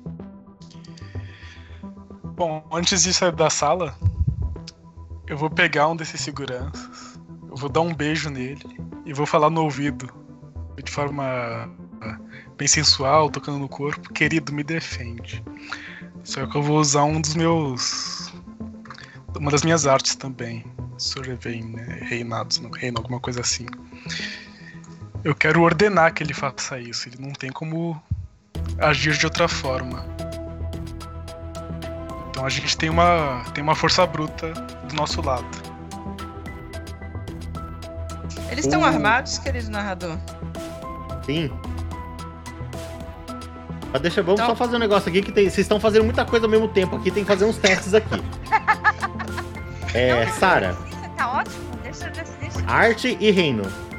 Bom, antes de sair da sala, eu vou pegar um desses seguranças, eu vou dar um beijo nele e vou falar no ouvido, de forma bem sensual, tocando no corpo: querido, me defende. Só que eu vou usar uma das minhas artes também, Surveying, né? Reinados, no reino, alguma coisa assim. Eu quero ordenar que ele faça isso, ele não tem como agir de outra forma. Então a gente tem uma força bruta do nosso lado. Eles estão armados, querido narrador? Sim. Mas vamos Então- só fazer um negócio aqui que vocês estão fazendo muita coisa ao mesmo tempo aqui, tem que fazer uns testes aqui. Sara, Você tá ótimo, deixa. arte e reino.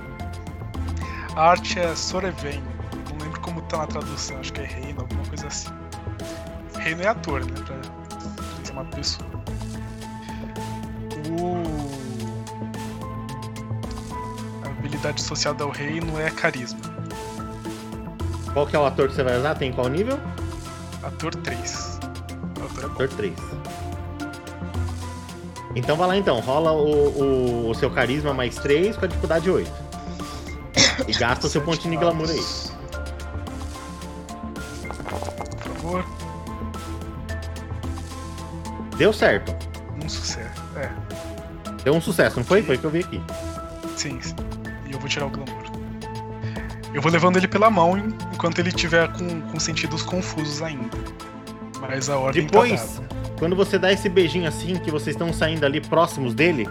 A arte é Soreven. Não lembro como tá na tradução, acho que é reino, alguma coisa assim. Reino é ator, né? Pra ser uma pessoa. A habilidade social do reino é carisma. Qual que é o ator que você vai usar? Tem qual nível? Ator 3. Ator é bom. Ator 3. Então vai lá então, rola o seu carisma mais 3 com a dificuldade 8. E gasta o seu pontinho de glamour aí. Por favor, Deu certo. um sucesso. É, Deu um sucesso, não foi? Foi o que eu vi aqui. sim. E eu vou tirar o glamour. Eu vou levando ele pela mão enquanto ele tiver com sentidos confusos ainda. Mas a ordem Depois, tá dada. quando você dá esse beijinho assim, que vocês estão saindo ali próximos dele,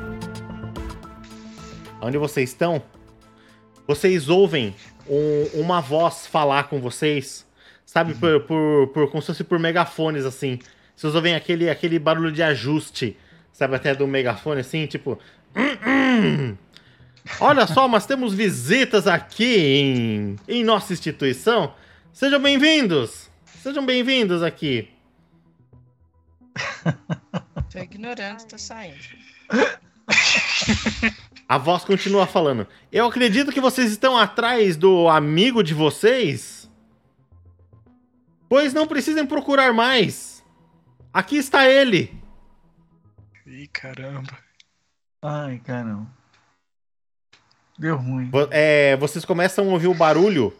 onde vocês estão, vocês ouvem uma voz falar com vocês, sabe, como se fosse por megafones, assim. Vocês ouvem aquele barulho de ajuste, sabe, até do megafone, assim, tipo... Olha só, mas temos visitas aqui em nossa instituição. Sejam bem-vindos! Sejam bem-vindos aqui. Tô ignorando, tô saindo. A voz continua falando. Eu acredito que vocês estão atrás do amigo de vocês. Pois não precisem procurar mais. Aqui está ele. Ih, caramba. Ai, caramba. Deu ruim. Vocês começam a ouvir o barulho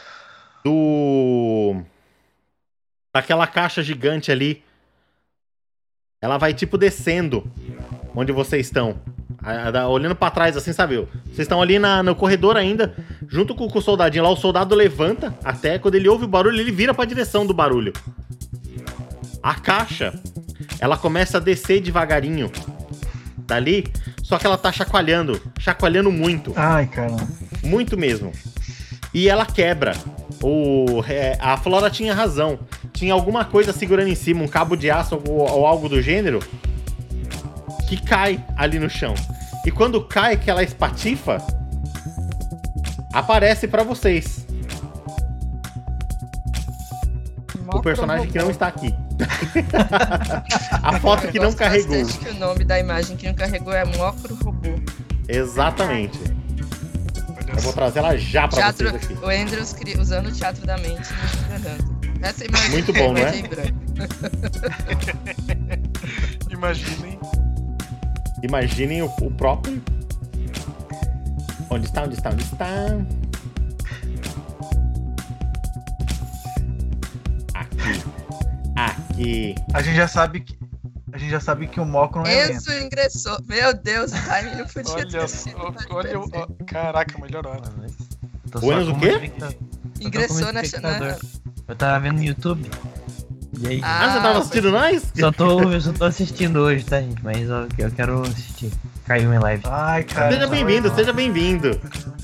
daquela caixa gigante ali. Ela vai tipo descendo onde vocês estão. Olhando pra trás assim, sabe? Vocês estão ali no corredor ainda, junto com o soldadinho lá. O soldado levanta até, quando ele ouve o barulho, ele vira pra direção do barulho. A caixa, ela começa a descer devagarinho dali, só que ela tá chacoalhando muito. Ai, caramba. Muito mesmo. E ela quebra. A Flora tinha razão. Tinha alguma coisa segurando em cima, um cabo de aço ou algo do gênero, que cai ali no chão. E quando cai, que ela espatifa, aparece pra vocês o personagem que não está aqui. A foto que não carregou. Acho que o nome da imagem que não carregou é Mocro Robô. Exatamente. Olha Eu vou só. trazer ela já pra Teatro, vocês aqui. o Andrews usando o teatro da mente e me enganando. Essa imagem Muito bom, é não é? em branco. Imaginem. Imaginem o próprio. Onde está? Aqui. A gente já sabe que o Moco não é lento. Enzo ingressou. Meu Deus, o time não podia Olha ter só. sido mais Olha, perfeito. caraca, melhor hora. Tô O Enzo o como quê? espectador. Ingressou como na espectador. Eu tava vendo no YouTube. E aí? Ah, você tava assistindo nós? Eu só tô assistindo hoje, tá, gente? Mas eu quero assistir. Caiu em live. Ai, cara. Seja bem-vindo, seja bem-vindo.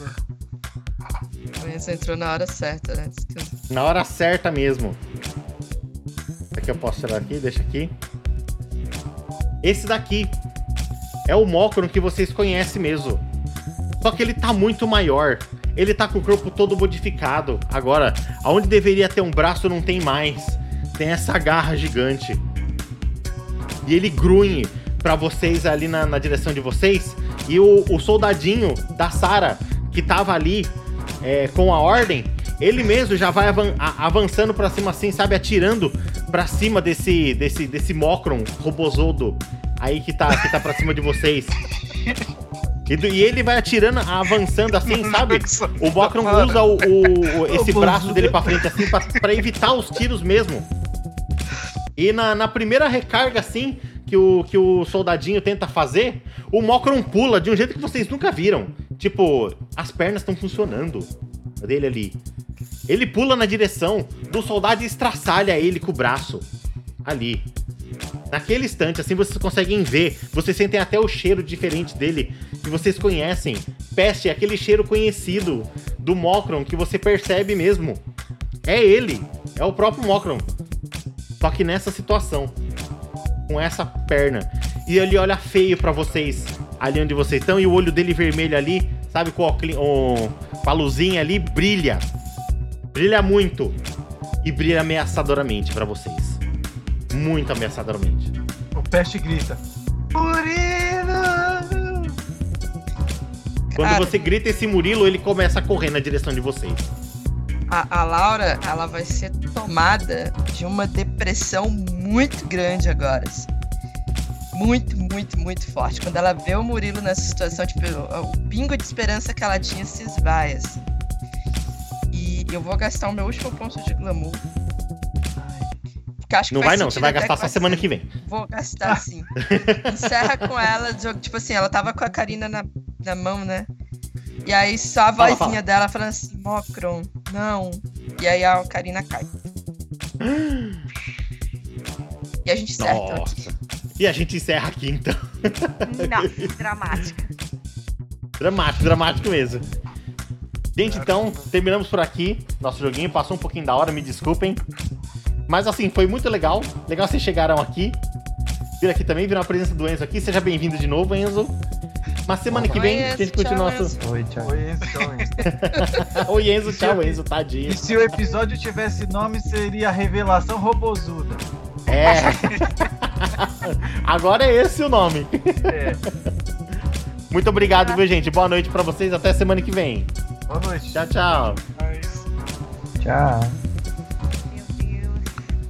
O Enzo entrou na hora certa, né? Na hora certa mesmo. Aqui eu posso tirar aqui, deixa aqui. Esse daqui é o Mokron que vocês conhecem mesmo. Só que ele tá muito maior. Ele tá com o corpo todo modificado. Agora, aonde deveria ter um braço não tem mais. Tem essa garra gigante. E ele grunhe pra vocês ali na direção de vocês. E o soldadinho da Sara, que tava ali com a ordem, ele mesmo já vai avançando pra cima assim, sabe? Atirando pra cima desse Mokron robozodo aí que tá pra cima de vocês. E ele vai atirando, avançando assim, sabe? O Mokron usa esse braço dele pra frente assim pra evitar os tiros mesmo. E na primeira recarga assim que o soldadinho tenta fazer, o Mokron pula de um jeito que vocês nunca viram. Tipo, as pernas estão funcionando dele ali. Ele pula na direção do soldado e estraçalha ele com o braço. Ali. Naquele instante, assim, vocês conseguem ver, vocês sentem até o cheiro diferente dele, que vocês conhecem. Peste é aquele cheiro conhecido do Mokron, que você percebe mesmo. É ele, é o próprio Mokron. Só que nessa situação, com essa perna. E ele olha feio pra vocês, ali onde vocês estão, e o olho dele vermelho ali, sabe, com a luzinha ali, brilha. Brilha muito. E brilha ameaçadoramente pra vocês. Muito ameaçadoramente. O Peste grita. Murilo! Quando você grita esse Murilo, ele começa a correr na direção de vocês. A Laura, ela vai ser tomada de uma depressão muito grande agora. Assim. Muito, muito, muito forte. Quando ela vê o Murilo nessa situação, tipo, o pingo de esperança que ela tinha se esvai, assim. E eu vou gastar o meu último ponto de glamour. Acho que não vai não, você vai gastar só semana que vem. Vou gastar sim. Encerra com ela, tipo assim, ela tava com a Karina na mão, né? E aí só a vozinha dela falando assim, Mokron, não. E aí a Karina cai. E a gente encerra então aqui. E a gente encerra aqui então. Nossa, dramática. Dramático mesmo. Gente, então, terminamos por aqui. Nosso joguinho passou um pouquinho da hora, me desculpem. Mas assim, foi muito legal. Legal vocês chegaram aqui. Viram aqui também, viram a presença do Enzo aqui. Seja bem-vindo de novo, Enzo. Mas semana que vem a gente continua nosso... Oi, tchau. Oi, Enzo, tchau, Enzo. Oi, Enzo, tchau, Enzo, tadinho. E se o episódio tivesse nome, seria Revelação Robozuda. É. Agora é esse o nome. É. Muito obrigado, viu, gente? Boa noite pra vocês. Até semana que vem. Boa noite. Tchau, tchau. Mas... Tchau.